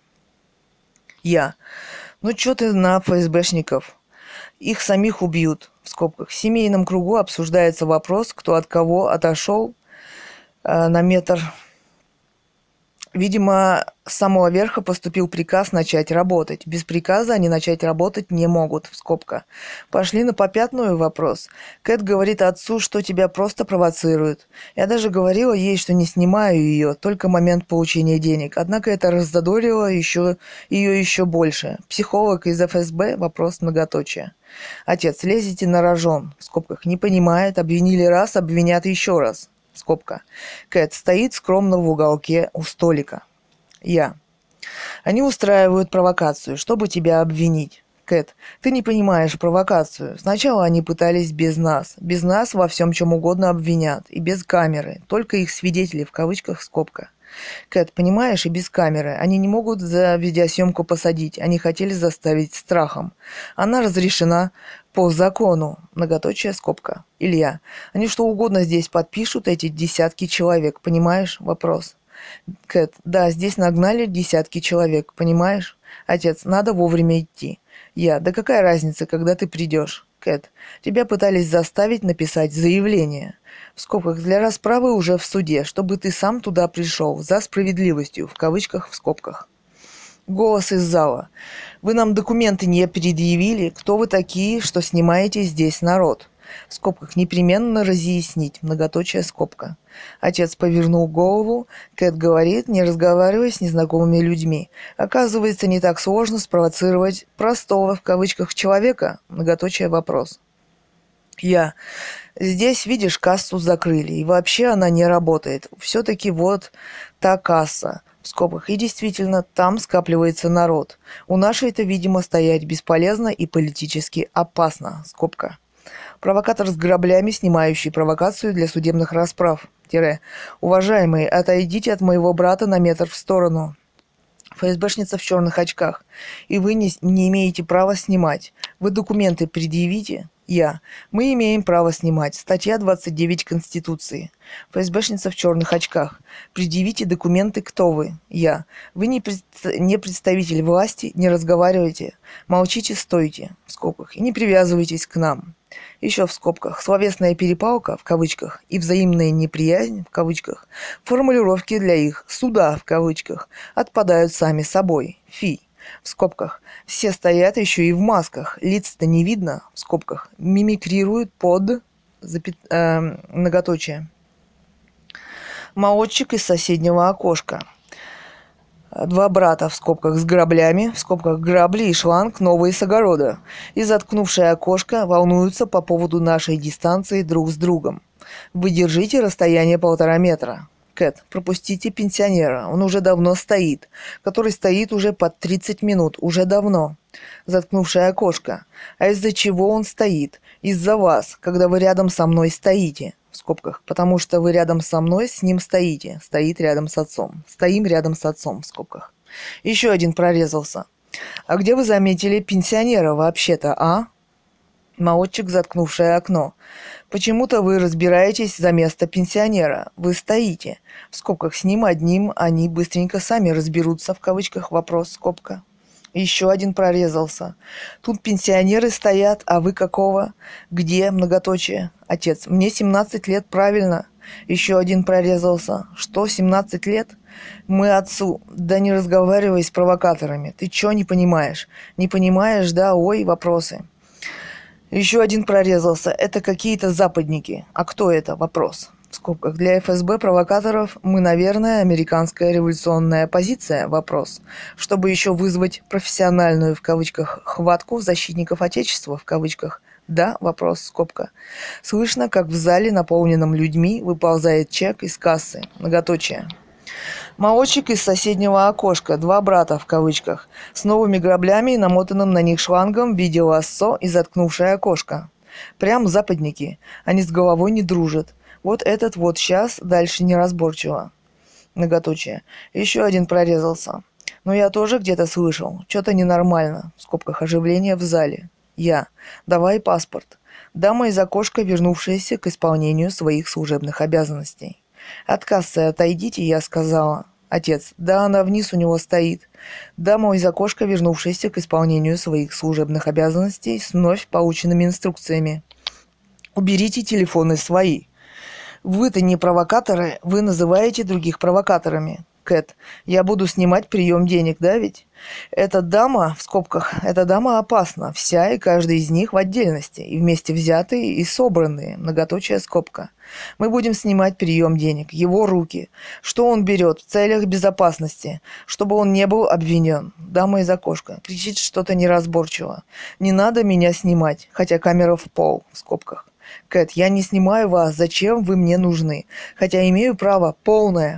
Я. «Ну чё ты на ФСБшников? Их самих убьют». В скобках. В семейном кругу обсуждается вопрос, кто от кого отошел э, на метр. Видимо, с самого верха поступил приказ начать работать. Без приказа они начать работать не могут. В скобка. Пошли на попятную вопрос. Кэт говорит отцу, что тебя просто провоцируют. Я даже говорила ей, что не снимаю ее, только момент получения денег. Однако это раззадорило еще, ее еще больше. Психолог из эф эс бэ? Вопрос многоточие. Отец. Лезете на рожон. В скобках. Не понимает. Обвинили раз, обвинят еще раз. Скобка. Кэт стоит скромно в уголке у столика. Я. Они устраивают провокацию, чтобы тебя обвинить. Кэт, ты не понимаешь провокацию. Сначала они пытались без нас. Без нас во всем чем угодно обвинят. И без камеры. Только их свидетели, в кавычках, скобка. Кэт, понимаешь, и без камеры. Они не могут за видеосъемку посадить. Они хотели заставить страхом. Она разрешена по закону. Многоточие, скобка. Илья, они что угодно здесь подпишут, эти десятки человек. Понимаешь? Вопрос. Кэт, да, здесь нагнали десятки человек. Понимаешь? Отец, надо вовремя идти. Я, да какая разница, когда ты придешь? Кэт, тебя пытались заставить написать заявление. В скобках для расправы уже в суде, чтобы ты сам туда пришел, за справедливостью, в кавычках, в скобках. Голос из зала. Вы нам документы не предъявили, кто вы такие, что снимаете здесь народ? В скобках непременно разъяснить, многоточие, скобка. Отец повернул голову. Кэт говорит, не разговаривая с незнакомыми людьми. Оказывается, не так сложно спровоцировать простого, в кавычках, человека, многоточие, вопрос. Я. Здесь, видишь, кассу закрыли, и вообще она не работает. Все-таки вот та касса, в скобках, и действительно, там скапливается народ. У нашей-то, видимо, стоять бесполезно и политически опасно, скобка. Провокатор с граблями, снимающий провокацию для судебных расправ. Тире. Уважаемые, отойдите от моего брата на метр в сторону. ФСБшница в черных очках. И вы не, не имеете права снимать. Вы документы предъявите. Я. Мы имеем право снимать. Статья двадцать девять Конституции. ФСБшница в черных очках. Предъявите документы, кто вы. Я. Вы не, пред... не представитель власти, не разговаривайте. Молчите, стойте. В скобках. И не привязывайтесь к нам. Еще в скобках. Словесная перепалка, в кавычках, и взаимная неприязнь, в кавычках, формулировки для их суда, в кавычках, отпадают сами собой. Фи. В скобках. Все стоят еще и в масках. Лиц-то не видно, в скобках. Мимикрируют под запят... э, многоточие. Молодчик из соседнего окошка. Два брата, в скобках, с граблями, в скобках, грабли и шланг, новые с огорода. И заткнувшее окошко волнуются по поводу нашей дистанции друг с другом. Вы держите расстояние полтора метра. Кэт, пропустите пенсионера, он уже давно стоит, который стоит уже под тридцать минут, уже давно. Заткнувшее окошко. А из-за чего он стоит? Из-за вас, когда вы рядом со мной стоите. В скобках, потому что вы рядом со мной, с ним стоите. Стоит рядом с отцом. Стоим рядом с отцом, в скобках. Еще один прорезался. А где вы заметили пенсионера вообще-то, а? Молодчик, заткнувшее окно. Почему-то вы разбираетесь за место пенсионера. Вы стоите. В скобках, с ним одним они быстренько сами разберутся, в кавычках, вопрос, скобка. Еще один прорезался. Тут пенсионеры стоят, а вы какого? Где? Многоточие. Отец. Мне семнадцать лет, правильно. Еще один прорезался. Что, семнадцать лет? Мы отцу. Да не разговаривай с провокаторами. Ты че не понимаешь? Не понимаешь, да? Ой, вопросы. Еще один прорезался. Это какие-то западники. А кто это? Вопрос. В скобках. Для эф эс бэ провокаторов мы, наверное, американская революционная оппозиция. Вопрос. Чтобы еще вызвать профессиональную, в кавычках, хватку защитников Отечества, в кавычках. Да, вопрос, скобка. Слышно, как в зале, наполненном людьми, выползает чек из кассы. Многоточие. Молодчик из соседнего окошка, два брата, в кавычках, с новыми граблями и намотанным на них шлангом в виде лассо и заткнувшее окошко. Прям западники. Они с головой не дружат. Вот этот вот сейчас, дальше неразборчиво. Многоточие. Еще один прорезался. Но я тоже где-то слышал. Что-то ненормально. В скобках оживление в зале. Я. Давай паспорт. Дама из окошка, вернувшаяся к исполнению своих служебных обязанностей. От кассы отойдите, я сказала. Отец. Да, она вниз у него стоит. Дама из окошка, вернувшаяся к исполнению своих служебных обязанностей с вновь полученными инструкциями. Уберите телефоны свои. Вы-то не провокаторы, вы называете других провокаторами. Кэт, я буду снимать прием денег, да ведь? Эта дама, в скобках, эта дама опасна, вся и каждый из них в отдельности, и вместе взятые и собранные, многоточие, скобка. Мы будем снимать прием денег, его руки. Что он берет в целях безопасности, чтобы он не был обвинен. Дама из окошка кричит что-то неразборчиво. Не надо меня снимать, хотя камера в пол, в скобках. Кэт, я не снимаю вас, зачем вы мне нужны, хотя имею право полное.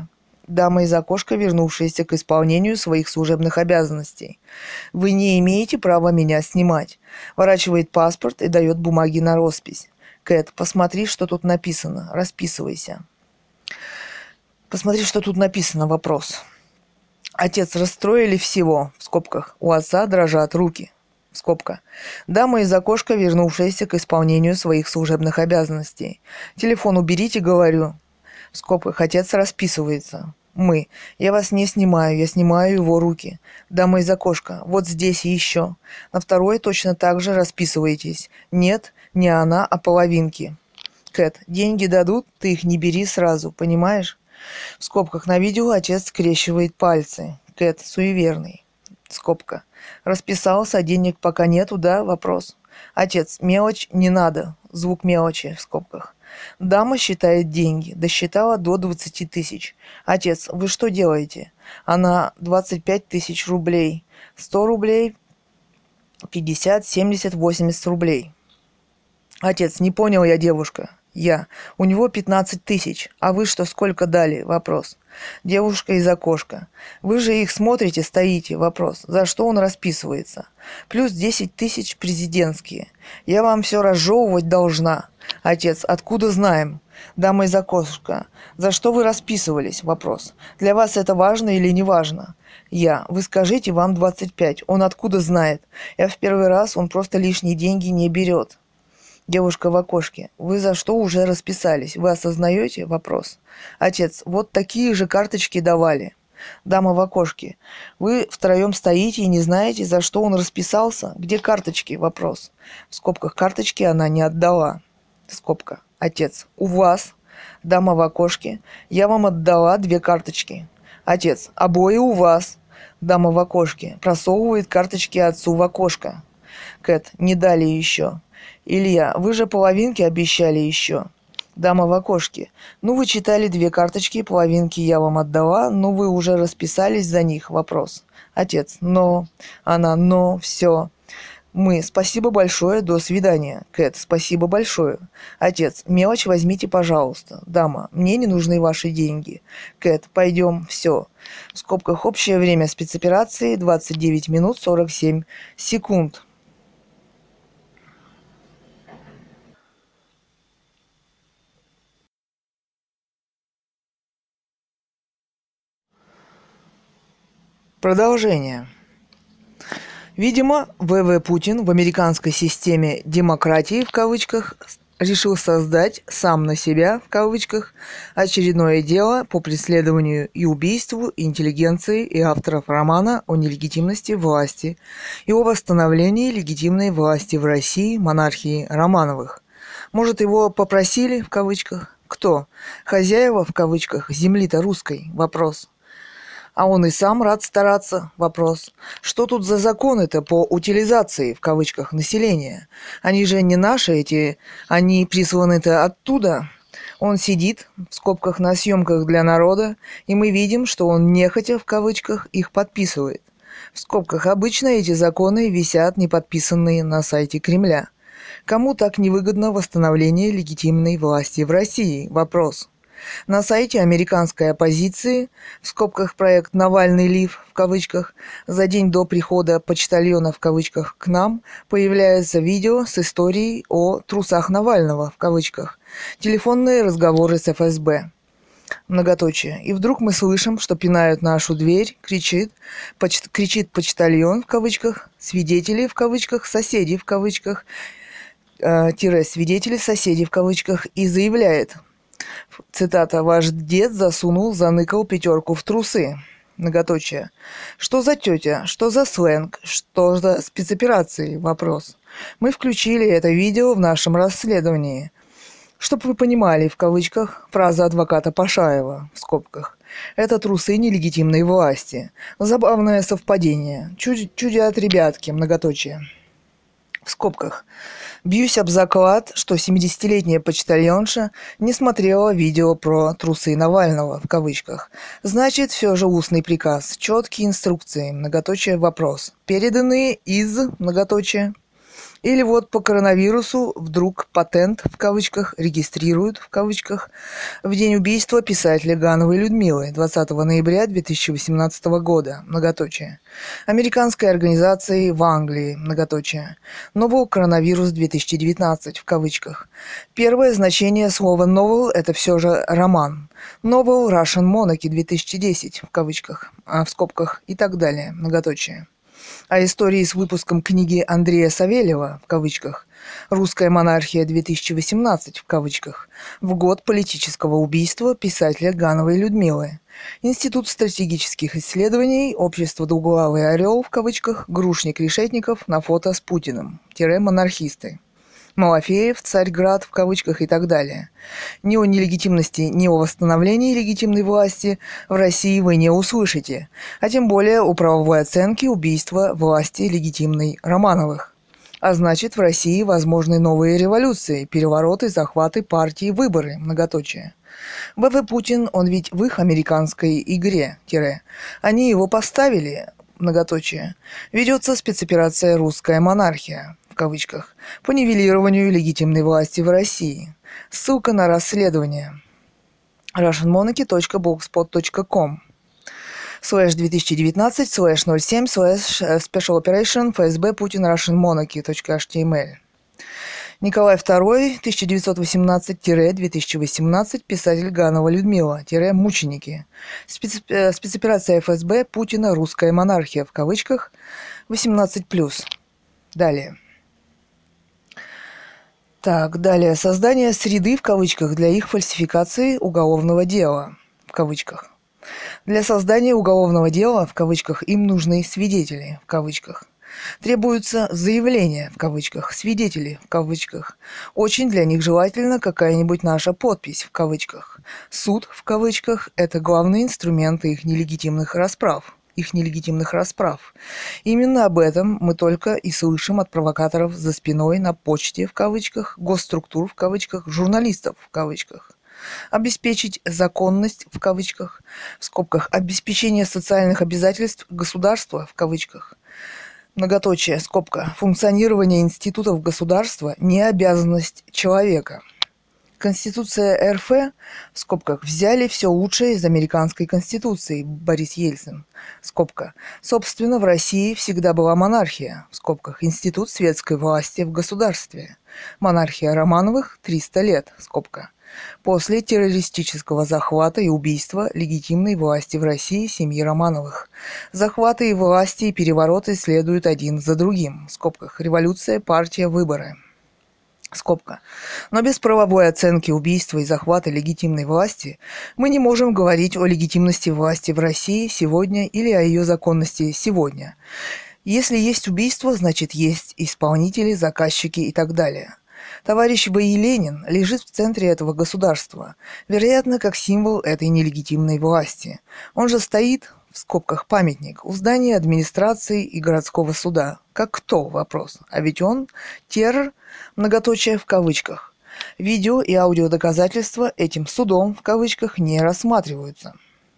дама из окошка, вернувшаяся к исполнению своих служебных обязанностей. Вы не имеете права меня снимать. Ворачивает паспорт и дает бумаги на роспись. Кэт, посмотри, что тут написано. Расписывайся. Посмотри, что тут написано. Вопрос. Отец, расстроили всего. В скобках. У отца дрожат руки. Скобка. Дама из окошка, вернувшаяся к исполнению своих служебных обязанностей. Телефон уберите, говорю. В скобках. Отец расписывается. Мы. Я вас не снимаю, я снимаю его руки. Дама из окошка. Вот здесь и еще. На второй точно так же расписываетесь. Нет, не она, а половинки. Кэт. Деньги дадут, ты их не бери сразу, понимаешь? В скобках. На видео отец скрещивает пальцы. Кэт. Суеверный. Скобка. Расписался, а денег пока нету, да? Вопрос. Отец. Мелочь не надо. Звук мелочи в скобках. Дама считает деньги. Досчитала до двадцати тысяч. Отец. Вы что делаете? Она двадцать пять тысяч рублей. сто рублей. пятьдесят, семьдесят, восемьдесят рублей. Отец. Не понял я, девушка. Я. У него пятнадцать тысяч. А вы что, сколько дали? Вопрос. Девушка из окошка. Вы же их смотрите, стоите. Вопрос. За что он расписывается? Плюс десять тысяч президентские. Я вам все разжевывать должна. Отец. Откуда знаем? Дама из окошка. За что вы расписывались? Вопрос. Для вас это важно или не важно? Я. Вы скажите, вам двадцать пять. Он откуда знает? Я в первый раз, он просто лишние деньги не берет. Девушка в окошке. Вы за что уже расписались? Вы осознаете? Вопрос. Отец. Вот такие же карточки давали. Дама в окошке. Вы втроем стоите и не знаете, за что он расписался? Где карточки? Вопрос. В скобках. Карточки она не отдала. Скобка. Отец. У вас. Дама в окошке. Я вам отдала две карточки. Отец. Обои у вас. Дама в окошке. Просовывает карточки отцу в окошко. Кэт. Не дали еще. Илья, вы же половинки обещали еще. Дама в окошке. Ну, вы читали две карточки, половинки я вам отдала, но вы уже расписались за них. Вопрос. Отец. Но. Она. Но. Все. Мы. Спасибо большое. До свидания. Кэт. Спасибо большое. Отец. Мелочь возьмите, пожалуйста. Дама. Мне не нужны ваши деньги. Кэт. Пойдем. Все. В скобках. Общее время спецоперации двадцать девять минут сорок семь секунд. Продолжение. Видимо, вэ вэ Путин в американской системе «демократии» в кавычках решил создать сам на себя в кавычках очередное дело по преследованию и убийству интеллигенции и авторов романа о нелегитимности власти и о восстановлении легитимной власти в России монархии Романовых. Может, его попросили в кавычках? Кто? Хозяева в кавычках земли-то русской? Вопрос. А он и сам рад стараться. Вопрос. Что тут за законы-то по утилизации, в кавычках, населения? Они же не наши эти, они присланы-то оттуда. Он сидит, в скобках, на съемках для народа, и мы видим, что он нехотя, в кавычках, их подписывает. В скобках, обычно эти законы висят неподписанные на сайте Кремля. Кому так невыгодно восстановление легитимной власти в России? Вопрос. На сайте американской оппозиции, в скобках проект «Навальный лив», в кавычках, за день до прихода почтальона, в кавычках, к нам, появляется видео с историей о трусах Навального, в кавычках, телефонные разговоры с эф эс бэ. Многоточие. И вдруг мы слышим, что пинают нашу дверь, кричит, поч- кричит почтальон, в кавычках, свидетели, в кавычках, соседи, в кавычках, э, тире свидетели, соседи, в кавычках, и заявляет, цитата, «Ваш дед засунул, заныкал пятерку в трусы». Многоточие. Что за тетя? Что за сленг? Что за спецоперации? Вопрос. Мы включили это видео в нашем расследовании. Чтоб вы понимали, в кавычках, фраза адвоката Пашаева, в скобках. Это трусы нелегитимной власти. Забавное совпадение. Чуд- чудят ребятки, многоточие. В скобках. Бьюсь об заклад, что семидесятилетняя почтальонша не смотрела видео про трусы Навального, в кавычках. Значит, все же устный приказ, четкие инструкции, многоточие вопрос, переданные из, многоточие, Или вот по коронавирусу вдруг патент, в кавычках, регистрируют, в кавычках, в день убийства писателя Гановой Людмилы двадцатого ноября две тысячи восемнадцатого года, многоточие. Американской организацией в Англии, многоточие. Новый коронавирус две тысячи девятнадцать, в кавычках. Первое значение слова novel – это все же роман. Novel Russian Monarchy две тысячи десять, в кавычках, а в скобках и так далее, многоточие. А истории с выпуском книги Андрея Савельева, в кавычках, «Русская монархия две тысячи восемнадцать», в кавычках, в год политического убийства писателя Гановой Людмилы. Институт стратегических исследований, общество «Двуглавый орел», в кавычках, Грушник Решетников на фото с Путиным, тире монархисты. Малафеев, Царьград, в кавычках и так далее. Ни о нелегитимности, ни о восстановлении легитимной власти в России вы не услышите, а тем более о правовой оценке убийства власти легитимной Романовых. А значит, в России возможны новые революции, перевороты, захваты партии, выборы, многоточие. ВВ Путин, он ведь в их американской игре, тире. Они его поставили, многоточие. Ведется спецоперация «Русская монархия», в кавычках, по нивелированию легитимной власти в России. Ссылка на расследование. russian monarchy точка blogspot точка com слэш две тысячи девятнадцать слэш ноль семь слэш special operation ФСБ Путин Russian monarchy точка эйч ти эм эль. Николай второй, тысяча девятьсот восемнадцать — две тысячи восемнадцать, писатель Ганова Людмила, мученики. Специ... Спецоперация ФСБ Путина «Русская монархия», в кавычках, восемнадцать плюс. Далее. Так, далее. Создание среды, в кавычках, для их фальсификации уголовного дела, в кавычках. Для создания уголовного дела, в кавычках, им нужны свидетели, в кавычках. Требуются заявления, в кавычках, свидетели, в кавычках. Очень для них желательно какая-нибудь наша подпись, в кавычках. Суд, в кавычках, это главный инструмент их нелегитимных расправ. их нелегитимных расправ. Именно об этом мы только и слышим от провокаторов за спиной на почте, в кавычках, госструктур, в кавычках, журналистов, в кавычках. Обеспечить законность, в кавычках, в скобках, обеспечение социальных обязательств государства, в кавычках, многоточие, скобка, функционирование институтов государства не обязанность человека. Конституция РФ, в скобках, взяли все лучшее из американской конституции, Борис Ельцин, скобка. Собственно, в России всегда была монархия, в скобках, институт светской власти в государстве. Монархия Романовых триста лет, скобка. После террористического захвата и убийства легитимной власти в России семьи Романовых. Захваты и власти и перевороты следуют один за другим, в скобках, революция, партия, выборы. Скобка. Но без правовой оценки убийства и захвата легитимной власти мы не можем говорить о легитимности власти в России сегодня или о ее законности сегодня. Если есть убийство, значит есть исполнители, заказчики и так далее. Товарищ В И Ленин лежит в центре этого государства, вероятно, как символ этой нелегитимной власти. Он же стоит, в скобках, памятник, у здания администрации и городского суда. Как кто? Вопрос. А ведь он террор, многоточие в кавычках. Видео и аудиодоказательства этим судом, в кавычках, не рассматриваются.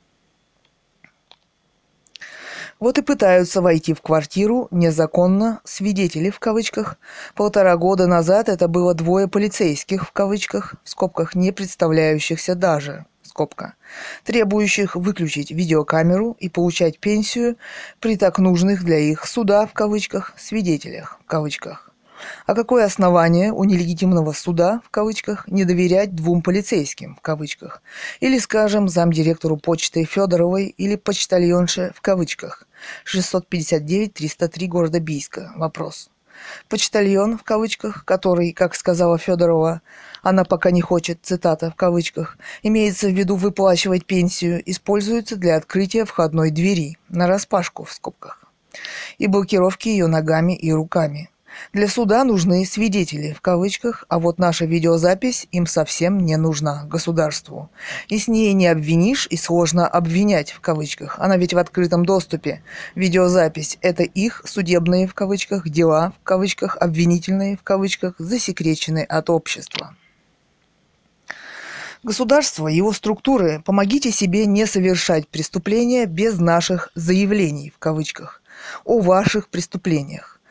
Вот и пытаются войти в квартиру незаконно свидетели, в кавычках. Полтора года назад это было двое полицейских, в кавычках, в скобках, не представляющихся даже, скобка, требующих выключить видеокамеру и получать пенсию при так нужных для их суда, в кавычках, свидетелях, в кавычках. А какое основание у нелегитимного суда, в кавычках, не доверять двум полицейским, в кавычках, или, скажем, замдиректору почты Федоровой или почтальонше, в кавычках, шестьсот пятьдесят девять триста три города Бийска? Вопрос. Почтальон, в кавычках, который, как сказала Федорова, она пока не хочет, цитата, в кавычках, имеется в виду выплачивать пенсию, используется для открытия входной двери, нараспашку, в скобках, и блокировки ее ногами и руками. Для суда нужны свидетели, в кавычках, а вот наша видеозапись им совсем не нужна, государству. И с ней не обвинишь, и сложно обвинять, в кавычках. Она ведь в открытом доступе. Видеозапись – это их судебные, в кавычках, дела, в кавычках, обвинительные, в кавычках, засекреченные от общества. Государство, его структуры, помогите себе не совершать преступления без наших заявлений, в кавычках, о ваших преступлениях.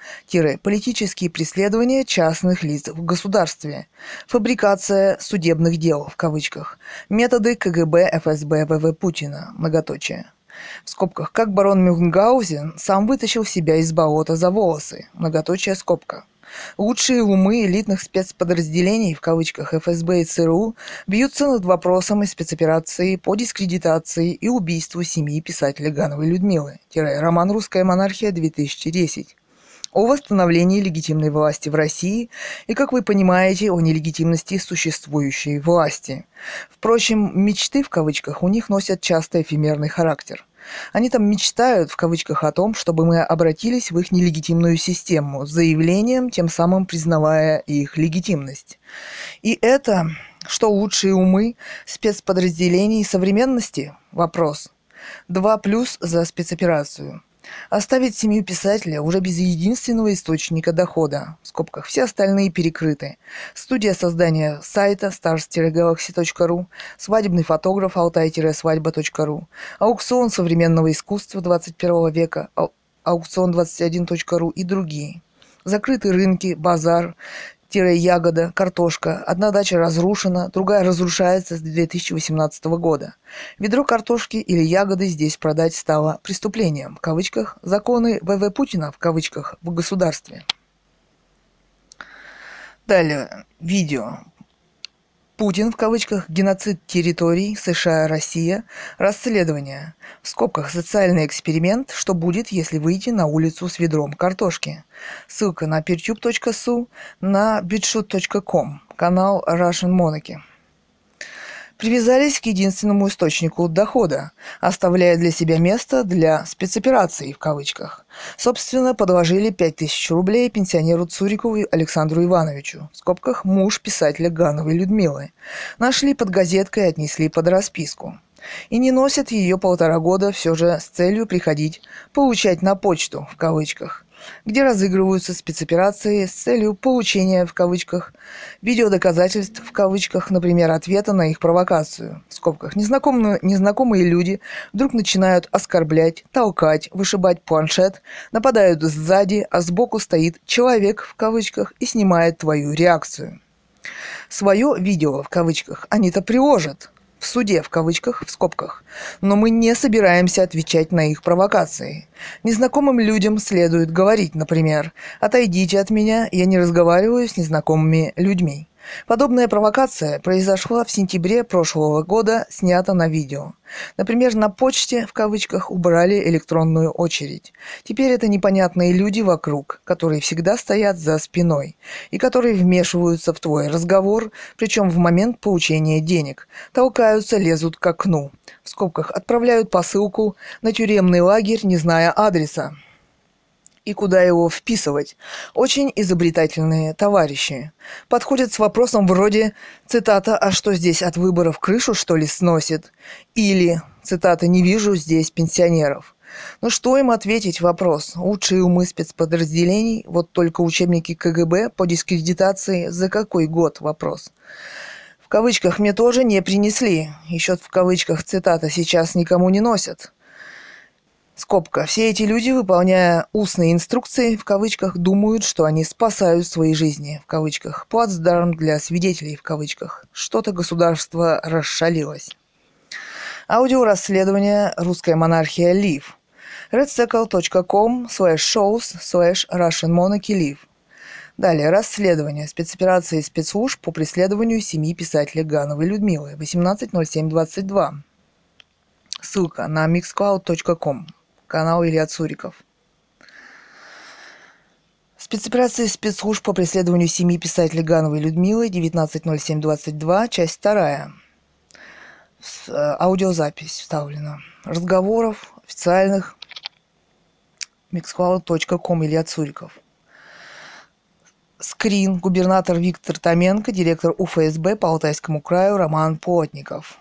политические преследования частных лиц в государстве, фабрикация судебных дел, в кавычках, методы КГБ, ФСБ, ВВ Путина, многоточие. В скобках, как барон Мюнхгаузен сам вытащил себя из болота за волосы, многоточие, скобка. Лучшие умы элитных спецподразделений, в кавычках, ФСБ и ЦРУ бьются над вопросом и спецоперации по дискредитации и убийству семьи писателя Гановой Людмилы. Роман «Русская монархия» две тысячи десять. О восстановлении легитимной власти в России и, как вы понимаете, о нелегитимности существующей власти. Впрочем, мечты, в кавычках, у них носят часто эфемерный характер. Они там мечтают, в кавычках, о том, чтобы мы обратились в их нелегитимную систему с заявлением, тем самым признавая их легитимность. И это, что лучшие умы спецподразделений современности? Вопрос. Два плюс за спецоперацию. Оставить семью писателя уже без единственного источника дохода, в скобках, все остальные перекрыты. Студия создания сайта старс галакси точка ру, свадебный фотограф алтай свадьба точка ру, аукцион современного искусства двадцать первого века, аукцион двадцать один точка ру и другие. Закрыты рынки, базар, ягода, картошка. Одна дача разрушена, другая разрушается с две тысячи восемнадцатого года. Ведро картошки или ягоды здесь продать стало преступлением, в кавычках, законы ВВ Путина, в кавычках, в государстве. Далее, видео. Путин, в кавычках, геноцид территорий США-Россия, расследование, в скобках, социальный эксперимент, что будет, если выйти на улицу с ведром картошки. Ссылка на peertube точка су, на bitshoot точка ком, канал Russian Monarchy. Привязались к единственному источнику дохода, оставляя для себя место для спецопераций, в кавычках. Собственно, подложили пять тысяч рублей пенсионеру Цурикову Александру Ивановичу, в скобках, муж писателя Гановой Людмилы. Нашли под газеткой и отнесли под расписку. И не носят ее полтора года все же с целью приходить получать на почту, в кавычках, где разыгрываются спецоперации с целью получения, в кавычках, видеодоказательств, в кавычках, например, ответа на их провокацию, в скобках. Незнакомые, незнакомые люди вдруг начинают оскорблять, толкать, вышибать планшет, нападают сзади, а сбоку стоит человек, в кавычках, и снимает твою реакцию. Свое видео, в кавычках, они-то приложат. В суде, в кавычках, в скобках. Но мы не собираемся отвечать на их провокации. Незнакомым людям следует говорить, например, «Отойдите от меня, я не разговариваю с незнакомыми людьми». Подобная провокация произошла в сентябре прошлого года, снята на видео. Например, на почте, в кавычках, убрали электронную очередь. Теперь это непонятные люди вокруг, которые всегда стоят за спиной и которые вмешиваются в твой разговор, причем в момент получения денег, толкаются, лезут к окну. В скобках отправляют посылку на тюремный лагерь, не зная адреса и куда его вписывать. Очень изобретательные товарищи. Подходят с вопросом вроде, цитата, «А что здесь от выборов крышу, что ли, сносит?» Или, цитата, «Не вижу здесь пенсионеров». Ну что им ответить? Вопрос. Лучшие умы спецподразделений, вот только учебники КГБ по дискредитации за какой год? Вопрос. В кавычках «мне тоже не принесли». Еще в кавычках, цитата, «сейчас никому не носят». Скобка. Все эти люди, выполняя устные инструкции, в кавычках, думают, что они спасают свои жизни, в кавычках. Плацдарм для свидетелей, в кавычках. Что-то государство расшалилось. Аудиорасследование «Русская монархия Лив». redcircle точка ком слэш shows слэш Russian Monarchy Live. Далее. Расследование. Спецоперации спецслужб по преследованию семьи писателя Гановой Людмилы. восемнадцатое ноль семь двадцать два. Ссылка на mixcloud точка ком. Канал Илья Цуриков. Спецоперации спецслужб по преследованию семьи писателя Гановой Людмилы. девятнадцатое ноль семь двадцать два. Часть вторая. Аудиозапись вставлена. Разговоров официальных. mixcloud точка ком. Илья Цуриков. Скрин. Губернатор Виктор Томенко, директор УФСБ по Алтайскому краю Роман Плотников.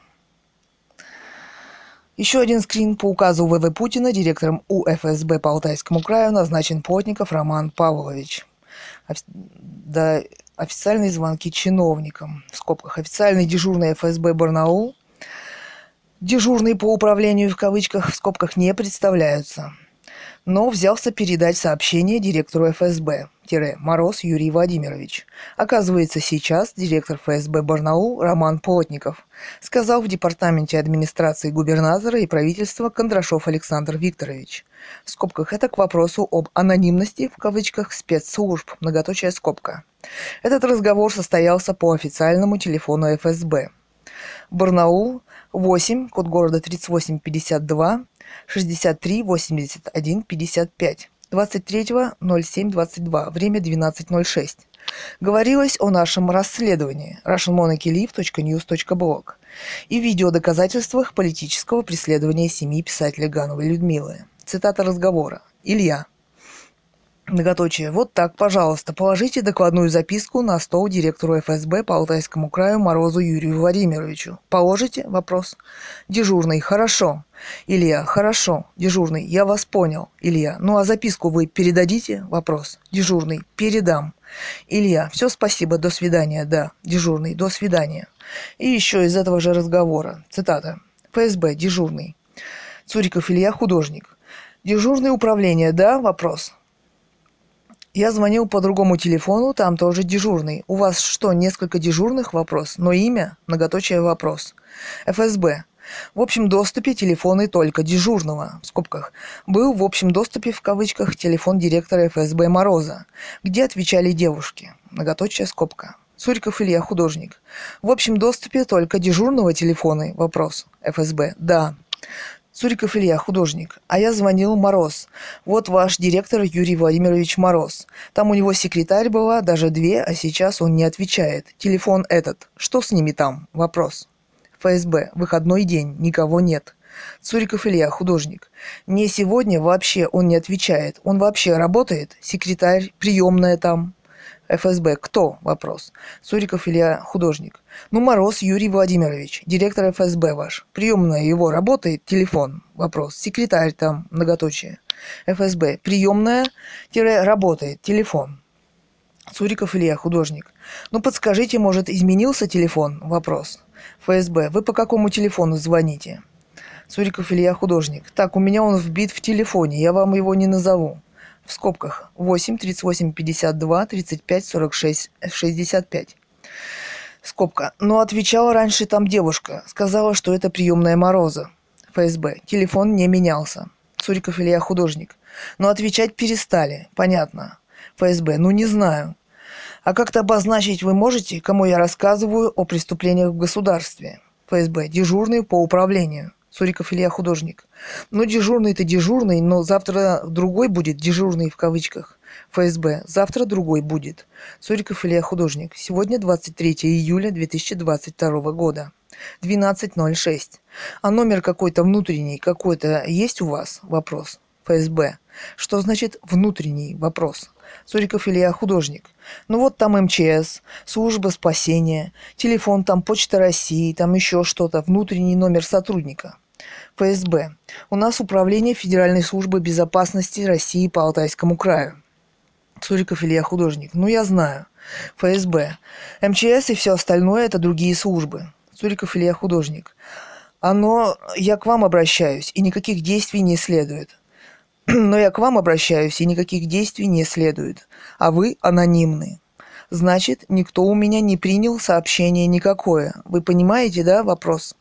Еще один скрин. По указу ВВ Путина директором УФСБ по Алтайскому краю назначен Плотников Роман Павлович. Офи... Да, официальные звонки чиновникам. В скобках. Официальный дежурный ФСБ Барнаул. Дежурный по управлению, в кавычках, в скобках, не представляются. но взялся передать сообщение директору эф эс бэ, Мороз Юрий Владимирович. Оказывается, сейчас директор эф эс бэ Барнаул Роман Плотников сказал в департаменте администрации губернатора и правительства Кондрашов Александр Викторович. В скобках это к вопросу об анонимности, в кавычках, спецслужб, многоточие скобка. Этот разговор состоялся по официальному телефону эф эс бэ. Барнаул, восемь, код города тридцать восемь пятьдесят два, шестьдесят три восемьдесят один пятьдесят пять, двадцать третьего ноль семь двадцать два, время двенадцать ноль шесть. Говорилось о нашем расследовании russian monarchy live точка news точка blog и видеодоказательствах политического преследования семьи писателя Гановой Людмилы. Цитата разговора. Илья. Многоточие. Вот так, пожалуйста, положите докладную записку на стол директору эф эс бэ по Алтайскому краю Морозу Юрию Владимировичу. Положите? Вопрос. Дежурный. Хорошо. Илья. Хорошо. Дежурный. Я вас понял. Илья. Ну а записку вы передадите? Вопрос. Дежурный. Передам. Илья. Все, спасибо. До свидания. Да. Дежурный. До свидания. И еще из этого же разговора. Цитата. эф эс бэ. Дежурный. Цуриков Илья. Художник. Дежурное управление. Да? Вопрос. Я звонил по другому телефону, там тоже дежурный. У вас что, несколько дежурных? Вопрос. Но имя? Многоточие вопрос. эф эс бэ. В общем доступе телефоны только дежурного, в скобках. Был в общем доступе, в кавычках, телефон директора эф эс бэ Мороза, где отвечали девушки. Многоточие скобка. Цуриков Илья, художник. В общем доступе только дежурного телефона? Вопрос. эф эс бэ. Да. Цуриков Илья, художник. А я звонил Мороз. Вот ваш директор Юрий Владимирович Мороз. Там у него секретарь была, даже две, а сейчас он не отвечает. Телефон этот. Что с ними там? Вопрос. эф эс бэ. Выходной день. Никого нет. Цуриков Илья, художник. Мне сегодня вообще он не отвечает. Он вообще работает? Секретарь, приемная там. эф эс бэ. Кто? Вопрос. Цуриков Илья, художник. Ну, Мороз Юрий Владимирович, директор эф эс бэ ваш. Приемная его работает? Телефон. Вопрос. Секретарь там, многоточие. эф эс бэ. Приемная, тире, работает. Телефон. Цуриков Илья, художник. Ну, подскажите, может, изменился телефон? Вопрос. эф эс бэ. Вы по какому телефону звоните? Цуриков Илья, художник. Так, у меня он вбит в телефоне, я вам его не назову. В скобках. восемь, тридцать восемь пятьдесят два, тридцать пять сорок шесть шестьдесят пять. Скобка. Но отвечала раньше там девушка. Сказала, что это приемная Мороза. эф эс бэ. Телефон не менялся. Цуриков Илья, художник. Но отвечать перестали. Понятно. эф эс бэ. Ну не знаю. А как-то обозначить вы можете, кому я рассказываю о преступлениях в государстве? эф эс бэ. Дежурный по управлению. Цуриков Илья, художник. Ну, дежурный-то дежурный, но завтра другой будет, дежурный в кавычках. эф эс бэ. Завтра другой будет. Цуриков Илья, художник. Сегодня двадцать третьего июля две тысячи двадцать второго года. двенадцать ноль шесть. А номер какой-то внутренний, какой-то есть у вас? Вопрос. эф эс бэ. Что значит внутренний? Вопрос. Цуриков Илья, художник. Ну вот там эм че эс, служба спасения, телефон там Почта России, там еще что-то, внутренний номер сотрудника. эф эс бэ. У нас управление Федеральной службы безопасности России по Алтайскому краю. Цуриков Илья, художник. Ну я знаю. эф эс бэ. эм че эс и все остальное это другие службы. Цуриков Илья, художник. Оно, я к вам обращаюсь, и никаких действий не следует. Но я к вам обращаюсь, и никаких действий не следует. А вы анонимны. Значит, никто у меня не принял сообщение никакое. Вы понимаете, да, вопрос?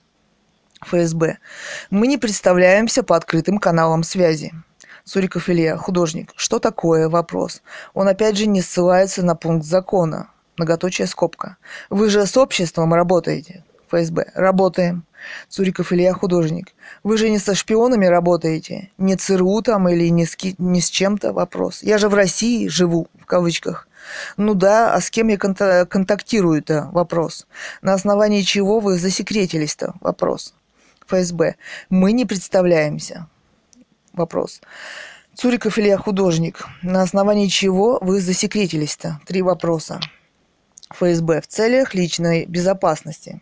эф эс бэ. Мы не представляемся по открытым каналам связи. Цуриков Илья, художник. Что такое? Вопрос. Он опять же не ссылается на пункт закона. Многоточие скобка. Вы же с обществом работаете? эф эс бэ. Работаем. Цуриков Илья, художник. Вы же не со шпионами работаете? Не ЦРУ там или не с, ки- не с чем-то? Вопрос. Я же в России живу, в кавычках. Ну да, а с кем я конта- контактирую-то? Вопрос. На основании чего вы засекретились-то? Вопрос. эф эс бэ. Мы не представляемся. Вопрос. Цуриков Илья, художник. На основании чего вы засекретились-то? Три вопроса. эф эс бэ. В целях личной безопасности.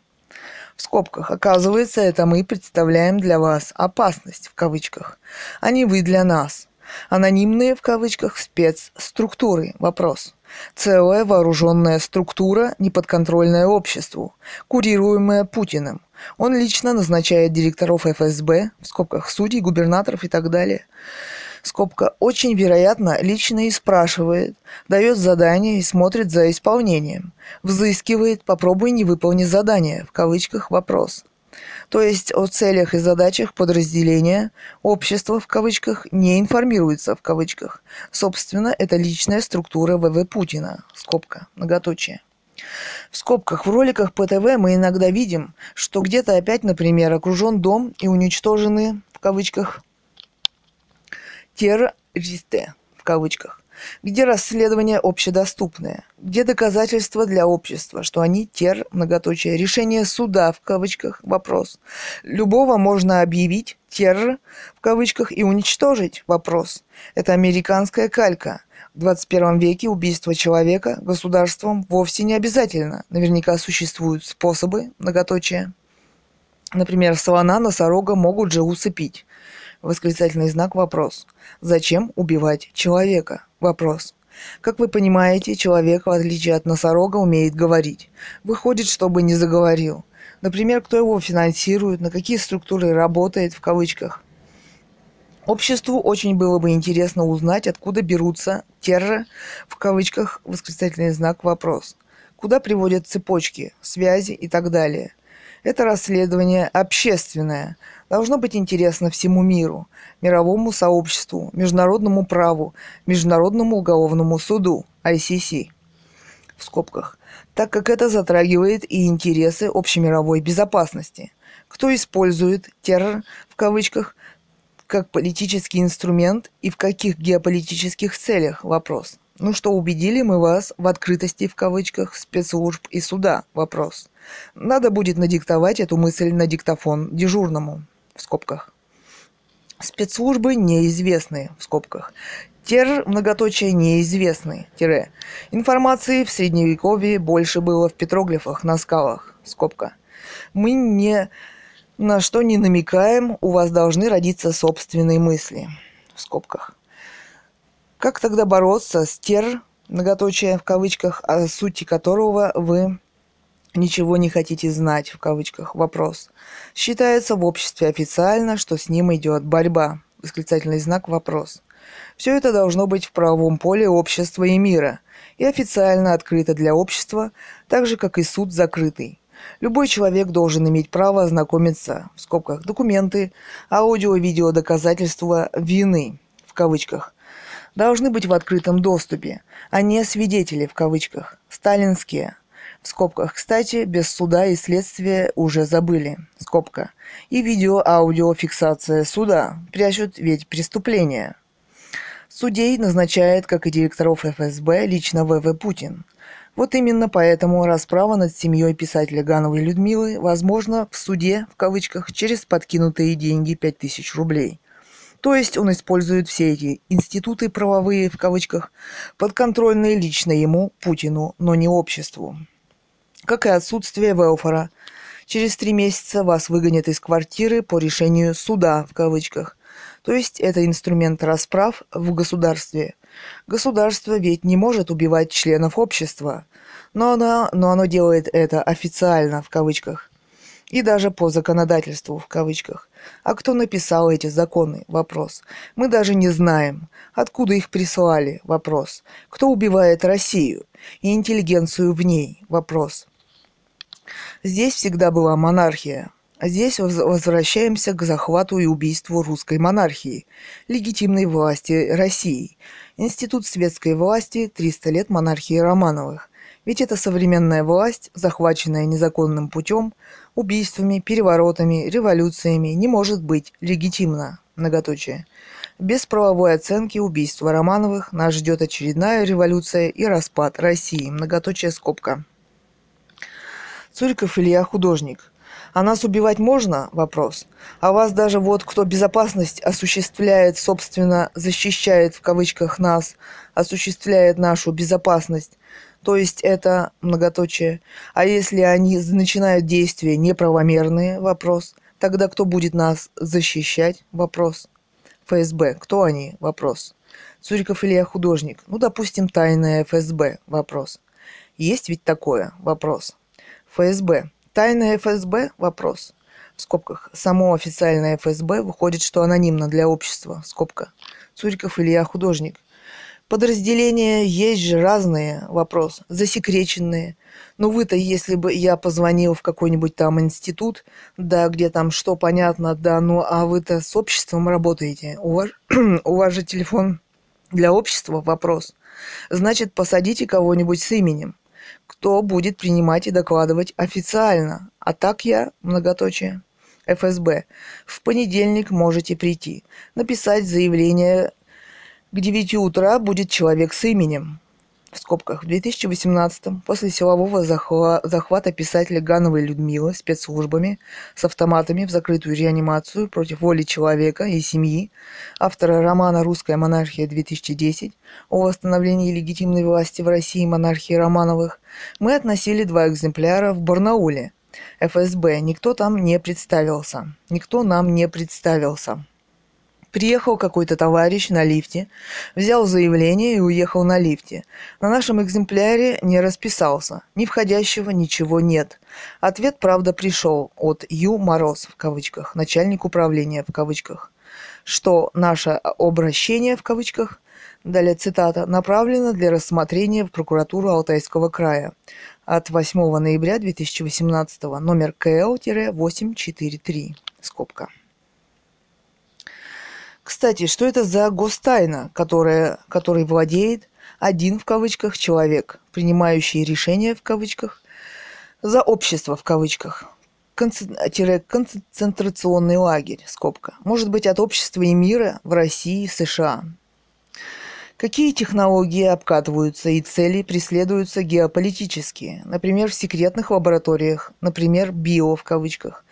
В скобках. Оказывается, это мы представляем для вас опасность, в кавычках, а не вы для нас. Анонимные, в кавычках, спецструктуры. Вопрос. Целая вооруженная структура, неподконтрольная обществу, курируемая Путиным. Он лично назначает директоров эф эс бэ, в скобках, судей, губернаторов и так далее. Скобка. Очень вероятно, лично и спрашивает, дает задание и смотрит за исполнением. Взыскивает, попробуй не выполни задание, в кавычках, вопрос. То есть о целях и задачах подразделения общество, в кавычках, не информируется, в кавычках. Собственно, это личная структура ВВ Путина, скобка, многоточие. В скобках, в роликах ПТВ мы иногда видим, что где-то опять, например, окружен дом и уничтожены, в кавычках, террористы, в кавычках, где расследование общедоступное, где доказательства для общества, что они тер, многоточие, решение суда, в кавычках, вопрос. Любого можно объявить террор, в кавычках, и уничтожить, вопрос. Это американская калька. В двадцать первом веке убийство человека государством вовсе не обязательно. Наверняка существуют способы, многоточие. Например, слона, носорога могут же усыпить. Восклицательный знак, вопрос. Зачем убивать человека? Вопрос. Как вы понимаете, человек, в отличие от носорога, умеет говорить. Выходит, чтобы не заговорил. Например, кто его финансирует, на какие структуры работает, в кавычках. Обществу очень было бы интересно узнать, откуда берутся терроры, в кавычках, восклицательный знак, вопрос. Куда приводят цепочки, связи и так далее. Это расследование общественное. Должно быть интересно всему миру, мировому сообществу, международному праву, Международному уголовному суду, ай си си, в скобках, так как это затрагивает и интересы общемировой безопасности. Кто использует террор, в кавычках, как политический инструмент и в каких геополитических целях? Вопрос. Ну что, убедили мы вас в открытости, в кавычках, спецслужб и суда? Вопрос. Надо будет надиктовать эту мысль на диктофон дежурному, в скобках. Спецслужбы неизвестны, в скобках. Террор, многоточие, неизвестный, тире. Информации в Средневековье больше было в петроглифах на скалах, скобка. Мы не на что не намекаем, у вас должны родиться собственные мысли, в скобках. Как тогда бороться с террор, многоточие, в кавычках, о сути которого вы ничего не хотите знать, в кавычках, вопрос. Считается в обществе официально, что с ним идет борьба, восклицательный знак, вопрос. Все это должно быть в правовом поле общества и мира, и официально открыто для общества, так же, как и суд закрытый. Любой человек должен иметь право ознакомиться, в скобках, документы, аудио-видео доказательства вины, в кавычках, должны быть в открытом доступе, а не свидетели, в кавычках, сталинские, в скобках, кстати, без суда и следствия уже забыли, скобка, и видео-аудиофиксация суда, прячут ведь преступления. Судей назначает, как и директоров эф эс бэ, лично ВВ Путин. Вот именно поэтому расправа над семьей писателя Гановой Людмилы возможна в суде, в кавычках, через подкинутые деньги пять тысяч рублей. То есть он использует все эти институты правовые, в кавычках, подконтрольные лично ему, Путину, но не обществу. Как и отсутствие велфора. Через три месяца вас выгонят из квартиры по решению суда, в кавычках. То есть это инструмент расправ в государстве. Государство ведь не может убивать членов общества, но оно, но оно делает это официально, в кавычках. И даже по законодательству, в кавычках. А кто написал эти законы? Вопрос. Мы даже не знаем, откуда их прислали? Вопрос. Кто убивает Россию и интеллигенцию в ней? Вопрос. Здесь всегда была монархия. А здесь возвращаемся к захвату и убийству русской монархии, легитимной власти России. Институт светской власти, триста лет монархии Романовых. Ведь это современная власть, захваченная незаконным путем, убийствами, переворотами, революциями, не может быть легитимна, многоточие. Без правовой оценки убийства Романовых нас ждет очередная революция и распад России, многоточие, скобка. Цуриков Илья, художник. А нас убивать можно? Вопрос. А вас даже вот кто безопасность осуществляет, собственно, защищает в кавычках нас, осуществляет нашу безопасность, то есть это многоточие. А если они начинают действия неправомерные? Вопрос. Тогда кто будет нас защищать? Вопрос. эф эс бэ. Кто они? Вопрос. Цуриков Илья, художник. Ну, допустим, тайная эф эс бэ. Вопрос. Есть ведь такое? Вопрос. эф эс бэ. Тайная эф эс бэ? Вопрос. в скобках, само официальное эф эс бэ выходит, что анонимно для общества, скобка. Цуриков Илья, художник. Подразделения есть же разные, вопрос, засекреченные. Ну вы-то, если бы я позвонил в какой-нибудь там институт, да, где там что понятно, да, ну а вы-то с обществом работаете, у вас, у вас же телефон для общества, вопрос. Значит, посадите кого-нибудь с именем, кто будет принимать и докладывать официально, а так я, многоточие, эф эс бэ, в понедельник можете прийти, написать заявление. К девяти утра будет человек с именем. В скобках. В две тысячи восемнадцатом, после силового захва- захвата писателя Гановой Людмилы спецслужбами с автоматами в закрытую реанимацию против воли человека и семьи, автора романа «Русская монархия-две тысячи десять» о восстановлении легитимной власти в России монархии Романовых, мы относили два экземпляра в Барнауле. эф эс бэ. Никто там не представился. Никто нам не представился. Приехал какой-то товарищ на лифте, взял заявление и уехал на лифте. На нашем экземпляре не расписался. Ни входящего, ничего нет. Ответ, правда, пришел от Ю. Мороз, в кавычках, начальник управления, в кавычках, что наше обращение, в кавычках, далее цитата, направлено для рассмотрения в прокуратуру Алтайского края от восьмого ноября две тысячи восемнадцатого, номер ка эл восемь четыре три, скобка. Кстати, что это за гостайна, которая, которой владеет один, в кавычках, человек, принимающий решения, в кавычках, за общество, в кавычках, концентрационный лагерь, скобка, может быть, от общества и мира в России и США. Какие технологии обкатываются и цели преследуются геополитические, например, в секретных лабораториях, например, био, в кавычках,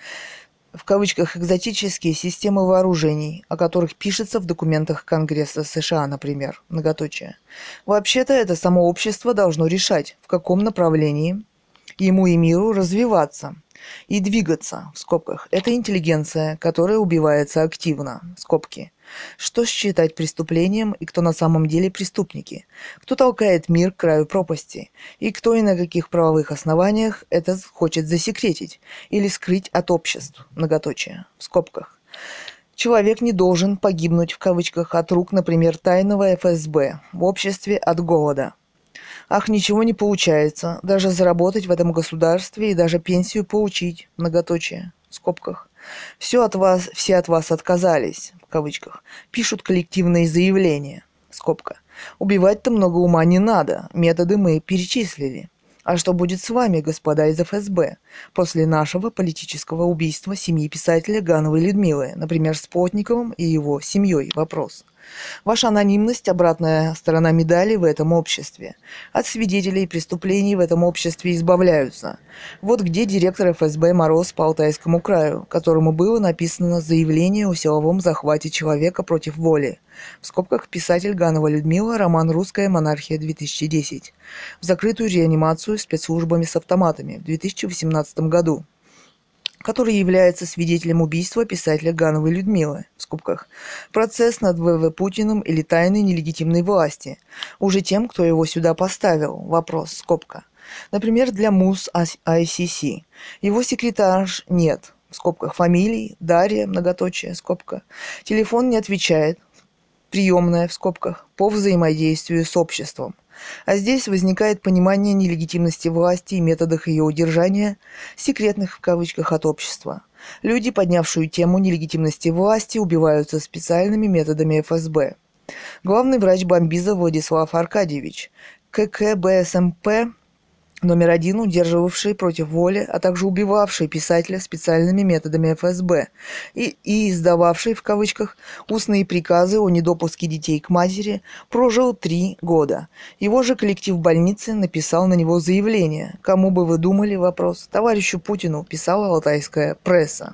в кавычках экзотические системы вооружений, о которых пишется в документах Конгресса США, например, многоточие. Вообще-то это само общество должно решать, в каком направлении ему и миру развиваться и двигаться, в скобках. Это интеллигенция, которая убивается активно, скобки. Что считать преступлением и кто на самом деле преступники? Кто толкает мир к краю пропасти? И кто и на каких правовых основаниях это хочет засекретить или скрыть от обществ? Многоточие. В скобках. Человек не должен погибнуть, в кавычках, от рук, например, тайного эф эс бэ в обществе от голода. Ах, ничего не получается. Даже заработать в этом государстве и даже пенсию получить. Многоточие. В скобках. Все от вас, все от вас отказались, в кавычках. Пишут коллективные заявления. Скобка. Убивать-то много ума не надо. Методы мы перечислили. А что будет с вами, господа из эф эс бэ, после нашего политического убийства семьи писателя Гановой Людмилы, например, с Плотниковым и его семьей? Вопрос. Ваша анонимность – обратная сторона медали в этом обществе. От свидетелей преступлений в этом обществе избавляются. Вот где директор эф эс бэ Мороз по Алтайскому краю, которому было написано заявление о силовом захвате человека против воли. В скобках писатель Ганова Людмила, роман «Русская монархия-две тысячи десять». В закрытую реанимацию спецслужбами с автоматами в две тысячи восемнадцатом году. Который является свидетелем убийства писателя Гановой Людмилы, в скобках, процесс над вэ вэ Путиным или тайной нелегитимной власти, уже тем, кто его сюда поставил, вопрос, скобка. Например, для МУС ай си си. Его секретарш нет, в скобках, фамилий, Дарья, многоточие, скобка. Телефон не отвечает, приемная, в скобках, по взаимодействию с обществом. А здесь возникает понимание нелегитимности власти и методах ее удержания, секретных в кавычках, от общества. Люди, поднявшие тему нелегитимности власти, убиваются специальными методами эф эс бэ. Главный врач Бомбиза Владислав Аркадьевич, ка ка бэ эс эм пэ номер один, удерживавший против воли, а также убивавший писателя специальными методами эф эс бэ и, и издававший, в кавычках, устные приказы о недопуске детей к матери, прожил три года. Его же коллектив больницы написал на него заявление. Кому бы вы думали, вопрос. Товарищу Путину, писала алтайская пресса.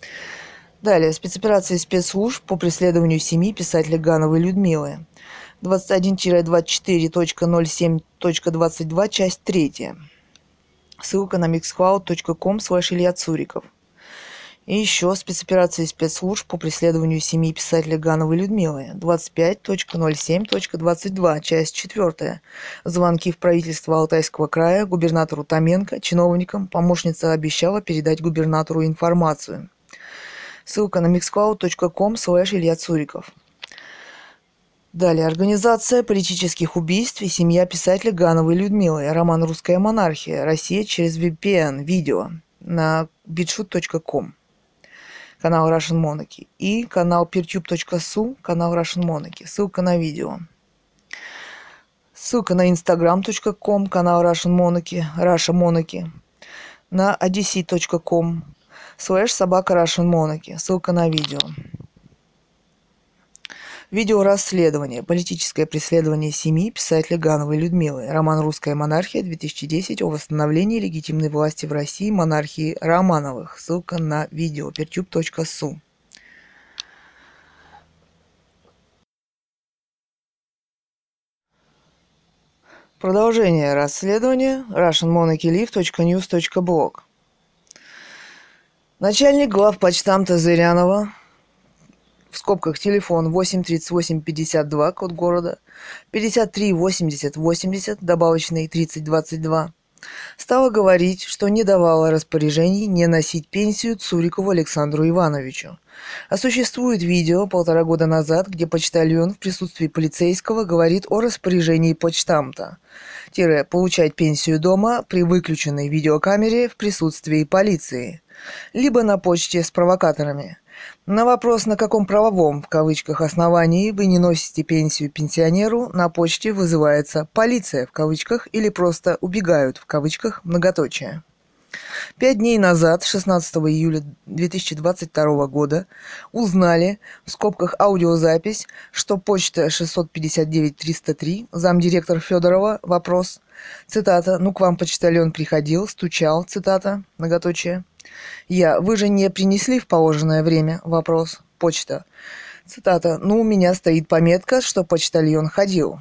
Далее. Спецоперации спецслужб по преследованию семьи писателя Гановой Людмилы. двадцать один двадцать четыре точка ноль семь точка двадцать два, часть третья. Ссылка на mixcloud точка ком слэш Илья Цуриков. И еще спецоперации спецслужб по преследованию семьи писателя Гановой Людмилы. двадцать пять точка ноль семь точка двадцать два, часть четвертая. Звонки в правительство Алтайского края, губернатору Томенко, чиновникам. Помощница обещала передать губернатору информацию. Ссылка на mixcloud точка ком слэш Илья Цуриков. Далее. Организация политических убийств и семья писателя Гановой Людмилы. Роман «Русская монархия. Россия через ви пи эн». Видео на битшут точка ком. Канал Russian Monarchy. И канал peertube точка су. Канал Russian Monarchy. Ссылка на видео. Ссылка на instagram точка ком. Канал Russian Monarchy. Russia Monarchy. На odyssey точка ком. Слэш собака Russian Monarchy. Ссылка на видео. Видео расследование. Политическое преследование семьи писателя Гановой Людмилы. Роман «Русская монархия» две тысячи десять о восстановлении легитимной власти в России монархии Романовых. Ссылка на видео peertube точка су. Продолжение расследования. russian monarchy live точка news точка blog. Начальник главпочтамта Зырянова, в скобках телефон восемь тридцать восемь пятьдесят два, код города, пятьдесят три восемьдесят восемьдесят, добавочный тридцать двадцать два, стала говорить, что не давала распоряжений не носить пенсию Цурикову Александру Ивановичу. А существует видео полтора года назад, где почтальон в присутствии полицейского говорит о распоряжении почтамта – получать пенсию дома при выключенной видеокамере в присутствии полиции, либо на почте с провокаторами. На вопрос, на каком правовом, в кавычках, основании вы не носите пенсию пенсионеру, на почте вызывается полиция, в кавычках, или просто убегают, в кавычках, многоточие. Пять дней назад, шестнадцатого июля две тысячи двадцать второго года, узнали, в скобках аудиозапись, что почта шестьсот пятьдесят девять триста три, замдиректор Федорова, вопрос, цитата, «Ну, к вам почтальон приходил, стучал», цитата, многоточие. Я, вы же не принесли в положенное время, вопрос, почта, цитата, «Ну, у меня стоит пометка, что почтальон ходил».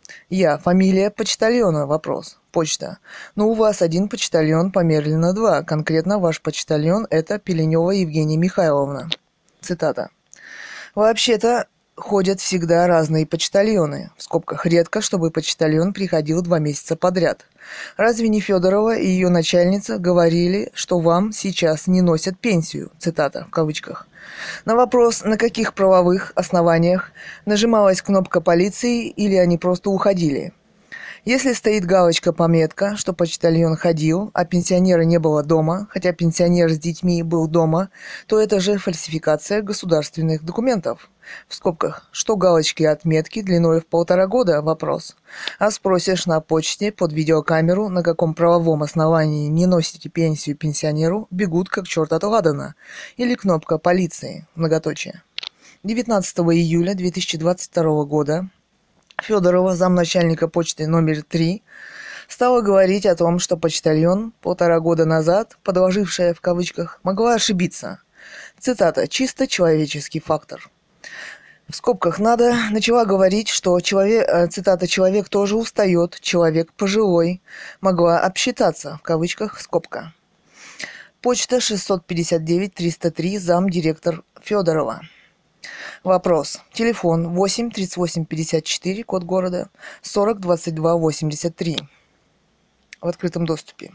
Я, фамилия почтальона, вопрос, почта. Ну, у вас один почтальон, померлено два. Конкретно ваш почтальон – это Пеленева Евгения Михайловна. Цитата. Вообще-то ходят всегда разные почтальоны. В скобках редко, чтобы почтальон приходил два месяца подряд. Разве не Федорова и ее начальница говорили, что вам сейчас не носят пенсию? Цитата в кавычках. На вопрос, на каких правовых основаниях, нажималась кнопка полиции или они просто уходили. Если стоит галочка-пометка, что почтальон ходил, а пенсионера не было дома, хотя пенсионер с детьми был дома, то это же фальсификация государственных документов. В скобках, что галочки отметки длиной в полтора года, вопрос. А спросишь на почте под видеокамеру, на каком правовом основании не носите пенсию пенсионеру, бегут как черт от ладана. Или кнопка полиции, многоточие. девятнадцатого июля две тысячи двадцать второго года Федорова, замначальника почты номер три, стала говорить о том, что почтальон полтора года назад, подложившая в кавычках, могла ошибиться. Цитата «чисто человеческий фактор». В скобках надо, начала говорить, что человек, цитата «человек тоже устает, человек пожилой, могла обсчитаться», в кавычках, скобка. Почта шестьсот пятьдесят девять триста три, замдиректор Федорова. Вопрос. Телефон восемь тридцать восемь пятьдесят четыре, код города, сорок двадцать два восемьдесят три. В открытом доступе.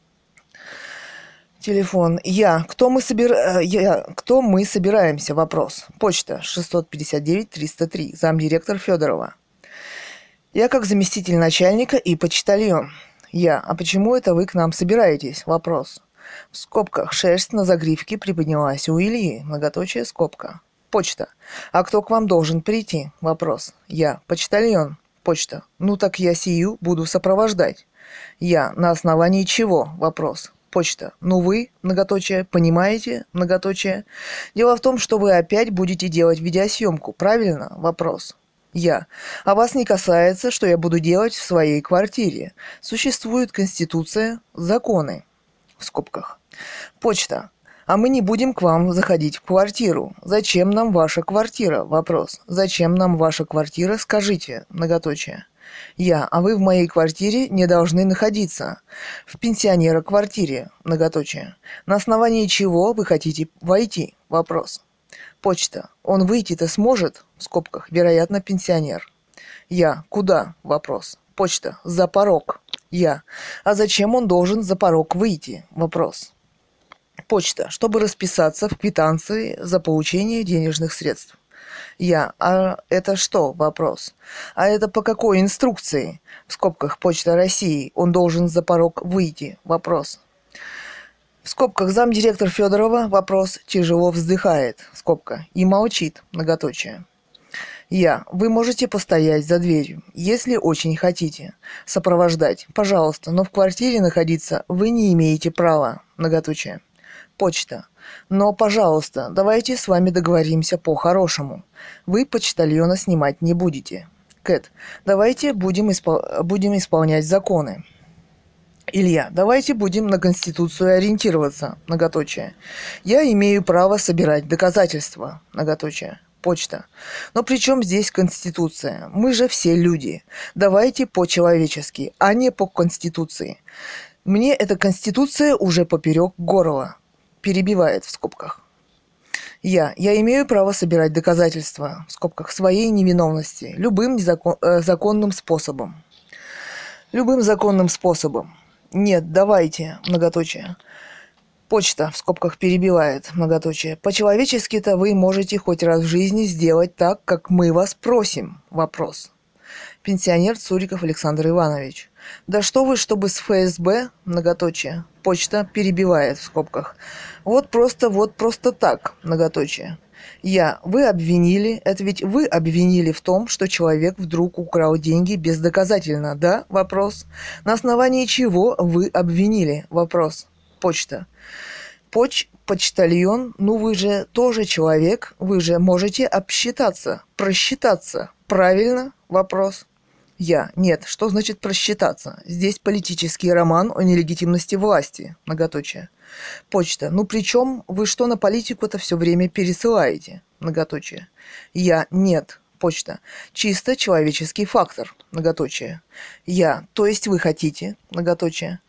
Телефон. Я. Кто мы, собир... Я. Кто мы собираемся? Вопрос. Почта шестьсот пятьдесят девять триста три, замдиректор Федорова. Я как заместитель начальника и почтальон. Я. А почему это вы к нам собираетесь? Вопрос. В скобках шерсть на загривке приподнялась у Ильи, многоточие, скобка. Почта. А кто к вам должен прийти? Вопрос. Я. Почтальон. Почта. Ну так я сию буду сопровождать. Я. На основании чего? Вопрос. Почта. Ну вы, многоточие, понимаете, многоточие. Дело в том, что вы опять будете делать видеосъемку, правильно? Вопрос. Я. А вас не касается, что я буду делать в своей квартире. Существует конституция, законы. В скобках. Почта. А мы не будем к вам заходить в квартиру. Зачем нам ваша квартира? Вопрос. Зачем нам ваша квартира? Скажите. Многоточие. Я. А вы в моей квартире не должны находиться. В пенсионера квартире. Многоточие. На основании чего вы хотите войти? Вопрос. Почта. Он выйти-то сможет? В скобках. Вероятно, пенсионер. Я. Куда? Вопрос. Почта. За порог. Я. А зачем он должен за порог выйти? Вопрос. Почта, чтобы расписаться в квитанции за получение денежных средств. Я. А это что? Вопрос. А это по какой инструкции? В скобках Почта России. Он должен за порог выйти. Вопрос. В скобках замдиректор Федорова. Вопрос. Тяжело вздыхает. Скобка. И молчит. Многоточие. Я. Вы можете постоять за дверью, если очень хотите. Сопровождать. Пожалуйста, но в квартире находиться вы не имеете права. Многоточие. Почта. Но, пожалуйста, давайте с вами договоримся по-хорошему. Вы почтальона снимать не будете. Кэт. Давайте будем, испол... будем исполнять законы. Илья. Давайте будем на Конституцию ориентироваться. Многоточие. Я имею право собирать доказательства. Многоточие. Почта. Но при чем здесь Конституция? Мы же все люди. Давайте по-человечески, а не по Конституции. Мне эта Конституция уже поперек горла. Перебивает в скобках. Я. Я имею право собирать доказательства, в скобках, своей невиновности, любым незакон, э, законным способом. Любым законным способом. Нет, давайте, многоточие. Почта, в скобках, перебивает, многоточие. По-человечески-то вы можете хоть раз в жизни сделать так, как мы вас просим. Вопрос. Пенсионер Цуриков Александр Иванович. Да что вы, чтобы с ФСБ, многоточие. Почта перебивает в скобках. Вот просто, вот просто так, многоточие. Я. Вы обвинили, это ведь вы обвинили в том, что человек вдруг украл деньги бездоказательно, да? Вопрос. На основании чего вы обвинили? Вопрос. Почта. Поч, почтальон, ну вы же тоже человек, вы же можете обсчитаться, просчитаться. Правильно? Вопрос. Я. Нет, что значит просчитаться? Здесь политический роман о нелегитимности власти. Многоточие. Почта. Ну при чем вы что на политику-то все время пересылаете? Многоточие. Я. Нет. Почта. Чисто человеческий фактор. Многоточие. Я. То есть вы хотите? Многоточие.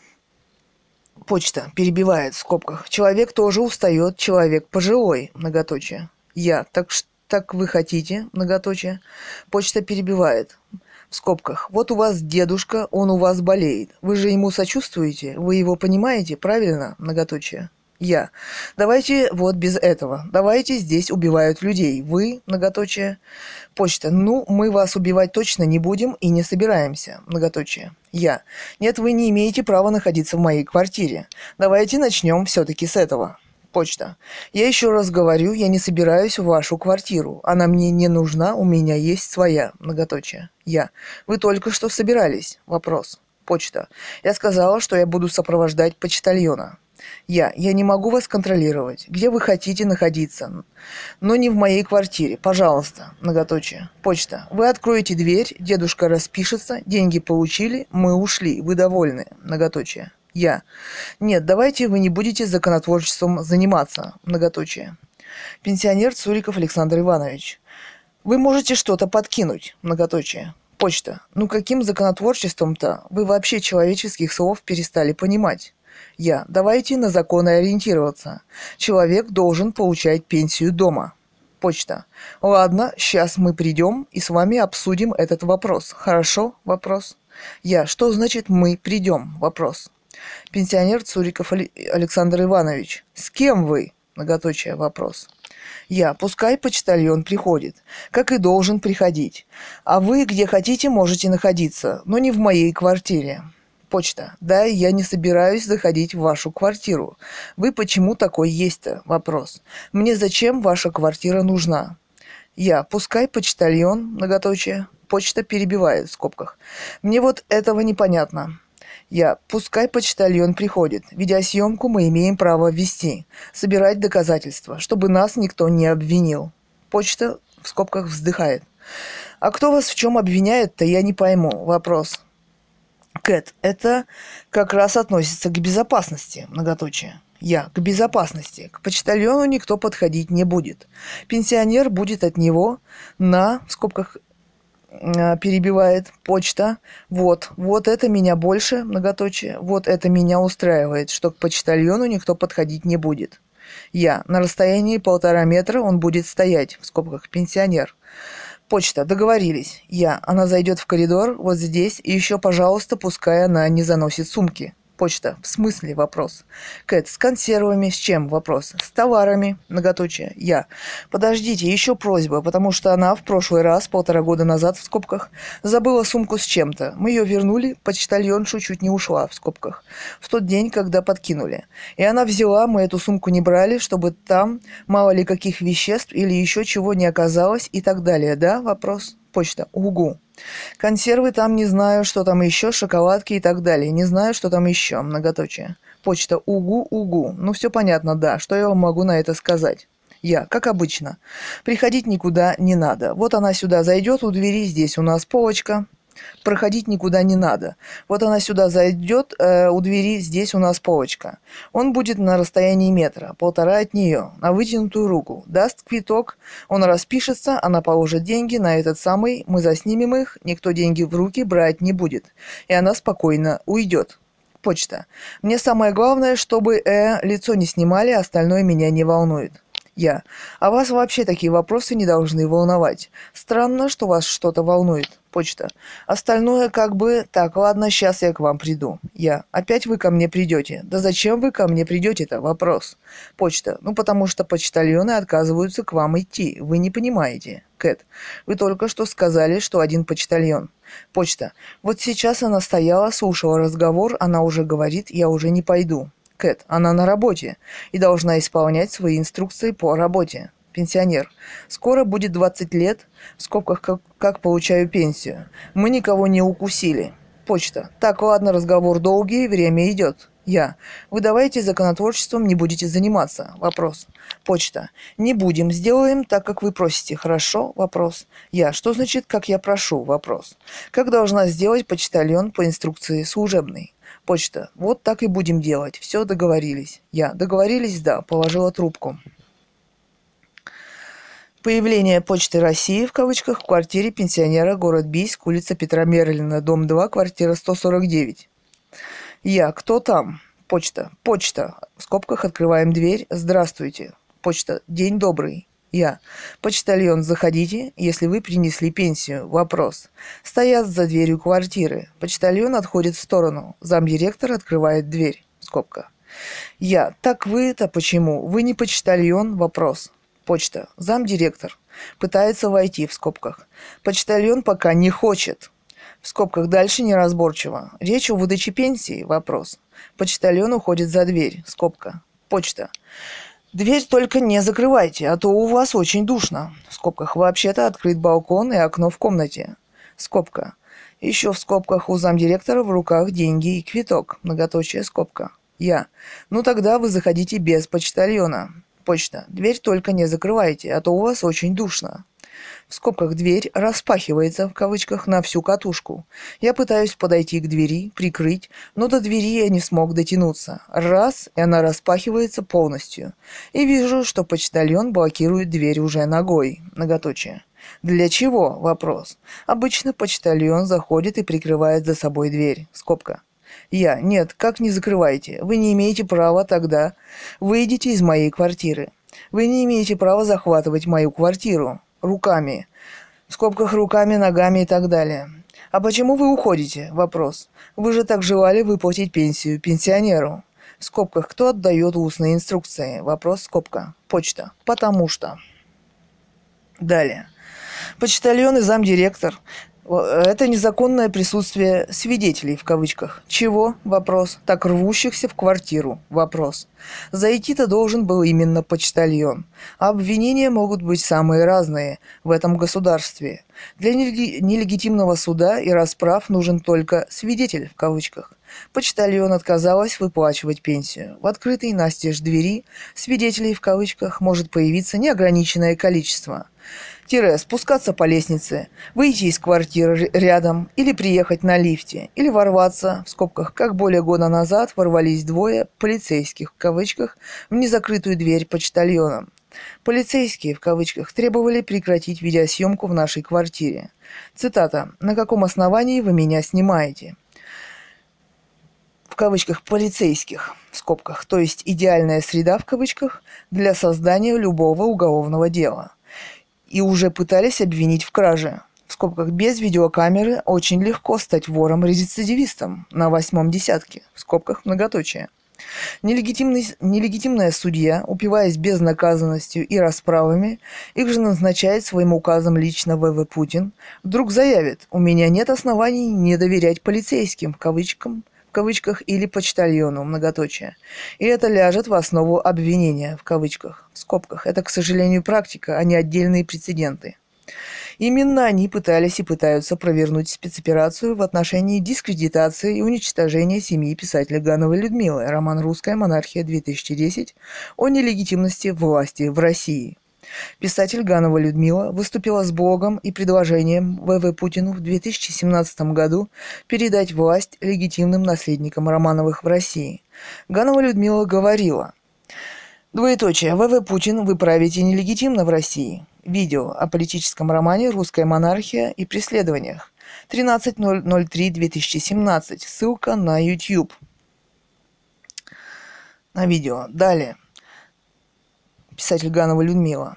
Почта перебивает в скобках. Человек тоже устает, человек пожилой. Многоточие. Я. Так что так вы хотите? Многоточие. Почта перебивает. В скобках. Вот у вас дедушка, он у вас болеет. Вы же ему сочувствуете? Вы его понимаете? Правильно? Многоточие. Я. Давайте вот без этого. Давайте здесь убивают людей. Вы? Многоточие. Почта. Ну, мы вас убивать точно не будем и не собираемся. Многоточие. Я. Нет, вы не имеете права находиться в моей квартире. Давайте начнем все-таки с этого. Почта. Я еще раз говорю, я не собираюсь в вашу квартиру. Она мне не нужна, у меня есть своя. Многоточие. Я. Вы только что собирались? Вопрос. Почта. Я сказала, что я буду сопровождать почтальона. Я. Я не могу вас контролировать. Где вы хотите находиться? Но не в моей квартире. Пожалуйста. Многоточие. Почта. Вы откроете дверь, дедушка распишется, деньги получили, мы ушли. Вы довольны? Многоточие. Я. Нет, давайте вы не будете законотворчеством заниматься. Многоточие. Пенсионер Цуриков Александр Иванович. Вы можете что-то подкинуть. Многоточие. Почта. Ну каким законотворчеством-то? Вы вообще человеческих слов перестали понимать. Я. Давайте на законы ориентироваться. Человек должен получать пенсию дома. Почта. Ладно, сейчас мы придем и с вами обсудим этот вопрос. Хорошо? Вопрос. Я. Что значит мы придем? Вопрос. Пенсионер Цуриков Александр Иванович. С кем вы? Многоточие. Вопрос. Я. Пускай почтальон приходит, как и должен приходить. А вы где хотите можете находиться, но не в моей квартире. Почта. Да, я не собираюсь заходить в вашу квартиру. Вы почему такой есть-то? Вопрос. Мне зачем ваша квартира нужна? Я. Пускай почтальон, многоточие. Почта перебивает в скобках. Мне вот этого непонятно. Я. Пускай почтальон приходит. Видеосъемку мы имеем право вести. Собирать доказательства, чтобы нас никто не обвинил. Почта в скобках вздыхает. А кто вас в чем обвиняет-то, я не пойму. Вопрос. Кэт. Это как раз относится к безопасности. Многоточие. Я. К безопасности. К почтальону никто подходить не будет. Пенсионер будет от него на, в скобках, перебивает, почта. Вот, вот это меня больше, многоточие, вот это меня устраивает, что к почтальону никто подходить не будет. Я. На расстоянии полтора метра он будет стоять, в скобках, пенсионер. Почта. Договорились. Я. Она зайдет в коридор, вот здесь, и еще, пожалуйста, пускай она не заносит сумки. Почта. В смысле? Вопрос. Кэт. С консервами. С чем? Вопрос. С товарами. Многоточие. Я. Подождите, еще просьба, потому что она в прошлый раз, полтора года назад, в скобках, забыла сумку с чем-то. Мы ее вернули, почтальоншу чуть не ушла, в скобках, в тот день, когда подкинули. И она взяла, мы эту сумку не брали, чтобы там мало ли каких веществ или еще чего не оказалось и так далее. Да? Вопрос. Почта. Угу. Консервы там не знаю, что там еще, шоколадки и так далее. Не знаю, что там еще. Многоточие. Почта. Угу, угу. Ну, все понятно, да. Что я вам могу на это сказать? Я. Как обычно. Приходить никуда не надо. Вот она сюда зайдет, у двери здесь у нас полочка. Проходить никуда не надо. Вот она сюда зайдет, э, у двери здесь у нас полочка. Он будет на расстоянии метра, полтора от нее, на вытянутую руку. Даст квиток, он распишется, она положит деньги на этот самый, мы заснимем их, никто деньги в руки брать не будет. И она спокойно уйдет. Почта. Мне самое главное, чтобы э, лицо не снимали, остальное меня не волнует. Я. А вас вообще такие вопросы не должны волновать. Странно, что вас что-то волнует. Почта. Остальное как бы... Так, ладно, сейчас я к вам приду. Я. Опять вы ко мне придете? Да зачем вы ко мне придете-то? Вопрос. Почта. Ну, потому что почтальоны отказываются к вам идти. Вы не понимаете. Кэт. Вы только что сказали, что один почтальон. Почта. Вот сейчас она стояла, слушала разговор, она уже говорит, я уже не пойду. Кэт. Она на работе и должна исполнять свои инструкции по работе. Пенсионер. Скоро будет двадцать лет, в скобках как, как получаю пенсию. Мы никого не укусили. Почта. Так, ладно, разговор долгий, время идет. Я. Вы давайте законотворчеством не будете заниматься. Вопрос. Почта. Не будем, сделаем так, как вы просите. Хорошо? Вопрос. Я. Что значит, как я прошу? Вопрос. Как должна сделать почтальон по инструкции служебной? Почта. Вот так и будем делать. Все, договорились. Я. Договорились, да. Положила трубку. Появление Почты России, в кавычках, в квартире пенсионера, город Бийск, улица Петра Мерлина, дом два, квартира сто сорок девять. Я. Кто там? Почта. Почта. В скобках открываем дверь. Здравствуйте. Почта. День добрый. Я. Почтальон, заходите, если вы принесли пенсию. Вопрос. Стоят за дверью квартиры. Почтальон отходит в сторону. Замдиректор открывает дверь. Скобка. Я. Так вы-то почему? Вы не почтальон? Вопрос. Почта. Замдиректор. Пытается войти, в скобках. Почтальон пока не хочет. В скобках дальше неразборчиво. Речь о выдаче пенсии? Вопрос. Почтальон уходит за дверь. Скобка. Почта. Дверь только не закрывайте, а то у вас очень душно. В скобках. Вообще-то открыт балкон и окно в комнате. Скобка. Еще в скобках у замдиректора в руках деньги и квиток. Многоточие, скобка. Я. Ну тогда вы заходите без почтальона. Почта. Дверь только не закрывайте, а то у вас очень душно. В скобках дверь распахивается, в кавычках, на всю катушку. Я пытаюсь подойти к двери, прикрыть, но до двери я не смог дотянуться. Раз, и она распахивается полностью. И вижу, что почтальон блокирует дверь уже ногой. Многоточие. Для чего? Вопрос. Обычно почтальон заходит и прикрывает за собой дверь. Скобка. Я. Нет, как не закрывайте. Вы не имеете права тогда. Выйдите из моей квартиры. Вы не имеете права захватывать мою квартиру. Руками. В скобках руками, ногами и так далее. А почему вы уходите? Вопрос. Вы же так желали выплатить пенсию пенсионеру. В скобках. Кто отдает устные инструкции? Вопрос. Скобка. Почта. Потому что. Далее. Почтальон и замдиректор. Это незаконное присутствие свидетелей, в кавычках. Чего? Вопрос. Так рвущихся в квартиру. Вопрос. Зайти-то должен был именно почтальон. А обвинения могут быть самые разные в этом государстве. Для нелегитимного суда и расправ нужен только свидетель, в кавычках. Почтальон отказалась выплачивать пенсию. В открытой настежь двери свидетелей, в кавычках, может появиться неограниченное количество. Тире, спускаться по лестнице, выйти из квартиры рядом, или приехать на лифте, или ворваться, в скобках, как более года назад ворвались двое полицейских, в кавычках, в незакрытую дверь почтальона. Полицейские, в кавычках, требовали прекратить видеосъемку в нашей квартире. Цитата. «На каком основании вы меня снимаете?» В кавычках полицейских, в скобках, то есть идеальная среда, в кавычках, для создания любого уголовного дела. И уже пытались обвинить в краже. в скобках, без видеокамеры очень легко стать вором-рецидивистом на восьмом десятке, в скобках, многоточие. Нелегитимный, нелегитимная судья, упиваясь безнаказанностью и расправами, их же назначает своим указом лично вэ вэ Путин, вдруг заявит: «У меня нет оснований не доверять полицейским», в кавычках, в кавычках, или почтальону, многоточие. И это ляжет в основу обвинения, в кавычках, в скобках. Это, к сожалению, практика, а не отдельные прецеденты. Именно они пытались и пытаются провернуть спецоперацию в отношении дискредитации и уничтожения семьи писателя Гановой Людмилы, роман «Русская монархия-две тысячи десять» о нелегитимности власти в России. Писатель Ганова Людмила выступила с блогом и предложением вэ вэ Путину в две тысячи семнадцатом году передать власть легитимным наследникам Романовых в России. Ганова Людмила говорила: «Двоеточие. вэ вэ Путин, вы правите нелегитимно в России». Видео о политическом романе «Русская монархия» и преследованиях. тринадцатое ноль три две тысячи семнадцать. Ссылка на YouTube. На видео. Далее. Писатель Ганова Людмила.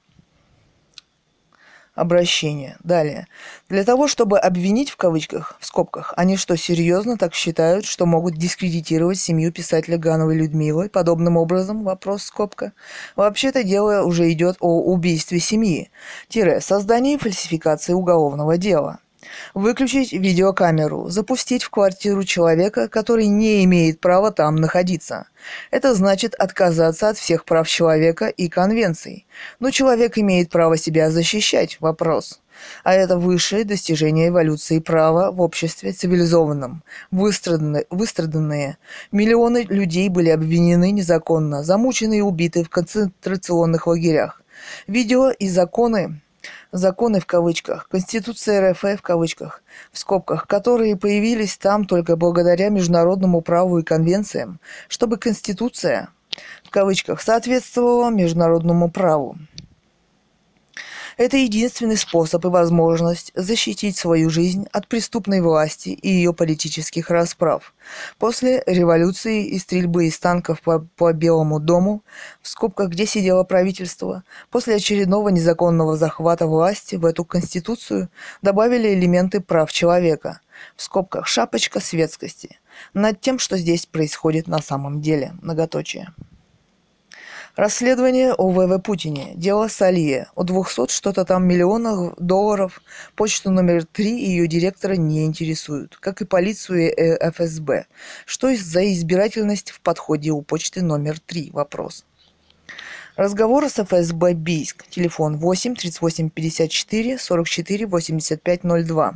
Обращение. Далее. Для того, чтобы обвинить, в кавычках, в скобках, они что, серьезно так считают, что могут дискредитировать семью писателя Гановой Людмилы подобным образом? Вопрос, скобка. Вообще-то дело уже идет о убийстве семьи, тире, создании и фальсификации уголовного дела. Выключить видеокамеру, запустить в квартиру человека, который не имеет права там находиться. Это значит отказаться от всех прав человека и конвенций. Но человек имеет право себя защищать. Вопрос. А это высшее достижение эволюции права в обществе цивилизованном. Выстраданные, выстраданные. Миллионы людей были обвинены незаконно, замучены и убиты в концентрационных лагерях. Видео и законы... Законы в кавычках, Конституция эр эф в кавычках, в скобках, которые появились там только благодаря международному праву и конвенциям, чтобы Конституция, в кавычках, соответствовала международному праву. Это единственный способ и возможность защитить свою жизнь от преступной власти и ее политических расправ. После революции и стрельбы из танков по, по Белому дому, в скобках, где сидело правительство, после очередного незаконного захвата власти в эту Конституцию добавили элементы прав человека, в скобках, шапочка светскости, над тем, что здесь происходит на самом деле, многоточие. Расследование о вэ вэ Путине. Дело Салие. О двухстах что-то там миллионах долларов. Почту номер три и ее директора не интересуют, как и полицию и эф эс бэ. Что за избирательность в подходе у почты номер три? Вопрос. Разговоры с эф эс бэ Бийск. Телефон восемь тридцать восемь пятьдесят четыре сорок четыре восемьдесят пять ноль два.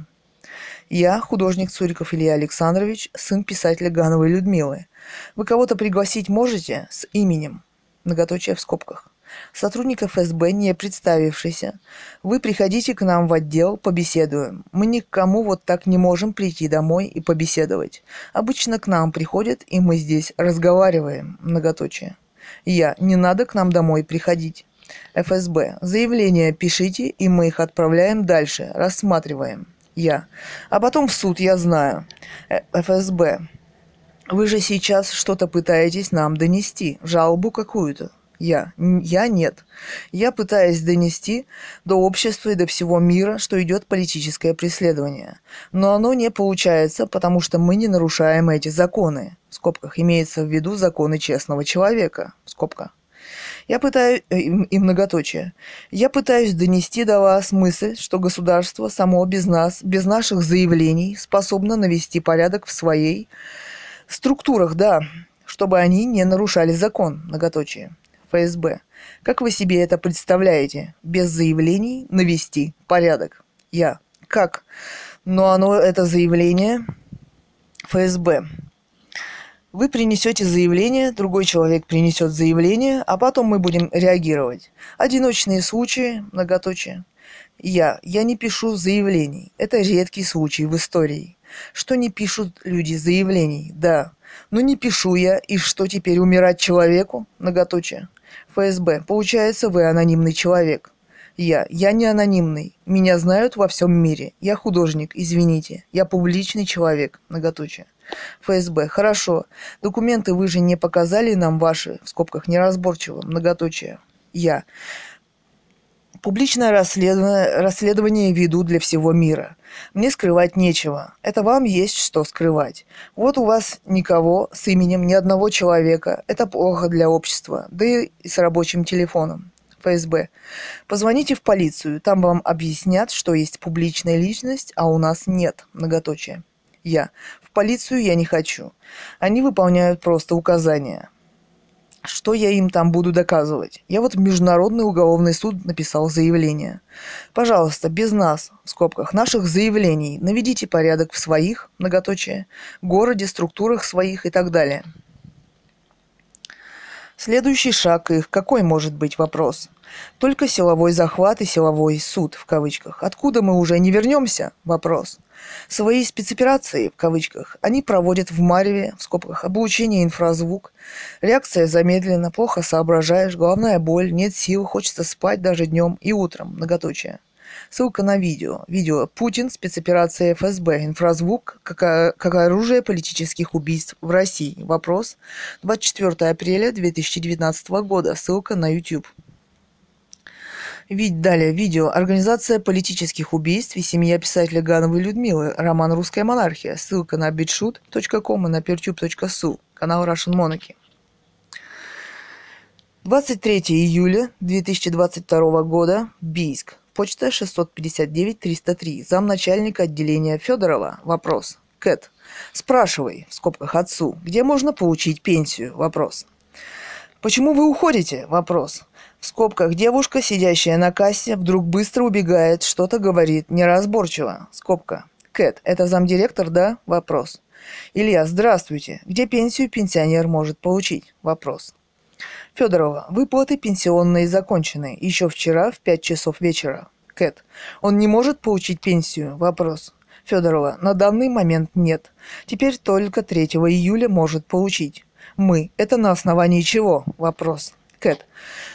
Я, художник Цуриков Илья Александрович, сын писателя Гановой Людмилы. Вы кого-то пригласить можете с именем? Многоточие в скобках. Сотрудник эф эс бэ, не представившийся. Вы приходите к нам в отдел, побеседуем. Мы никому вот так не можем прийти домой и побеседовать. Обычно к нам приходят, и мы здесь разговариваем. Многоточие. Я. Не надо к нам домой приходить. эф эс бэ. Заявления пишите, и мы их отправляем дальше. Рассматриваем. Я. А потом в суд, я знаю. эф эс бэ. Вы же сейчас что-то пытаетесь нам донести, жалобу какую-то. Я. Я нет. Я пытаюсь донести до общества и до всего мира, что идет политическое преследование. Но оно не получается, потому что мы не нарушаем эти законы. В скобках имеется в виду законы честного человека. В скобках. Я пытаюсь, и многоточие, я пытаюсь донести до вас мысль, что государство само без нас, без наших заявлений способно навести порядок в своей структурах, да, чтобы они не нарушали закон, многоточие. эф эс бэ. Как вы себе это представляете? Без заявлений навести порядок? Я. Как? Но оно, это заявление эф эс бэ. Вы принесете заявление, другой человек принесет заявление, а потом мы будем реагировать. Одиночные случаи, многоточие. Я. Я не пишу заявлений. Это редкий случай в истории. Что не пишут люди заявлений? Да. Но не пишу я, и что теперь, умирать человеку? Многоточие. эф эс бэ. Получается, вы анонимный человек. Я. Я не анонимный. Меня знают во всем мире. Я художник, извините. Я публичный человек. Многоточие. эф эс бэ. Хорошо. Документы вы же не показали нам ваши, в скобках, неразборчиво. Многоточие. Я. Публичное расследование, расследование веду для всего мира. Мне скрывать нечего. Это вам есть что скрывать. Вот у вас никого с именем ни одного человека. Это плохо для общества. Да и с рабочим телефоном. ФСБ. Позвоните в полицию. Там вам объяснят, что есть публичная личность, а у нас нет. Многоточие. Я. В полицию я не хочу. Они выполняют просто указания. Что я им там буду доказывать? Я вот в Международный уголовный суд написал заявление. Пожалуйста, без нас, в скобках, наших заявлений, наведите порядок в своих, многоточие, городе, структурах своих и так далее. Следующий шаг их, какой может быть вопрос? Только силовой захват и силовой суд, в кавычках. Откуда мы уже не вернемся? Вопрос. Свои спецоперации, в кавычках, они проводят в Мареве, в скобках, облучение инфразвук. Реакция замедлена, плохо соображаешь, головная боль, нет сил, хочется спать даже днем и утром, многоточие. Ссылка на видео. Видео «Путин. Спецоперация эф эс бэ. Инфразвук как, как оружие политических убийств в России». Вопрос. двадцать четвёртого апреля две тысячи девятнадцатого года. Ссылка на YouTube. Вид далее видео «Организация политических убийств и семья писателя Гановой Людмилы. Роман «Русская монархия». Ссылка на битшут точка ком и на пертюб точка су. Канал Russian Monarchy. двадцать третьего июля две тысячи двадцать второго года. Бийск. Почта шестьсот пятьдесят девять триста три. Замначальника отделения Федорова. Вопрос. Кэт. Спрашивай, в скобках отцу, где можно получить пенсию? Вопрос. Почему вы уходите? Вопрос. В скобках девушка, сидящая на кассе, вдруг быстро убегает, что-то говорит, неразборчиво. Скобка. Кэт. Это замдиректор, да? Вопрос. Илья. Здравствуйте. Где пенсию пенсионер может получить? Вопрос. Федорова. Выплаты пенсионные закончены. Еще вчера в пять часов вечера. Кэт. Он не может получить пенсию? Вопрос. Федорова. На данный момент нет. Теперь только третьего июля может получить. Мы. Это на основании чего? Вопрос. Кэт.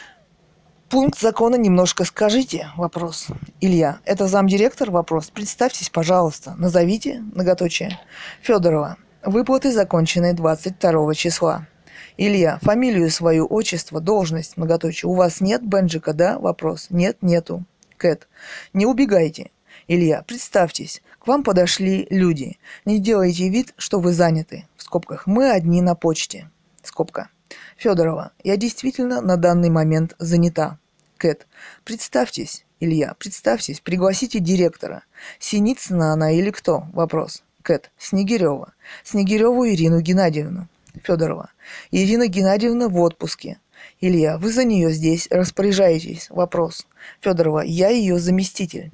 Пункт закона немножко скажите? Вопрос. Илья. Это замдиректор? Вопрос. Представьтесь, пожалуйста. Назовите. Многоточие. Федорова. Выплаты закончены двадцать второго числа. Илья. Фамилию свою, отчество, должность, многоточие. У вас нет бенджика, да? Вопрос. Нет, нету. Кэт. Не убегайте. Илья. Представьтесь. К вам подошли люди. Не делайте вид, что вы заняты. В скобках. Мы одни на почте. Скобка. Федорова. Я действительно на данный момент занята. Кэт. Представьтесь. Илья. Представьтесь. Пригласите директора. Синицына она или кто? Вопрос. Кэт. Снегирева. Снегиреву Ирину Геннадьевну. Федорова. Ирина Геннадьевна в отпуске. Илья. Вы за нее здесь распоряжаетесь? Вопрос. Федорова. Я ее заместитель.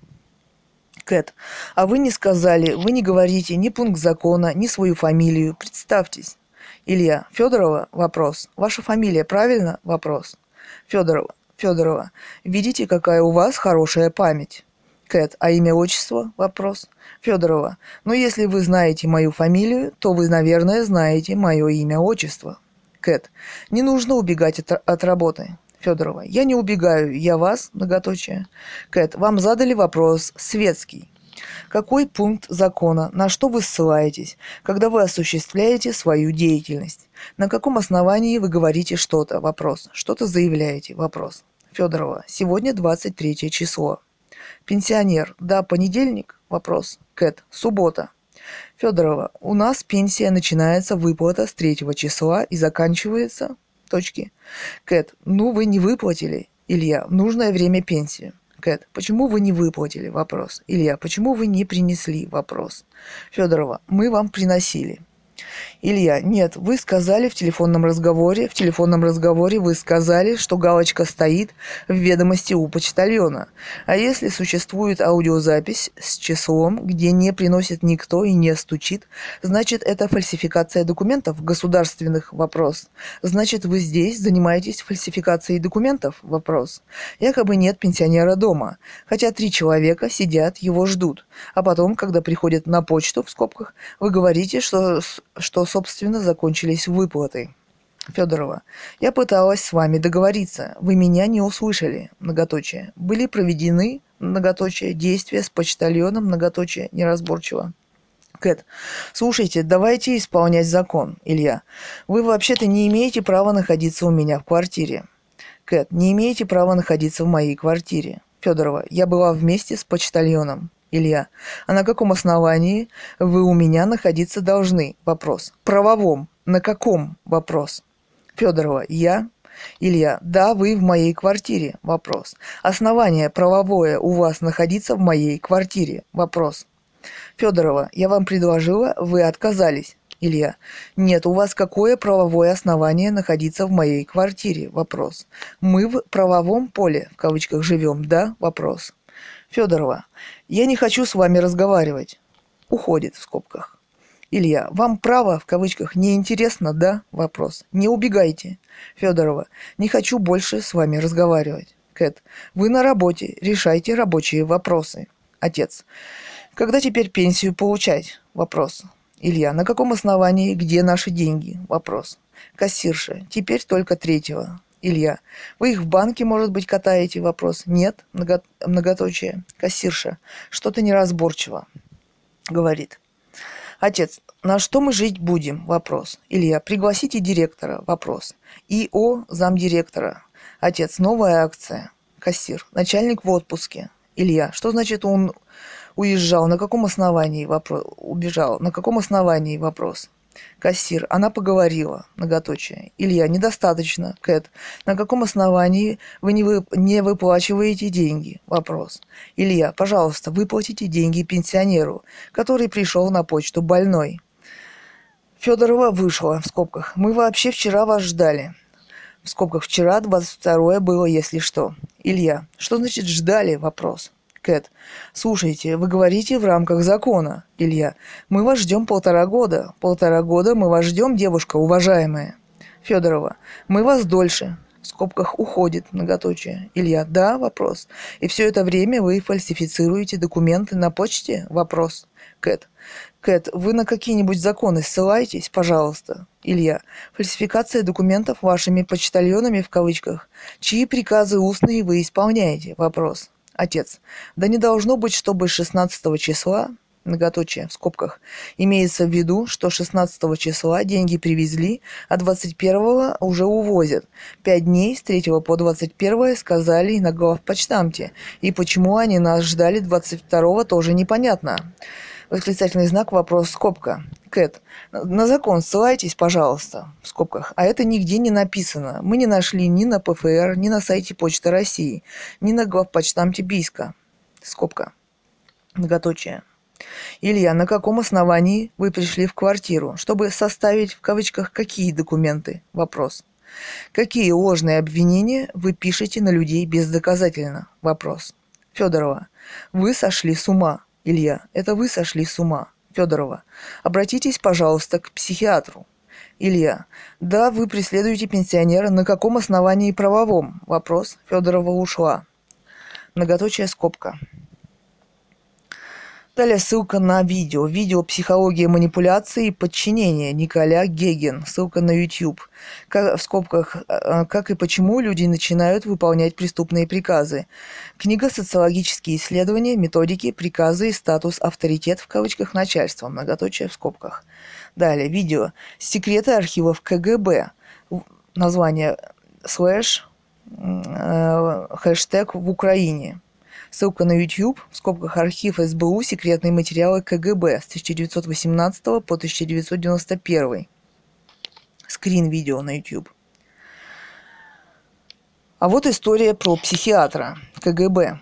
Кэт. А вы не сказали, вы не говорите ни пункт закона, ни свою фамилию. Представьтесь. Илья. Федорова? Вопрос. Ваша фамилия правильно? Вопрос. Федорова. Федорова. Видите, какая у вас хорошая память. Кэт. А имя, отчество? Вопрос. Федорова. Ну, если вы знаете мою фамилию, то вы, наверное, знаете мое имя, отчество. Кэт. Не нужно убегать от, от работы. Федорова. Я не убегаю, я вас, многоточие. Кэт. Вам задали вопрос светский. Какой пункт закона, на что вы ссылаетесь, когда вы осуществляете свою деятельность? На каком основании вы говорите что-то? Вопрос. Что-то заявляете? Вопрос. Федорова. Сегодня двадцать третье число. Пенсионер. Да, понедельник? Вопрос. Кэт. Суббота. Федорова. У нас пенсия начинается выплата с третьего числа и заканчивается... Точки. Кэт. Ну, вы не выплатили. Илья. В нужное время пенсию. Кэт. Почему вы не выплатили? Вопрос. Илья. Почему вы не принесли? Вопрос. Федорова. Мы вам приносили. Илья. Нет, вы сказали в телефонном разговоре, в телефонном разговоре вы сказали, что галочка стоит в ведомости у почтальона. А если существует аудиозапись с числом, где не приносит никто и не стучит, значит это фальсификация документов государственных? Вопрос. Значит вы здесь занимаетесь фальсификацией документов? Вопрос. Якобы нет пенсионера дома, хотя три человека сидят, его ждут. А потом, когда приходят на почту, в скобках, вы говорите, что... что, собственно, закончились выплаты. Федорова. Я пыталась с вами договориться. Вы меня не услышали. Многоточие. Были проведены, многоточие, действия с почтальоном, многоточие, неразборчиво. Кэт. Слушайте, давайте исполнять закон. Илья. Вы вообще-то не имеете права находиться у меня в квартире. Кэт. Не имеете права находиться в моей квартире. Федорова. Я была вместе с почтальоном. Илья. А на каком основании вы у меня находиться должны? Вопрос. Правовом. На каком? Вопрос. Федорова. Я. Илья. Да, вы в моей квартире. Вопрос. Основание правовое у вас находиться в моей квартире. Вопрос. Федорова. Я вам предложила, вы отказались. Илья. Нет, у вас какое правовое основание находиться в моей квартире? Вопрос. Мы в правовом поле, в кавычках, живем, да? Вопрос. Федорова. Я не хочу с вами разговаривать. Уходит в скобках. Илья. Вам право, в кавычках, не интересно, да? Вопрос. Не убегайте. Федорова. Не хочу больше с вами разговаривать. Кэт. Вы на работе, решайте рабочие вопросы. Отец. Когда теперь пенсию получать? Вопрос. Илья. На каком основании, где наши деньги? Вопрос. Кассирша. Теперь только третьего. Илья. Вы их в банке, может быть, катаете? Вопрос. Нет. Много... Многоточие. Кассирша. Что-то неразборчиво. Говорит. Отец. На что мы жить будем? Вопрос. Илья. Пригласите директора. Вопрос. ИО замдиректора. Отец. Новая акция. Кассир. Начальник в отпуске. Илья. Что значит он уезжал? На каком основании? Вопрос. Убежал. На каком основании? Вопрос. Кассир. Она поговорила. Многоточие. Илья. Недостаточно. Кэт. На каком основании вы не, вы не выплачиваете деньги? Вопрос. Илья. Пожалуйста, выплатите деньги пенсионеру, который пришел на почту больной. Федорова вышла. В скобках. Мы вообще вчера вас ждали. В скобках. Вчера двадцать второе было, если что. Илья. Что значит ждали? Вопрос. Кэт. Слушайте, вы говорите в рамках закона. Илья. Мы вас ждем полтора года. Полтора года мы вас ждем, девушка уважаемая. Федорова. Мы вас дольше. В скобках уходит. Многоточие. Илья. Да, вопрос. И все это время вы фальсифицируете документы на почте? Вопрос. Кэт. Кэт, вы на какие-нибудь законы ссылаетесь, пожалуйста? Илья. Фальсификация документов вашими почтальонами, в кавычках. Чьи приказы устные вы исполняете? Вопрос. Отец. Да не должно быть, чтобы шестнадцатого числа, многоточие, в скобках, имеется в виду, что шестнадцатого числа деньги привезли, а двадцать первого уже увозят. Пять дней с третьего по двадцать первое сказали на главпочтамте. И почему они нас ждали двадцать второго, тоже непонятно. Восклицательный знак, вопрос, скобка. Кэт. На закон ссылайтесь, пожалуйста, в скобках. А это нигде не написано. Мы не нашли ни на ПФР, ни на сайте Почты России, ни на главпочтамте Бийска. Скобка. Многоточие. Илья, на каком основании вы пришли в квартиру, чтобы составить, в кавычках, какие документы? Вопрос. Какие ложные обвинения вы пишете на людей бездоказательно? Вопрос. Федорова. Вы сошли с ума. Илья. Это вы сошли с ума. Федорова. Обратитесь, пожалуйста, к психиатру. Илья. Да, вы преследуете пенсионера. На каком основании правовом? Вопрос. Федорова ушла. Многоточие, скобка. Далее ссылка на видео. Видео «Психология манипуляции и подчинения» Николя Геген. Ссылка на YouTube. Как, в скобках «Как и почему люди начинают выполнять преступные приказы». Книга «Социологические исследования, методики, приказы и статус авторитет» в кавычках начальства. Многоточие в скобках. Далее видео «Секреты архивов КГБ». Название слэш э, хэштег в Украине. Ссылка на YouTube, в скобках архив СБУ, секретные материалы КГБ с тысяча девятьсот восемнадцатого по тысяча девятьсот девяносто первый. Скрин видео на YouTube. А вот история про психиатра КГБ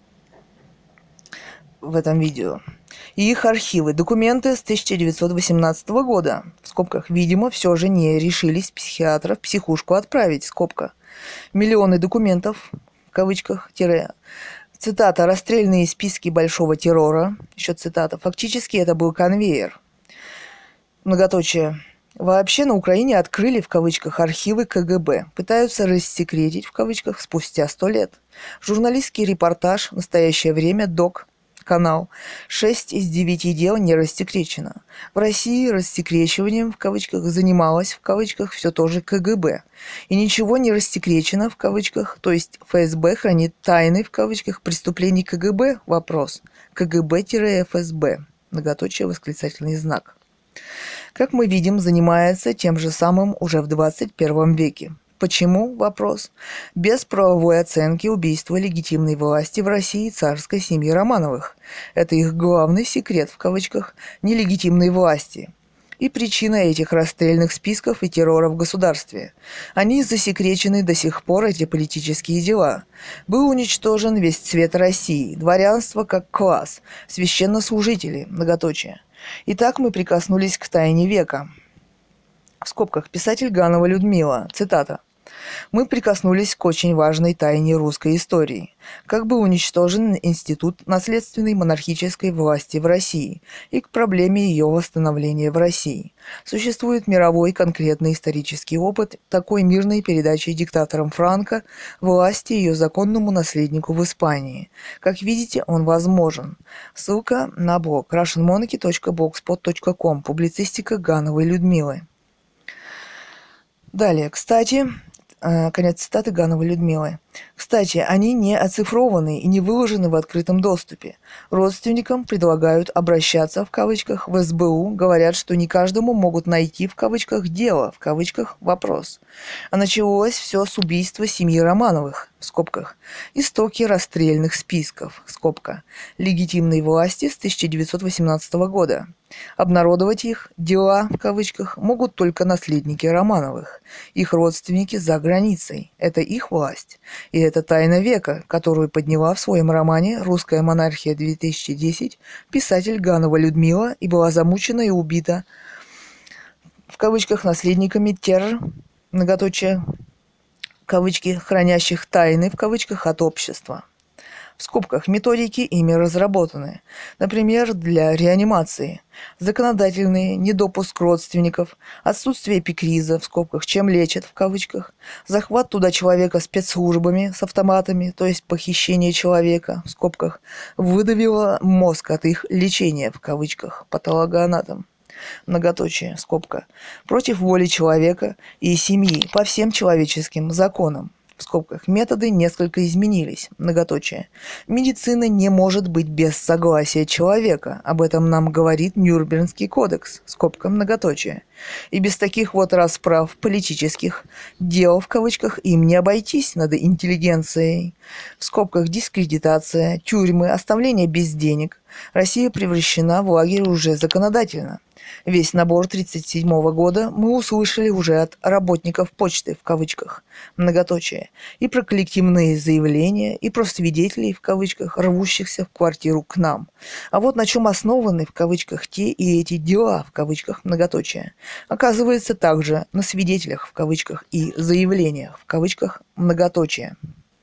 в этом видео. И их архивы. Документы с тысяча девятьсот восемнадцатого года. В скобках, видимо, все же не решились психиатра в психушку отправить. Скобка. Миллионы документов, в кавычках, тире. Цитата. «Расстрельные списки большого террора». Еще цитата. «Фактически это был конвейер». Многоточие. Вообще на Украине открыли, в кавычках, архивы КГБ. Пытаются рассекретить, в кавычках, спустя сто лет. Журналистский репортаж. Настоящее время. Док. Канал. Шесть из девяти дел не рассекречено. В России рассекречиванием, в кавычках, занималось, в кавычках, все тоже КГБ. И ничего не рассекречено, в кавычках, то есть ФСБ хранит тайны, в кавычках, преступлений КГБ? Вопрос. КГБ-ФСБ. Многоточие, восклицательный знак. Как мы видим, занимается тем же самым уже в двадцать первом веке. Почему? Вопрос. Без правовой оценки убийства легитимной власти в России царской семьи Романовых. Это их главный секрет, в кавычках, нелегитимной власти. И причина этих расстрельных списков и террора в государстве. Они засекречены до сих пор, эти политические дела. Был уничтожен весь цвет России, дворянство как класс, священнослужители, многоточие. Итак, мы прикоснулись к тайне века. В скобках писатель Ганова Людмила, цитата. Мы прикоснулись к очень важной тайне русской истории. Как был уничтожен институт наследственной монархической власти в России и к проблеме ее восстановления в России. Существует мировой конкретный исторический опыт такой мирной передачи диктатором Франко власти ее законному наследнику в Испании. Как видите, он возможен. Ссылка на блог russian monarchy точка blogspot точка com. Публицистика Гановой Людмилы. Далее, кстати, конец цитаты Гановой Людмилы. Кстати, они не оцифрованы и не выложены в открытом доступе. Родственникам предлагают обращаться, в кавычках, в эс бэ у, говорят, что не каждому могут найти, в кавычках, дело, в кавычках, вопрос. А началось все с убийства семьи Романовых, в скобках, истоки расстрельных списков, скобка, легитимной власти с тысяча девятьсот восемнадцатого года. Обнародовать их «дела» в кавычках могут только наследники Романовых, их родственники за границей. Это их власть. И это тайна века, которую подняла в своем романе «Русская монархия-две тысячи десять» писатель Ганова Людмила и была замучена и убита в кавычках наследниками террор, многоточие, кавычки, хранящих тайны в кавычках от общества. В скобках методики ими разработаны. Например, для реанимации. Законодательные, недопуск родственников, отсутствие эпикриза, в скобках, чем лечат, в кавычках, захват туда человека спецслужбами с автоматами, то есть похищение человека, в скобках, выдавило мозг от их лечения, в кавычках, патологоанатом. Многоточие, скобка, против воли человека и семьи по всем человеческим законам. В скобках методы несколько изменились, многоточие. Медицина не может быть без согласия человека, об этом нам говорит Нюрнбергский кодекс, скобка многоточие. И без таких вот расправ политических дел, в кавычках, им не обойтись над интеллигенцией. В скобках дискредитация, тюрьмы, оставление без денег. Россия превращена в лагерь уже законодательно. Весь набор тридцать седьмого года мы услышали уже от работников почты, в кавычках, многоточие, и про коллективные заявления, и про свидетелей, в кавычках, рвущихся в квартиру к нам. А вот на чем основаны, в кавычках, те и эти дела, в кавычках, многоточие, оказывается также на свидетелях, в кавычках, и заявлениях, в кавычках, многоточие.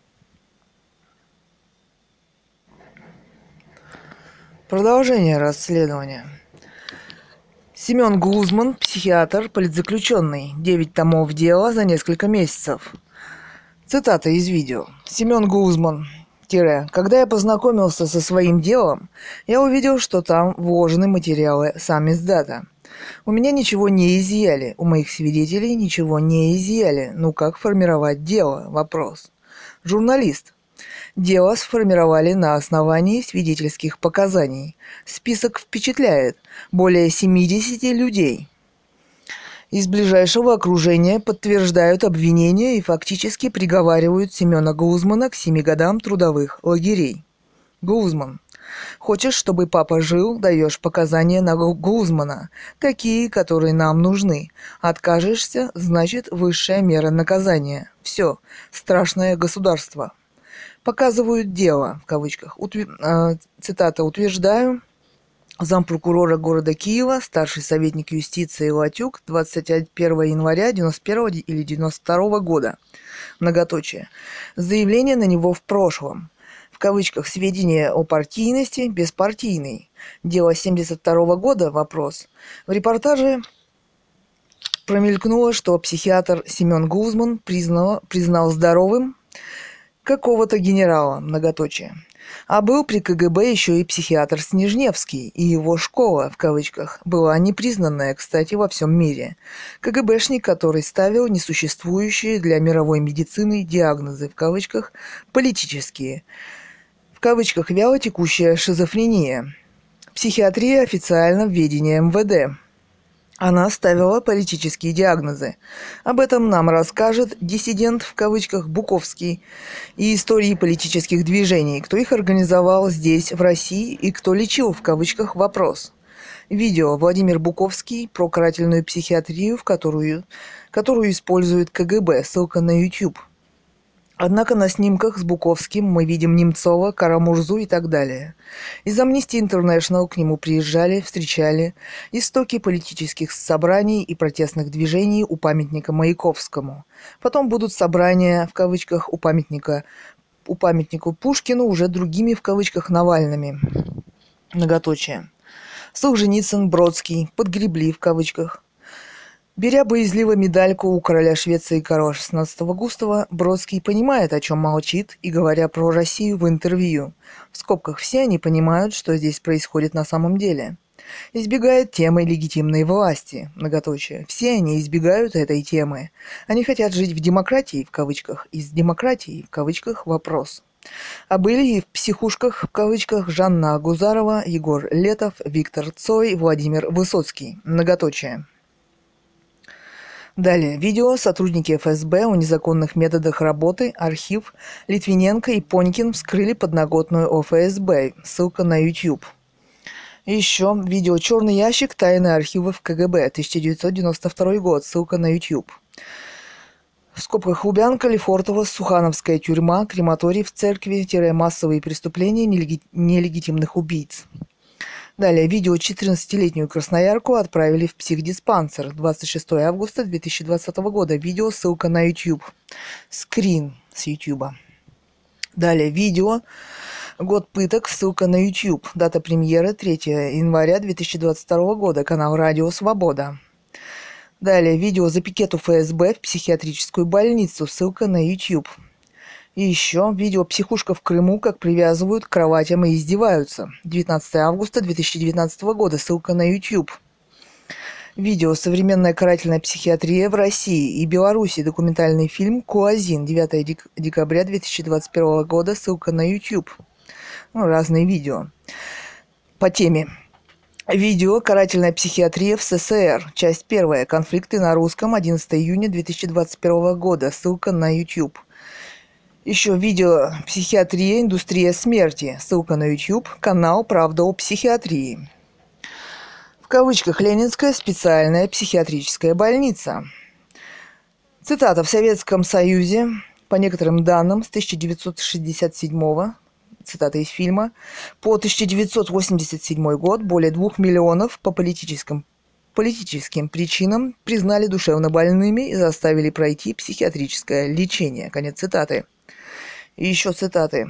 Продолжение расследования. Семен Глузман, психиатр, политзаключенный. Девять томов дела за несколько месяцев. Цитата из видео. Семен Глузман. Тире. Когда я познакомился со своим делом, я увидел, что там вложены материалы самиздата. У меня ничего не изъяли, у моих свидетелей ничего не изъяли. Ну как формировать дело? Вопрос. Журналист. Дело сформировали на основании свидетельских показаний. Список впечатляет. Более семидесяти людей из ближайшего окружения подтверждают обвинения и фактически приговаривают Семена Глузмана к семи годам трудовых лагерей. Глузман. Хочешь, чтобы папа жил, даешь показания на Глузмана, такие, которые нам нужны. Откажешься, значит, высшая мера наказания. Все, страшное государство. Показывают дело, в кавычках. Утвер... Э, цитата, утверждаю. Зампрокурора города Киева, старший советник юстиции Латюк, двадцать первого января девяносто первого или девяносто второго года. Многоточие. Заявление на него в прошлом. В кавычках сведения о партийности беспартийный. Дело семьдесят второго года. Вопрос. В репортаже промелькнуло, что психиатр Семен Глузман признал, признал здоровым какого-то генерала, многоточие. А был при ка гэ бэ еще и психиатр Снежневский, и его «школа», в кавычках, была непризнанная, кстати, во всем мире. ка гэ бэшник, который ставил несуществующие для мировой медицины диагнозы, в кавычках, политические, в кавычках, вялотекущая шизофрения. Психиатрия официально в ведении эм вэ дэ. Она ставила политические диагнозы. Об этом нам расскажет диссидент в кавычках Буковский и истории политических движений, кто их организовал здесь, в России, и кто лечил в кавычках вопрос. Видео Владимир Буковский про карательную психиатрию, в которую, которую использует ка гэ бэ. Ссылка на YouTube. Однако на снимках с Буковским мы видим Немцова, Карамурзу и так далее. Из Amnesty International к нему приезжали, встречали истоки политических собраний и протестных движений у памятника Маяковскому. Потом будут собрания, в кавычках, у памятника, у памятнику Пушкину уже другими, в кавычках, Навальными. Многоточие. Солженицын, Бродский, подгребли, в кавычках. Беря боязливо медальку у короля Швеции Карла шестнадцатого Густава, Бродский понимает, о чем молчит, и говоря про Россию в интервью. В скобках все они понимают, что здесь происходит на самом деле. Избегает темы легитимной власти, многоточие. Все они избегают этой темы. Они хотят жить в демократии, в кавычках, из демократии, в кавычках, вопрос. А были и в психушках, в кавычках, Жанна Агузарова, Егор Летов, Виктор Цой, Владимир Высоцкий, многоточие. Далее. Видео «Сотрудники эф эс бэ о незаконных методах работы», архив, Литвиненко и Понькин вскрыли подноготную о эф эс бэ. Ссылка на YouTube. И еще видео «Черный ящик. Тайны архивов ка гэ бэ», тысяча девятьсот девяносто второй год. Ссылка на YouTube. В скобках Лубянка, Лефортово, Сухановская тюрьма, крематорий в церкви, массовые преступления нелеги... нелегитимных убийц. Далее. Видео четырнадцатилетнюю красноярку отправили в психдиспансер. двадцать шестого августа две тысячи двадцатого года. Видео, ссылка на YouTube. Скрин с YouTube. Далее. Видео. Год пыток. Ссылка на YouTube. Дата премьеры третьего января две тысячи двадцать второго года. Канал Радио Свобода. Далее. Видео за пикет у эф эс бэ в психиатрическую больницу. Ссылка на YouTube. И еще видео «Психушка в Крыму. Как привязывают к кроватям и издеваются». девятнадцатого августа две тысячи девятнадцатого года. Ссылка на YouTube. Видео «Современная карательная психиатрия в России и Беларуси». Документальный фильм «Куазин». девятого декабря две тысячи двадцать первого года. Ссылка на YouTube. Ну, разные видео. По теме. Видео «Карательная психиатрия в эс эс эс эр». Часть первая. Конфликты на русском. одиннадцатого июня две тысячи двадцать первого года. Ссылка на YouTube. Еще видео «Психиатрия. Индустрия смерти». Ссылка на YouTube. Канал «Правда о психиатрии». В кавычках «Ленинская специальная психиатрическая больница». Цитата. В Советском Союзе, по некоторым данным, с тысяча девятьсот шестьдесят седьмого, цитата из фильма, по тысяча девятьсот восемьдесят седьмой год более двух миллионов по политическим политическим причинам признали душевно больными и заставили пройти психиатрическое лечение. Конец цитаты. И еще цитаты.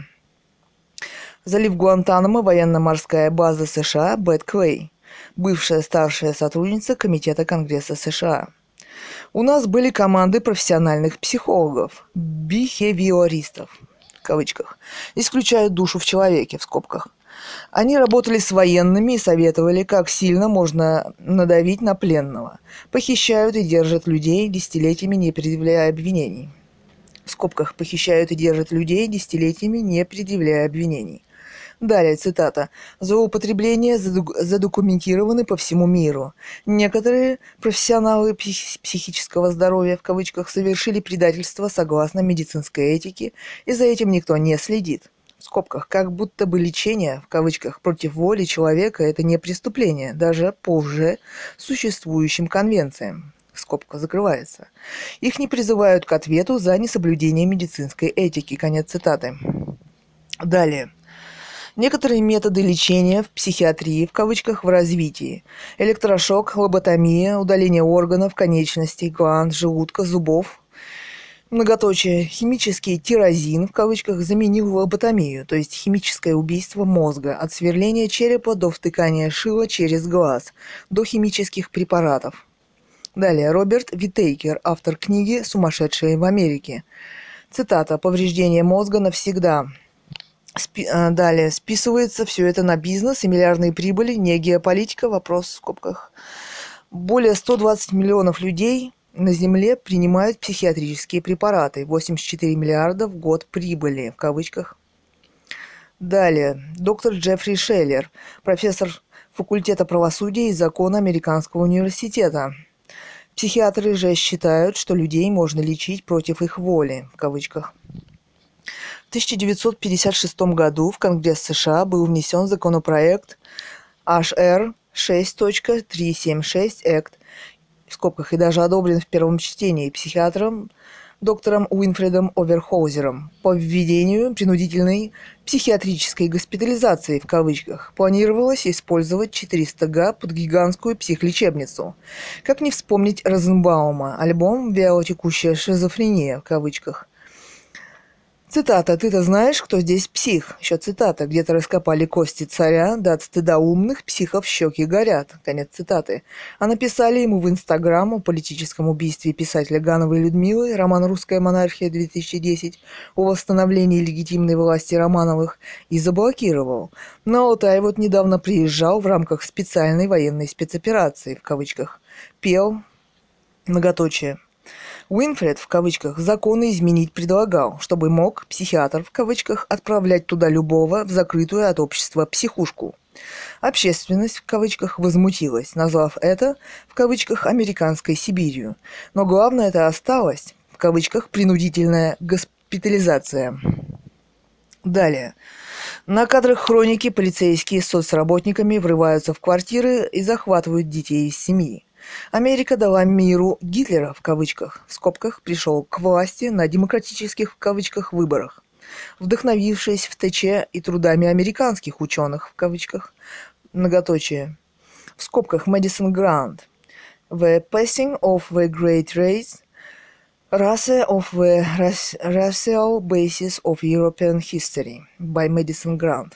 Залив Гуантанамо, военно-морская база США, Бет Клей, бывшая старшая сотрудница Комитета Конгресса США. У нас были команды профессиональных психологов, бихевиористов, в кавычках, исключают душу в человеке, в скобках. Они работали с военными и советовали, как сильно можно надавить на пленного. Похищают и держат людей десятилетиями, не предъявляя обвинений. В скобках «похищают и держат людей десятилетиями, не предъявляя обвинений». Далее цитата. «Злоупотребления задокументированы по всему миру. Некоторые профессионалы псих- психического здоровья в кавычках совершили предательство согласно медицинской этике, и за этим никто не следит». В скобках, как будто бы лечение, в кавычках, против воли человека – это не преступление, даже по уже существующим конвенциям. Скобка закрывается. Их не призывают к ответу за несоблюдение медицинской этики. Конец цитаты. Далее. Некоторые методы лечения в психиатрии, в кавычках, в развитии. Электрошок, лоботомия, удаление органов, конечностей, гланд, желудка, зубов. Многоточие. Химический тирозин, в кавычках, заменил лоботомию, то есть химическое убийство мозга, от сверления черепа до втыкания шила через глаз, до химических препаратов. Далее. Роберт Витейкер, автор книги «Сумасшедшие в Америке». Цитата. «Повреждение мозга навсегда». Спи- а, далее. Списывается все это на бизнес и миллиардные прибыли, не геополитика, вопрос в скобках. Более ста двадцати миллионов людей на Земле принимают психиатрические препараты. восемьдесят четыре миллиарда в год прибыли, в кавычках. Далее. Доктор Джеффри Шеллер, профессор факультета правосудия и закона Американского университета. Психиатры же считают, что людей можно лечить против их воли, в кавычках. В тысяча девятьсот пятьдесят шестом году в Конгресс США был внесен законопроект эйч ар шесть тысяча триста семьдесят шесть Act, в скобках, и даже одобрен в первом чтении психиатром доктором Уинфредом Оверхаузером по введению принудительной психиатрической госпитализации, в кавычках. Планировалось использовать четыреста га под гигантскую психлечебницу. Как не вспомнить Розенбаума, альбом «Вялотекущая шизофрения», в кавычках. Цитата. «Ты-то знаешь, кто здесь псих?» Еще цитата. «Где-то раскопали кости царя, да от стыда умных психов щеки горят». Конец цитаты. А написали ему в Инстаграм о политическом убийстве писателя Гановой Людмилы, роман «Русская монархия» две тысячи десять, о восстановлении легитимной власти Романовых, и заблокировал. Но Алтай вот недавно приезжал в рамках специальной военной спецоперации, в кавычках. Пел, многоточие. Уинфред, в кавычках, законы изменить предлагал, чтобы мог психиатр, в кавычках, отправлять туда любого в закрытую от общества психушку. Общественность, в кавычках, возмутилась, назвав это, в кавычках, американской Сибирью. Но главное это осталось, в кавычках, принудительная госпитализация. Далее. На кадрах хроники полицейские с соцработниками врываются в квартиры и захватывают детей из семьи. Америка дала миру Гитлера, в кавычках, в скобках, пришел к власти на демократических, в кавычках, выборах, вдохновившись в ТЧ и трудами американских ученых, в кавычках, многоточие, в скобках, Madison Grant, The Passing of the Great Race, Race of the Racial Basis of European History, by Madison Grant.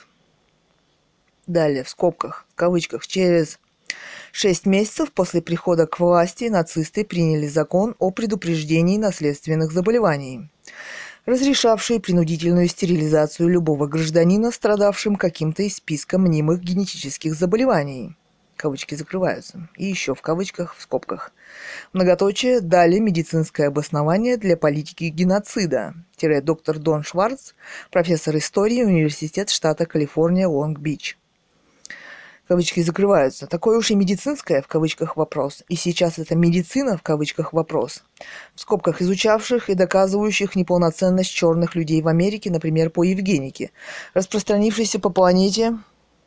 Далее, в скобках, в кавычках, через Шесть месяцев после прихода к власти нацисты приняли закон о предупреждении наследственных заболеваний, разрешавший принудительную стерилизацию любого гражданина, страдавшим каким-то из списка мнимых генетических заболеваний. Кавычки закрываются. И еще в кавычках, в скобках. Многоточие дали медицинское обоснование для политики геноцида. Тире доктор Дон Шварц, профессор истории, университет штата Калифорния, Лонг-Бич. Кавычки закрываются. Такое уж и медицинское, в кавычках, вопрос. И сейчас это медицина, в кавычках, вопрос. В скобках, изучавших и доказывающих неполноценность черных людей в Америке, например, по евгенике, распространившейся по планете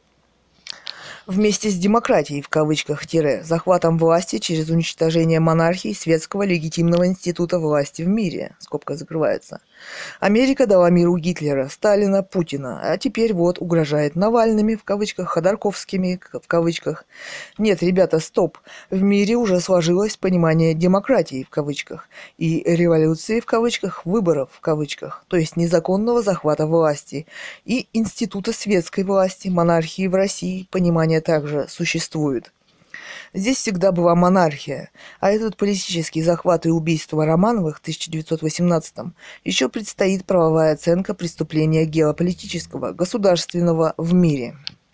вместе с демократией, в кавычках, тире, захватом власти через уничтожение монархии, светского легитимного института власти в мире, скобка закрывается. Америка дала миру Гитлера, Сталина, Путина, а теперь вот угрожает Навальными, в кавычках, Ходорковскими, в кавычках. Нет, ребята, стоп. В мире уже сложилось понимание демократии, в кавычках, и революции, в кавычках, выборов, в кавычках, то есть незаконного захвата власти, и института светской власти, монархии в России, понимание также существует. Здесь всегда была монархия, а этот политический захват и убийство Романовых в тысяча девятьсот восемнадцатом еще предстоит правовая оценка преступления геополитического, государственного в мире.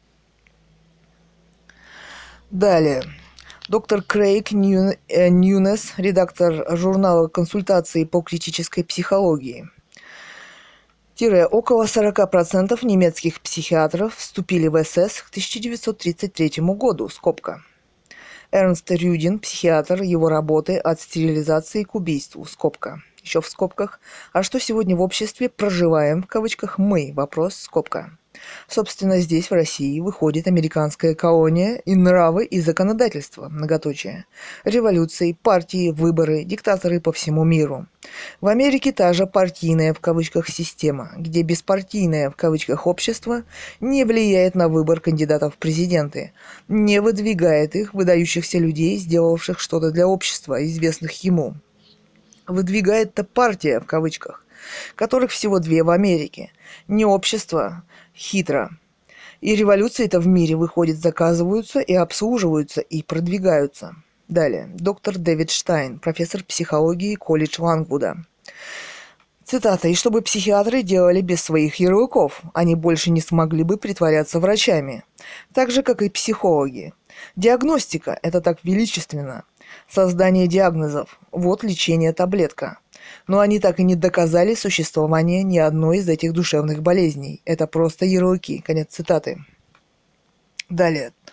Далее. Доктор Крейг Ньюнес, редактор журнала «Консультации по критической психологии». Тире, около сорок процентов немецких психиатров вступили в СС к тысяча девятьсот тридцать третьему году, скобка. Эрнст Рюдин, психиатр, его работы «От стерилизации к убийству», скобка. Еще в скобках. А что сегодня в обществе проживаем, в кавычках, мы? Вопрос, скобка. Собственно, здесь, в России, выходит американская колония и нравы, и законодательство, многоточие. Революции, партии, выборы, диктаторы по всему миру. В Америке та же партийная, в кавычках, система, где беспартийное, в кавычках, общество не влияет на выбор кандидатов в президенты, не выдвигает их, выдающихся людей, сделавших что-то для общества, известных ему. Выдвигает-то партия, в кавычках, которых всего две в Америке. Не общество, хитро. И революции-то в мире, выходят, заказываются и обслуживаются и продвигаются. Далее. Доктор Дэвид Штайн, профессор психологии, колледж Лангвуда. Цитата. «И чтобы психиатры делали без своих ярлыков, они больше не смогли бы притворяться врачами. Так же, как и психологи. Диагностика – это так величественно. Создание диагнозов – вот лечение таблетка. Но они так и не доказали существование ни одной из этих душевных болезней. Это просто ярлыки». Конец цитаты. Далее.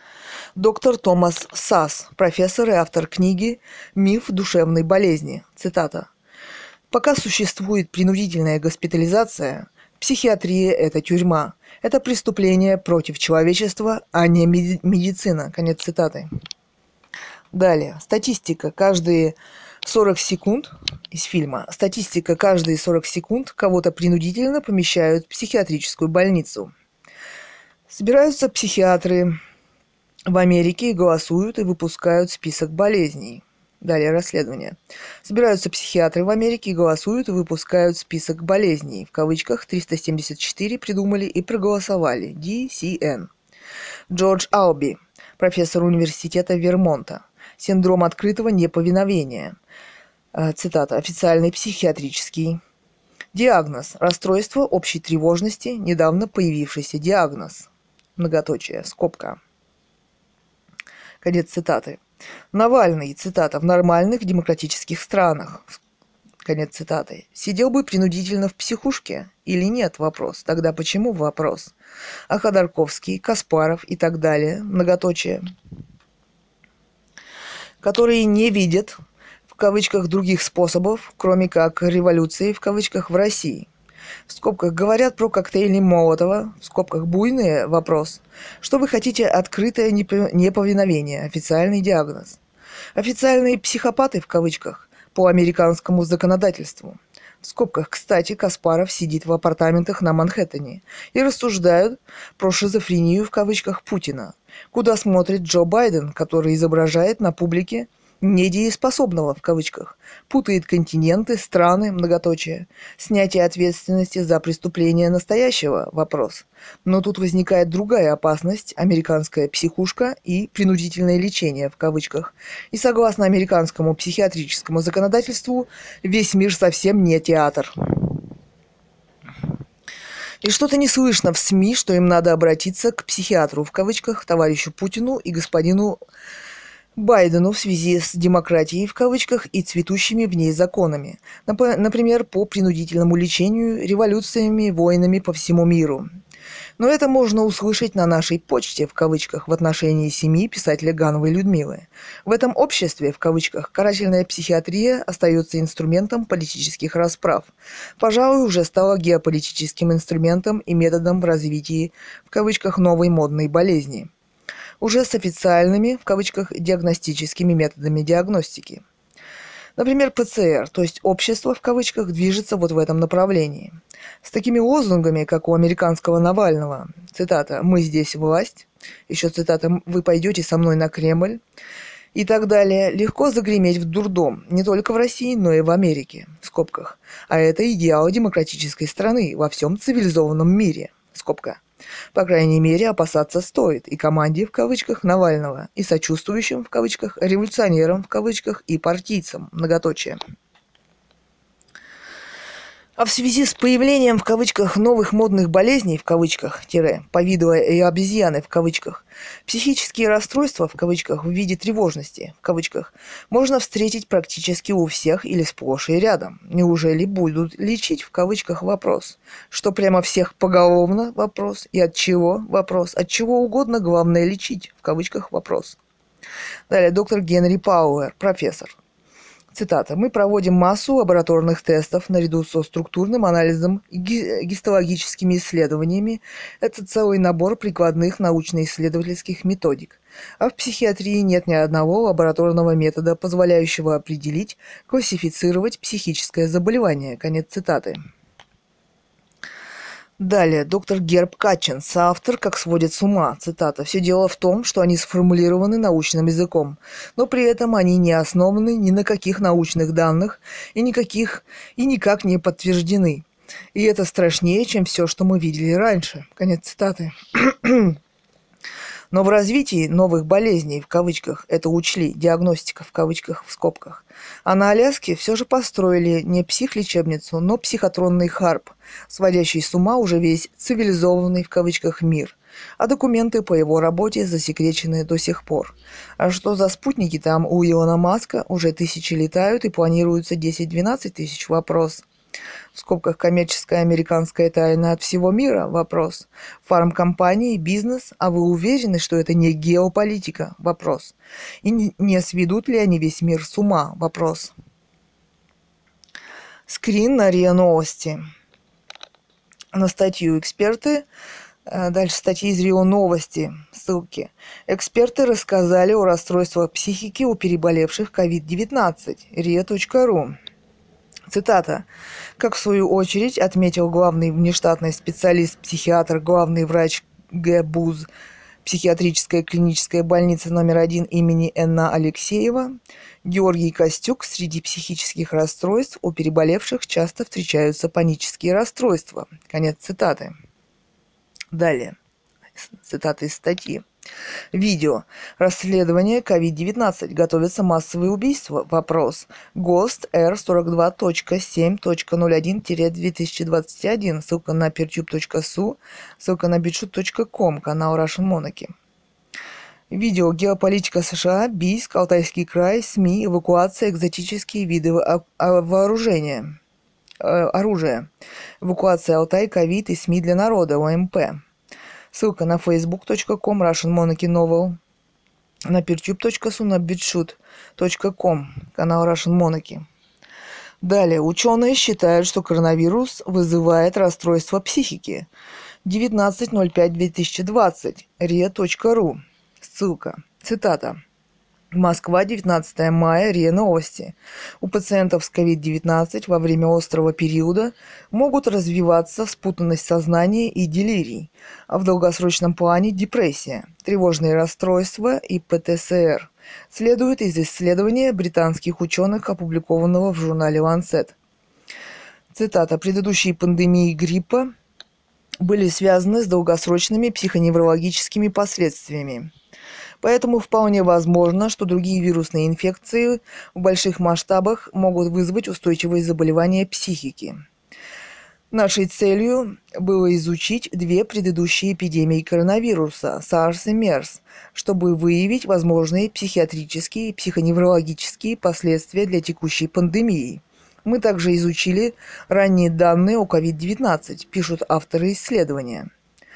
Доктор Томас Сасс, профессор и автор книги «Миф душевной болезни». Цитата. «Пока существует принудительная госпитализация, психиатрия – это тюрьма. Это преступление против человечества, а не медицина». Конец цитаты. Далее. Статистика. Каждые сорок секунд из фильма. Статистика. Каждые сорок секунд кого-то принудительно помещают в психиатрическую больницу. Собираются психиатры в Америке и голосуют и выпускают список болезней. Далее расследование. Собираются психиатры в Америке и голосуют и выпускают список болезней. В кавычках триста семьдесят четыре придумали и проголосовали. ди си эн. Джордж Алби, профессор университета Вермонта. Синдром открытого неповиновения. Цитата. Официальный психиатрический диагноз. Расстройство общей тревожности. Недавно появившийся диагноз. Многоточие. Скобка. Конец цитаты. Навальный, цитата, в нормальных демократических странах. Конец цитаты. Сидел бы принудительно в психушке или нет? Вопрос. Тогда почему? Вопрос. А Ходорковский, Каспаров и так далее. Многоточие. Которые не видят, в кавычках, других способов, кроме как революции, в кавычках, в России. В скобках говорят про коктейли Молотова, в скобках буйные, вопрос. Что вы хотите? Открытое неповиновение, официальный диагноз. Официальные психопаты, в кавычках, по американскому законодательству. В скобках, кстати, Каспаров сидит в апартаментах на Манхэттене и рассуждают про шизофрению, в кавычках, Путина. Куда смотрит Джо Байден, который изображает на публике недееспособного, в кавычках, путает континенты, страны, многоточие. Снятие ответственности за преступление настоящего, вопрос. Но тут возникает другая опасность, американская психушка и принудительное лечение, в кавычках. И согласно американскому психиатрическому законодательству, весь мир совсем не театр. И что-то не слышно в СМИ, что им надо обратиться к психиатру, в кавычках, товарищу Путину и господину Байдену в связи с демократией, в кавычках, и цветущими в ней законами. Например, по принудительному лечению, революциями, войнами по всему миру. Но это можно услышать на нашей почте, в кавычках, в отношении семьи писателя Гановой Людмилы. В этом обществе, в кавычках, карательная психиатрия остается инструментом политических расправ. Пожалуй, уже стала геополитическим инструментом и методом в развитии, в кавычках, новой модной болезни. Уже с официальными, в кавычках, диагностическими методами диагностики. Например, ПЦР, то есть общество, в кавычках, движется вот в этом направлении. С такими лозунгами, как у американского Навального, цитата, «Мы здесь власть», еще цитата, «Вы пойдете со мной на Кремль», и так далее, легко загреметь в дурдом, не только в России, но и в Америке, в скобках. А это идеал демократической страны во всем цивилизованном мире, скобка. По крайней мере, опасаться стоит и команде, в кавычках, Навального, и сочувствующим, в кавычках, революционерам, в кавычках, и партийцам, многоточие. А в связи с появлением, в кавычках, новых модных болезней, в кавычках, тире, повидовая и обезьяны, в кавычках, психические расстройства, в кавычках, в виде тревожности, в кавычках, можно встретить практически у всех или сплошь и рядом. Неужели будут лечить, в кавычках, вопрос? Что прямо всех поголовно, вопрос, и от чего, вопрос, от чего угодно, главное лечить, в кавычках, вопрос. Далее, доктор Генри Пауэр, профессор. Цитата. «Мы проводим массу лабораторных тестов наряду со структурным анализом и гистологическими исследованиями. Это целый набор прикладных научно-исследовательских методик. А в психиатрии нет ни одного лабораторного метода, позволяющего определить, классифицировать психическое заболевание». Конец цитаты. Далее, доктор Герб Катчин, соавтор «Как сводят с ума», цитата, «Все дело в том, что они сформулированы научным языком, но при этом они не основаны ни на каких научных данных и, никаких, и никак не подтверждены. И это страшнее, чем все, что мы видели раньше». Конец цитаты. Но в развитии новых болезней, в кавычках, это учли, диагностика, в кавычках, в скобках. А на Аляске все же построили не психлечебницу, но психотронный харп, сводящий с ума уже весь цивилизованный, в кавычках, мир. А документы по его работе засекречены до сих пор. А что за спутники там у Илона Маска? Уже тысячи летают и планируется десять-двенадцать тысяч, вопрос. В скобках коммерческая американская тайна от всего мира? Вопрос. Фармкомпании, бизнес? А вы уверены, что это не геополитика? Вопрос. И не, не сведут ли они весь мир с ума? Вопрос. Скрин на РИА Новости. На статью эксперты. Дальше статьи из РИА Новости. Ссылки. Эксперты рассказали о расстройствах психики у переболевших ковид девятнадцать. риа точка ру. Цитата. Как в свою очередь отметил главный внештатный специалист-психиатр, главный врач ГБУЗ, психиатрическая клиническая больница номер один имени Н А Алексеева, Георгий Костюк, среди психических расстройств у переболевших часто встречаются панические расстройства. Конец цитаты. Далее. Цитата из статьи. Видео. Расследование ковид девятнадцать. Готовятся массовые убийства. Вопрос. ГОСТ Р сорок два точка семь точка ноль один две тысячи двадцать один. Ссылка на перчуб точка су. Ссылка на битшут точка ком. Канал Russian Monarchy. Видео. Геополитика США. Бийск. Алтайский край. СМИ. Эвакуация. Экзотические виды вооружения. Оружия. Эвакуация Алтай. Ковид и СМИ для народа. О М П. Ссылка на фейсбук точка ком, Russian Monarchy Novel, на перчуб точка су, на битшут точка ком, канал Russian Monarchy. Далее. Ученые считают, что коронавирус вызывает расстройство психики. девятнадцатое ноль пятое две тысячи двадцать. риа точка ру. Ссылка. Цитата. Москва, девятнадцатое мая, РИА Новости. У пациентов с ковид девятнадцать во время острого периода могут развиваться спутанность сознания и делирий, а в долгосрочном плане депрессия, тревожные расстройства и П Т С Р. Следует из исследования британских ученых, опубликованного в журнале Lancet. Цитата. Предыдущие пандемии гриппа были связаны с долгосрочными психоневрологическими последствиями. Поэтому вполне возможно, что другие вирусные инфекции в больших масштабах могут вызвать устойчивые заболевания психики. Нашей целью было изучить две предыдущие эпидемии коронавируса – SARS и MERS, чтобы выявить возможные психиатрические и психоневрологические последствия для текущей пандемии. Мы также изучили ранние данные о ковид девятнадцать, пишут авторы исследования.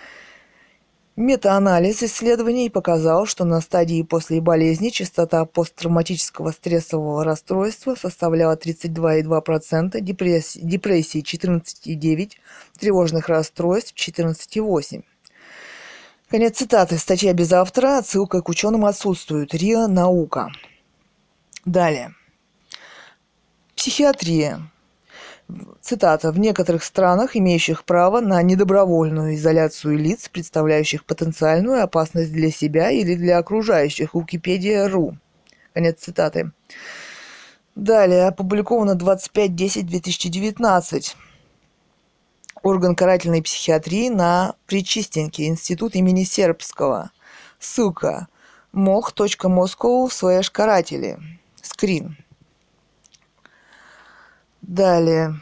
Метаанализ исследований показал, что на стадии после болезни частота посттравматического стрессового расстройства составляла тридцать два и два десятых процента, депрессии, депрессии четырнадцать и девять десятых процента, тревожных расстройств четырнадцать и восемь десятых процента. Конец цитаты. Статья без автора, отсылка к ученым отсутствует. РИА Наука. Далее. Психиатрия. Цитата. В некоторых странах, имеющих право на недобровольную изоляцию лиц, представляющих потенциальную опасность для себя или для окружающих. Википедия точка ру. Конец цитаты. Далее. Опубликовано двадцать пятое десятое две тысячи девятнадцать. Орган карательной психиатрии на Причистенке. Институт имени Сербского. Ссылка. мох точка москоу слэш каратели. Скрин. Далее.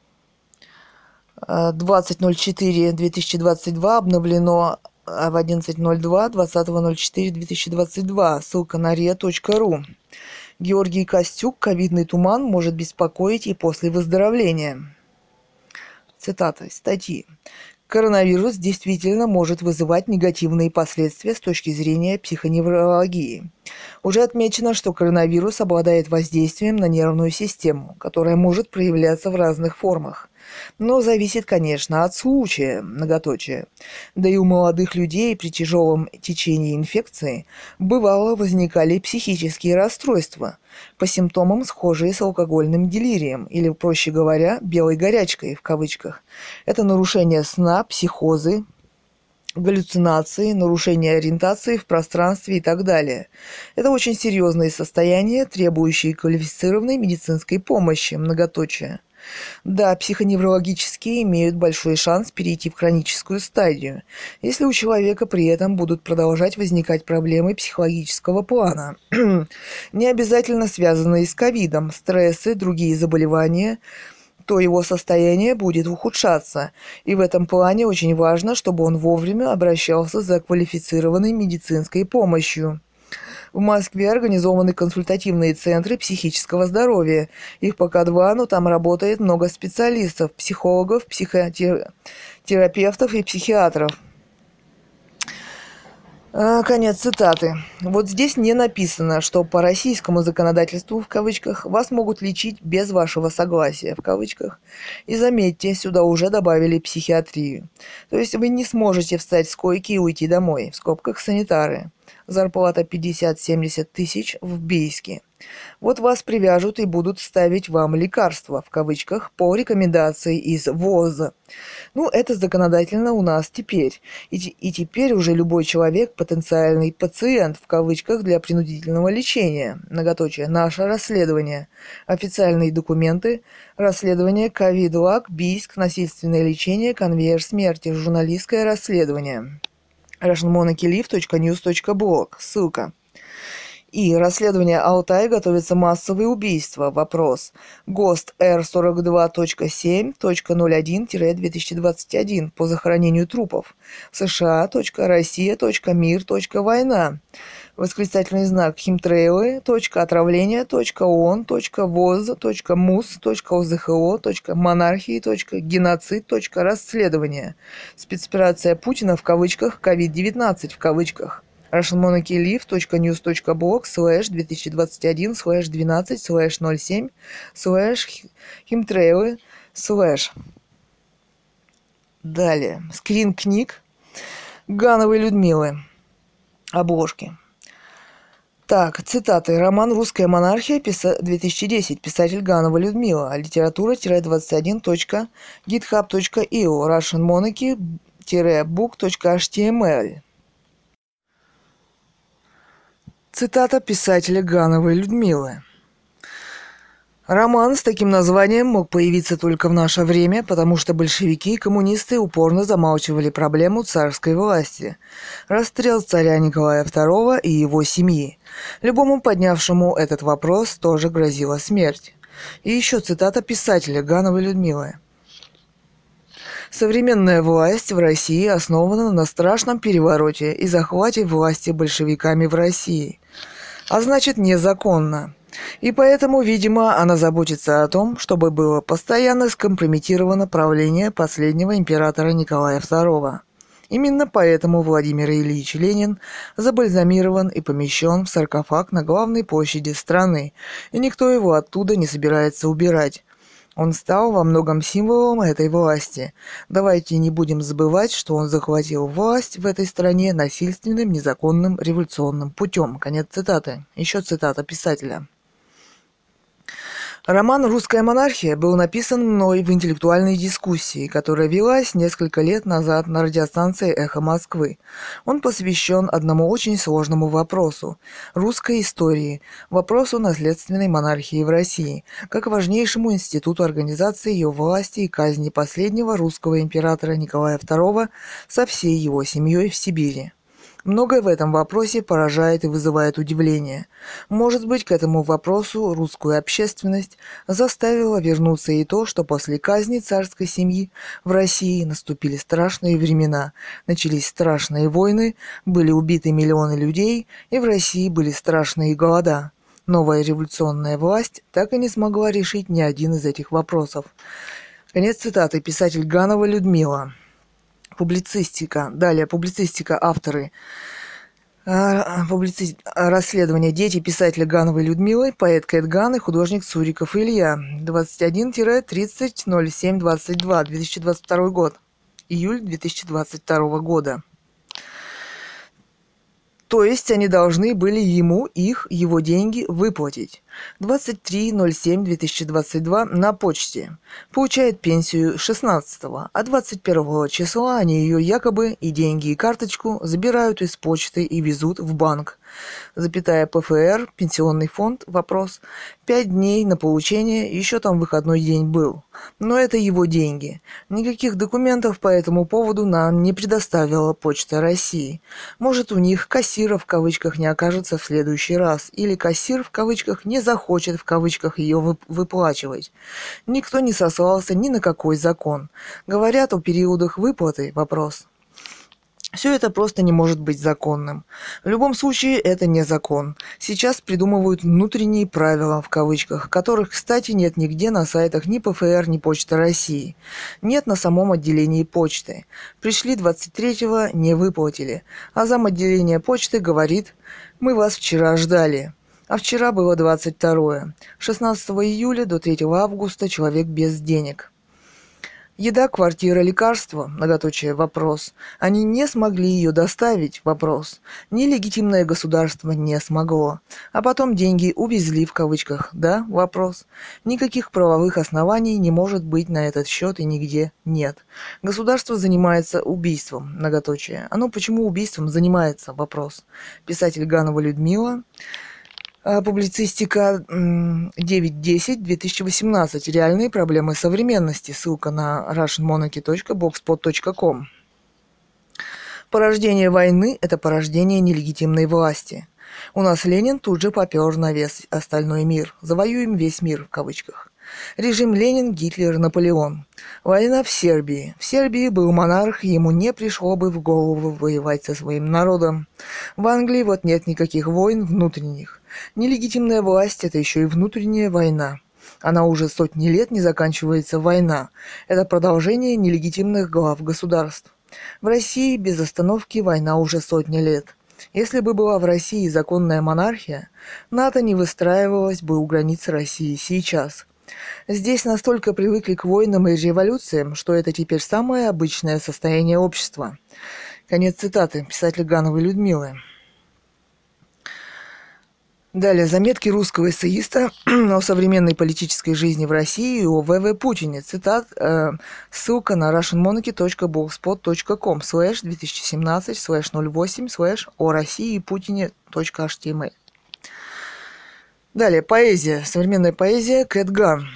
двадцатое ноль четыре две тысячи двадцать два обновлено в одиннадцатое ноль два двадцатое ноль четыре две тысячи двадцать два. Ссылка на риа точка ру. Георгий Костюк. Ковидный туман может беспокоить и после выздоровления. Цитата из статьи. Коронавирус действительно может вызывать негативные последствия с точки зрения психоневрологии. Уже отмечено, что коронавирус обладает воздействием на нервную систему, которая может проявляться в разных формах. Но зависит, конечно, от случая, многоточие. Да и у молодых людей при тяжелом течении инфекции бывало возникали психические расстройства, по симптомам схожие с алкогольным делирием, или, проще говоря, белой горячкой в кавычках. Это нарушение сна, психозы, галлюцинации, нарушение ориентации в пространстве и так далее. Это очень серьезные состояния, требующие квалифицированной медицинской помощи, многоточие. Да, психоневрологические имеют большой шанс перейти в хроническую стадию, если у человека при этом будут продолжать возникать проблемы психологического плана, не обязательно связанные с ковидом, стрессы, другие заболевания, то его состояние будет ухудшаться, и в этом плане очень важно, чтобы он вовремя обращался за квалифицированной медицинской помощью. В Москве организованы консультативные центры психического здоровья. Их пока два, но там работает много специалистов, психологов, психотерапевтов и психиатров. Конец цитаты. Вот здесь не написано, что по российскому законодательству, в кавычках, вас могут лечить без вашего согласия, в кавычках. И заметьте, сюда уже добавили психиатрию. То есть вы не сможете встать с койки и уйти домой, в скобках санитары. Зарплата пятьдесят-семьдесят тысяч в Бийске. Вот вас привяжут и будут ставить вам лекарства, в кавычках, по рекомендации из ВОЗ. Ну, это законодательно у нас теперь. И, и теперь уже любой человек потенциальный пациент, в кавычках, для принудительного лечения. Многоточие. Наше расследование. Официальные документы. Расследование ковид-лак, Бийск, насильственное лечение, конвейер смерти. Журналистское расследование. russian monarchy live точка news точка blog. Ссылка. И расследование Алтай готовится массовые убийства. Вопрос. ГОСТ Р сорок два точка семь точка ноль один две тысячи двадцать один по захоронению трупов. США. Россия. Мир. Война. Восклицательный знак. Химтрейлы. Отравление. ООН. ВОЗ. МУС. ОЗХО. Монархии. Геноцид. Расследование. Спецоперация Путина в кавычках. ковид девятнадцать в кавычках. russian monarchy live точка news точка blog слэш две тысячи двадцать один слэш двенадцать слэш ноль семь слэш химтрейлы слэш. Далее. Скрин книг Гановой Людмилы. Обложки. Так, цитаты. Роман «Русская монархия», две тысячи десять. Писатель Ганова Людмила. Литература-двадцать один точка гитхаб точка io. russian monarchy book точка эйч ти эм эль. Цитата писателя Гановой Людмилы. Роман с таким названием мог появиться только в наше время, потому что большевики и коммунисты упорно замалчивали проблему царской власти. Расстрел царя Николая второго и его семьи. Любому поднявшему этот вопрос тоже грозила смерть. И еще цитата писателя Гановой Людмилы. Современная власть в России основана на страшном перевороте и захвате власти большевиками в России, а значит незаконно. И поэтому, видимо, она заботится о том, чтобы было постоянно скомпрометировано правление последнего императора Николая второго. Именно поэтому Владимир Ильич Ленин забальзамирован и помещен в саркофаг на главной площади страны, и никто его оттуда не собирается убирать. Он стал во многом символом этой власти. Давайте не будем забывать, что он захватил власть в этой стране насильственным, незаконным, революционным путем. Конец цитаты. Еще цитата писателя. Роман «Русская монархия» был написан мной в интеллектуальной дискуссии, которая велась несколько лет назад на радиостанции «Эхо Москвы». Он посвящен одному очень сложному вопросу – русской истории, вопросу наследственной монархии в России, как важнейшему институту организации ее власти и казни последнего русского императора Николая второго со всей его семьей в Сибири. Многое в этом вопросе поражает и вызывает удивление. Может быть, к этому вопросу русскую общественность заставило вернуться и то, что после казни царской семьи в России наступили страшные времена, начались страшные войны, были убиты миллионы людей, и в России были страшные голода. Новая революционная власть так и не смогла решить ни один из этих вопросов. Конец цитаты. Писатель Ганова Людмила. Публицистика. Далее, публицистика, авторы. Публици... Расследование. Дети писателя Гановой Людмилы, поэт Кэт Ган и художник Цуриков Илья. двадцать один тридцать ноль семь двадцать два, две тысячи двадцать второй год. Июль две тысячи двадцать второго года. То есть они должны были ему их, его деньги выплатить. двадцать три ноль семь две тысячи двадцать два на почте. Получает пенсию шестнадцатого, а двадцать первого числа они ее якобы и деньги, и карточку забирают из почты и везут в банк. Запятая ПФР, пенсионный фонд, вопрос. Пять дней на получение, еще там выходной день был. Но это его деньги. Никаких документов по этому поводу нам не предоставила Почта России. Может, у них кассира в кавычках не окажется в следующий раз, или кассир в кавычках не захочет в кавычках ее выплачивать. Никто не сослался ни на какой закон. Говорят о периодах выплаты, вопрос. Все это просто не может быть законным. В любом случае, это не закон. Сейчас придумывают внутренние правила, в кавычках, которых, кстати, нет нигде на сайтах ни ПФР, ни Почты России. Нет на самом отделении почты. Пришли двадцать третьего, не выплатили. А зам отделения почты говорит: «Мы вас вчера ждали». А вчера было двадцать второе. шестнадцатого июля до третьего августа человек без денег. Еда, квартира, лекарства, многоточие, вопрос. Они не смогли ее доставить, вопрос. Нелегитимное государство не смогло. А потом деньги увезли, в кавычках, да, вопрос. Никаких правовых оснований не может быть на этот счет и нигде нет. Государство занимается убийством, многоточие. Оно почему убийством занимается, вопрос. Писатель Ганова Людмила. Публицистика девять десять две тысячи восемнадцать. Реальные проблемы современности. Ссылка на russian monarchy точка blogspot точка com. Порождение войны – это порождение нелегитимной власти. У нас Ленин тут же попер на вес остальной мир. Завоюем весь мир, в кавычках. Режим Ленин, Гитлер, Наполеон. Война в Сербии. В Сербии был монарх, ему не пришло бы в голову воевать со своим народом. В Англии вот нет никаких войн внутренних. Нелегитимная власть – это еще и внутренняя война. Она уже сотни лет не заканчивается война. Это продолжение нелегитимных глав государств. В России без остановки война уже сотни лет. Если бы была в России законная монархия, НАТО не выстраивалось бы у границ России сейчас. Здесь настолько привыкли к войнам и революциям, что это теперь самое обычное состояние общества. Конец цитаты. Писатель Гановой Людмилы. Далее. Заметки русского эссеиста о современной политической жизни в России и о вэ вэ Путине. Цитат. Э, ссылка на russian monarchy точка blogspot точка com слэш две тысячи семнадцать слэш ноль восемь слэш о России и Путине точка эйч ти эм эль. Далее. Поэзия. Современная поэзия. Кэт Ган.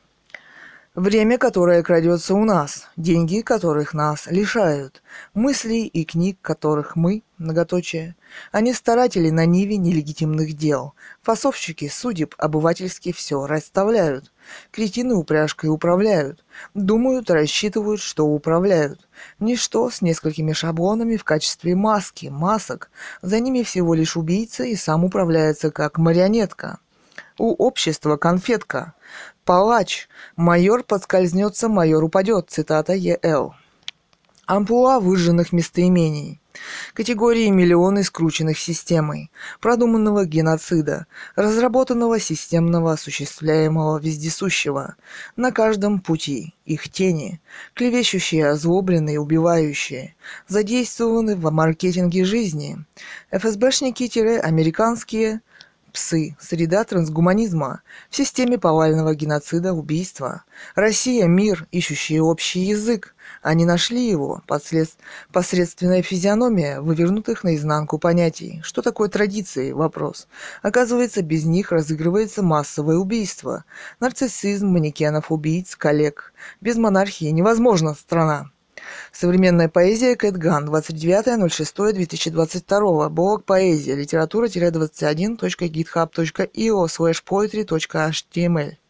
Время, которое крадется у нас, деньги, которых нас лишают, мысли и книг, которых мы, многоточие, они старатели на ниве нелегитимных дел, фасовщики судеб обывательски все расставляют, кретины упряжкой управляют, думают, рассчитывают, что управляют, ничто с несколькими шаблонами в качестве маски, масок, за ними всего лишь убийца и сам управляется как марионетка. У общества конфетка. Палач. Майор подскользнется, майор упадет. Цитата Е Л. Амплуа выжженных местоимений. Категории миллионы скрученных системой. Продуманного геноцида. Разработанного системного осуществляемого вездесущего. На каждом пути. Их тени. Клевещущие, озлобленные, убивающие. Задействованы в маркетинге жизни. эф эс бэшники-американские псы, среда трансгуманизма, в системе повального геноцида, убийства. Россия – мир, ищущий общий язык. Они нашли его, послед... посредственная физиономия вывернутых наизнанку понятий. Что такое традиции? Вопрос. Оказывается, без них разыгрывается массовое убийство. Нарциссизм, манекенов, убийц, коллег. Без монархии невозможна страна. Современная поэзия. Кэт Ган. двадцать девятое ноль шестое две тысячи двадцать второго. Блог поэзия. Литература-двадцать один точка гитхаб точка ай о слэш поэтри точка эйч ти эм эль.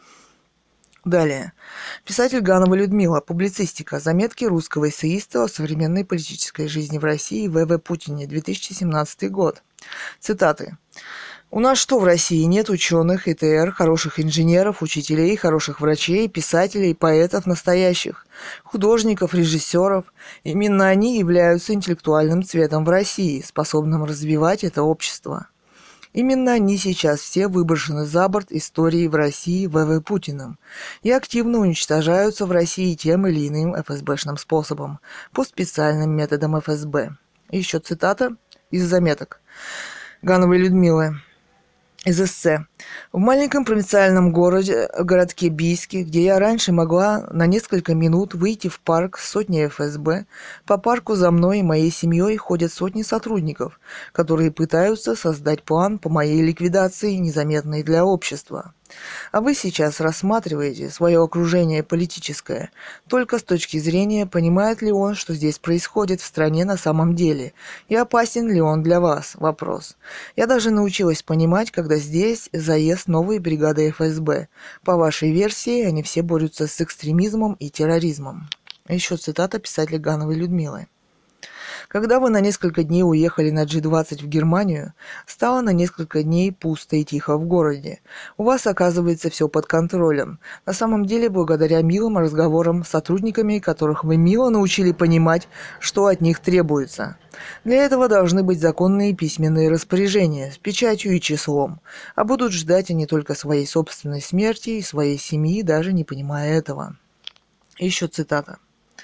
Далее. Писатель Ганова Людмила. Публицистика. Заметки русского эссеиста о современной политической жизни в России. вэ вэ Путине. две тысячи семнадцатый год. Цитаты. У нас что в России? Нет ученых, и тэ эр, хороших инженеров, учителей, хороших врачей, писателей, поэтов настоящих, художников, режиссеров. Именно они являются интеллектуальным цветом в России, способным развивать это общество. Именно они сейчас все выброшены за борт истории в России вэ вэ Путиным и активно уничтожаются в России тем или иным эф эс бэшным способом, по специальным методам эф эс бэ. Еще цитата из заметок Гановой Людмилы. Из эссе. В маленьком провинциальном городе, городке Бийске, где я раньше могла на несколько минут выйти в парк с сотней эф эс бэ, по парку за мной и моей семьей ходят сотни сотрудников, которые пытаются создать план по моей ликвидации, незаметной для общества. А вы сейчас рассматриваете свое окружение политическое только с точки зрения, понимает ли он, что здесь происходит в стране на самом деле, и опасен ли он для вас? Вопрос. Я даже научилась понимать, когда здесь заезд новой бригады эф эс бэ. По вашей версии, они все борются с экстремизмом и терроризмом. Еще цитата писателя Гановой Людмилы. Когда вы на несколько дней уехали на джи двадцать в Германию, стало на несколько дней пусто и тихо в городе. У вас оказывается все под контролем. На самом деле, благодаря милым разговорам с сотрудниками, которых вы мило научили понимать, что от них требуется. Для этого должны быть законные письменные распоряжения с печатью и числом, а будут ждать они только своей собственной смерти и своей семьи, даже не понимая этого. Еще цитата.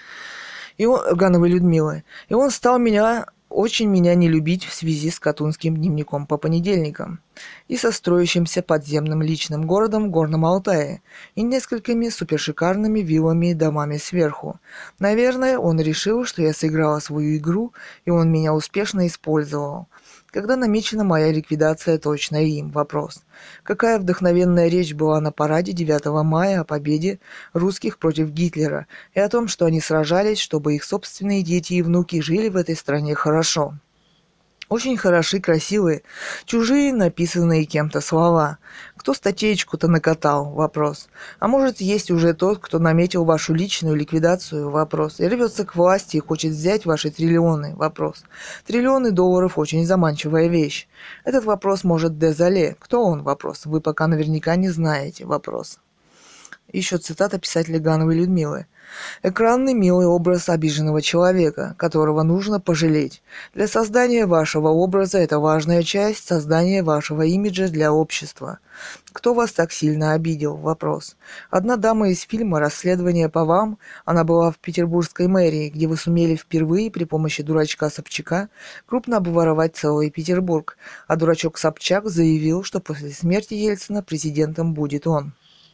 И он, Гановой Людмилы. «И он стал меня, очень меня не любить в связи с Катунским дневником по понедельникам и со строящимся подземным личным городом в Горном Алтае и несколькими супершикарными виллами и домами сверху. Наверное, он решил, что я сыграла свою игру, и он меня успешно использовал. Когда намечена моя ликвидация точно им? Вопрос. Какая вдохновенная речь была на параде девятого мая о победе русских против Гитлера и о том, что они сражались, чтобы их собственные дети и внуки жили в этой стране хорошо. Очень хороши, красивые, чужие, написанные кем-то слова. Кто статейку-то накатал? Вопрос. А может, есть уже тот, кто наметил вашу личную ликвидацию? Вопрос. И рвется к власти и хочет взять ваши триллионы? Вопрос. Триллионы долларов – очень заманчивая вещь. Этот вопрос может Дезале. Кто он? Вопрос. Вы пока наверняка не знаете. Вопрос. Еще цитата писателя Гановой Людмилы. «Экранный милый образ обиженного человека, которого нужно пожалеть. Для создания вашего образа это важная часть создания вашего имиджа для общества. Кто вас так сильно обидел? Вопрос. Одна дама из фильма «Расследование по вам», она была в петербургской мэрии, где вы сумели впервые при помощи дурачка Собчака крупно обворовать целый Петербург, а дурачок Собчак заявил, что после смерти Ельцина президентом будет он.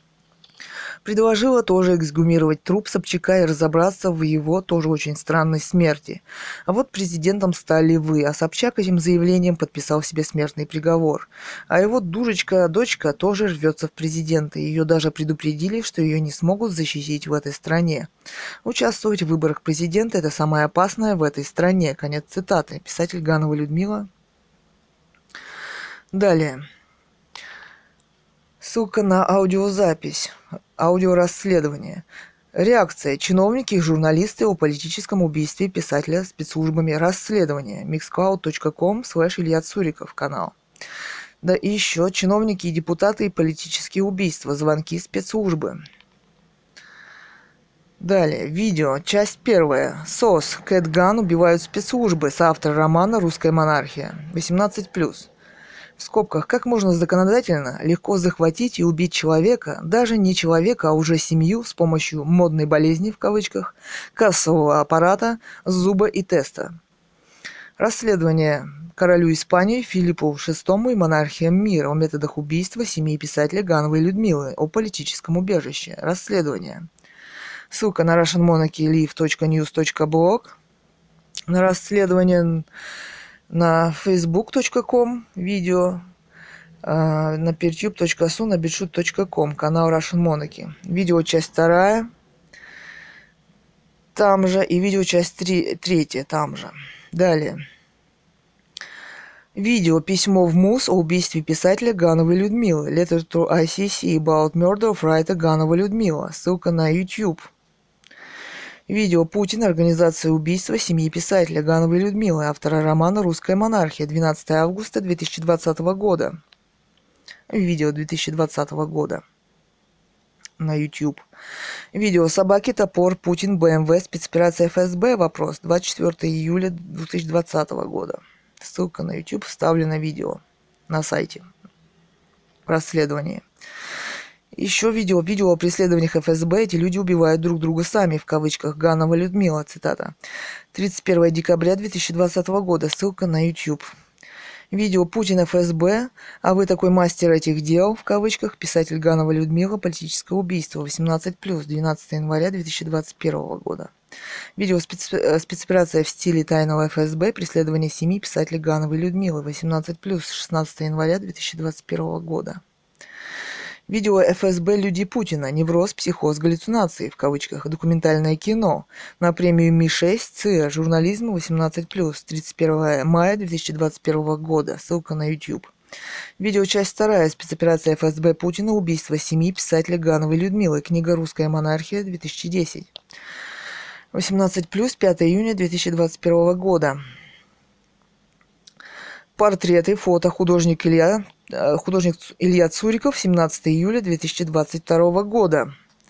Предложила тоже эксгумировать труп Собчака и разобраться в его тоже очень странной смерти. А вот президентом стали вы, а Собчак этим заявлением подписал себе смертный приговор. А его дурочка-дочка тоже рвется в президенты. Ее даже предупредили, что ее не смогут защитить в этой стране. Участвовать в выборах президента – это самое опасное в этой стране. Конец цитаты. Писатель Ганова Людмила. Далее. Ссылка на аудиозапись. Аудиорасследование. Реакция. Чиновники и журналисты о политическом убийстве писателя спецслужбами расследования. миксклауд точка ком слэш Илья Цуриков канал. Да и еще чиновники и депутаты и политические убийства. Звонки спецслужбы. Далее. Видео. Часть первая. СОС. Кэт Ган убивают спецслужбы. Соавтор романа «Русская монархия». восемнадцать плюс. В скобках, как можно законодательно легко захватить и убить человека, даже не человека, а уже семью с помощью «модной болезни» в кавычках, кассового аппарата, зуба и теста. Расследование королю Испании Филиппу шестому и монархиям мира о методах убийства семьи писателя Гановой Людмилы, о политическом убежище. Расследование. Ссылка на russian monarchy live точка news точка blog. На расследование на facebook точка ком видео, э, на peertube точка эс ю, на bitshoot точка ком канал Russian Monarchy. Видео часть вторая там же и видео часть три, третья там же. Далее. Видео «Письмо в МУС о убийстве писателя Гановой Людмилы. Letter to ай си си about murder of writer Ганова Людмила». Ссылка на YouTube. Видео «Путин. Организация убийства семьи писателя Гановой Людмилы», автора романа «Русская монархия», двенадцатого августа две тысячи двадцатого года. Видео две тысячи двадцатого года на YouTube. Видео «Собаки, топор, Путин, БМВ, спецоперация эф эс бэ. Вопрос. двадцать четвёртого июля две тысячи двадцатого года. Ссылка на YouTube вставлена видео на сайте. Расследование. Еще видео, видео о преследованиях эф эс бэ. Эти люди убивают друг друга сами, в кавычках. Ганова Людмила, цитата. тридцать первого декабря две тысячи двадцатого года. Ссылка на YouTube. Видео «Путин эф эс бэ. А вы такой мастер этих дел», в кавычках. Писатель Ганова Людмила. Политическое убийство. восемнадцать плюс. двенадцатого января две тысячи двадцать первого года. Видео специ... «Спецоперация в стиле тайного эф эс бэ. Преследование семьи писателя Гановой Людмилы». восемнадцать плюс. шестнадцатого января две тысячи двадцать первого года. Видео эф эс бэ «Люди Путина. Невроз, психоз, галлюцинации», в кавычках. Документальное кино. На премию Ми шесть ЦИА. Журнализм восемнадцать плюс. тридцать первого мая две тысячи двадцать первого года. Ссылка на YouTube. Видео часть вторая. Спецоперация эф эс бэ Путина. Убийство семьи писателя Гановой Людмилы. Книга «Русская монархия» две тысячи десять. восемнадцать плюс, пятое июня две тысячи двадцать первого года. Портреты, фото, художник Илья, художник Илья Цуриков, семнадцатое июля две тысячи двадцать второго года.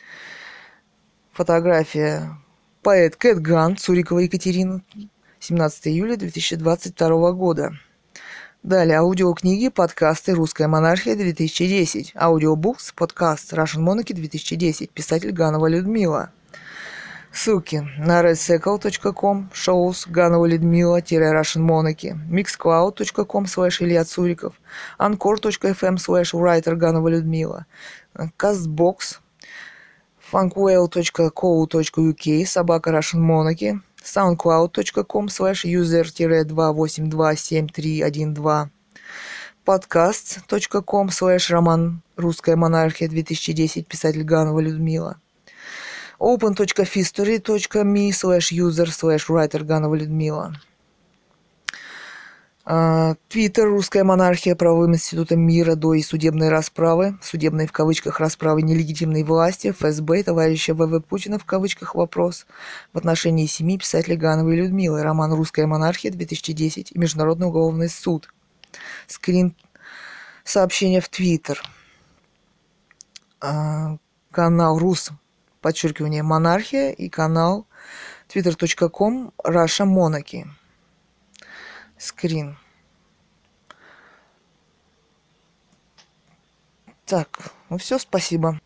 Фотография поэт Кэт Ган, Цурикова Екатерина, семнадцатое июля две тысячи двадцать второго года. Далее аудиокниги, подкасты «Русская монархия» две тысячи десять, аудиобукс, подкаст «Russian Monarchy» две тысячи десять, писатель Ганова Людмила. Ссылки на red circle точка com, шоус Ганова Людмила, Russian Monarchy, mixcloud точка com slash Илья Цуриков, anchor точка эф эм slash writer Ганова Людмила, Castbox, funkwell точка co точка uk, собака Russian Monarchy, soundcloud точка com slash user два восемь два семь три один два, подкаст точка ком slash роман «Русская монархия» две тысячи десять, писатель Ганова Людмила, open точка history точка me slash user slash writer Ганова Людмила, Твиттер «Русская монархия», правовым институтом мира до и судебной расправы, судебной в кавычках расправы нелегитимной власти, эф эс бэ, товарища вэ вэ Путина в кавычках вопрос в отношении семьи писателя Гановой Людмилы, роман «Русская монархия» две тысячи десять и Международный уголовный суд. Скрин сообщения в Твиттер. Канал Рус, подчеркивание, монархия, и канал twitter точка com Russian Monarchy. Скрин. Так, ну все, спасибо.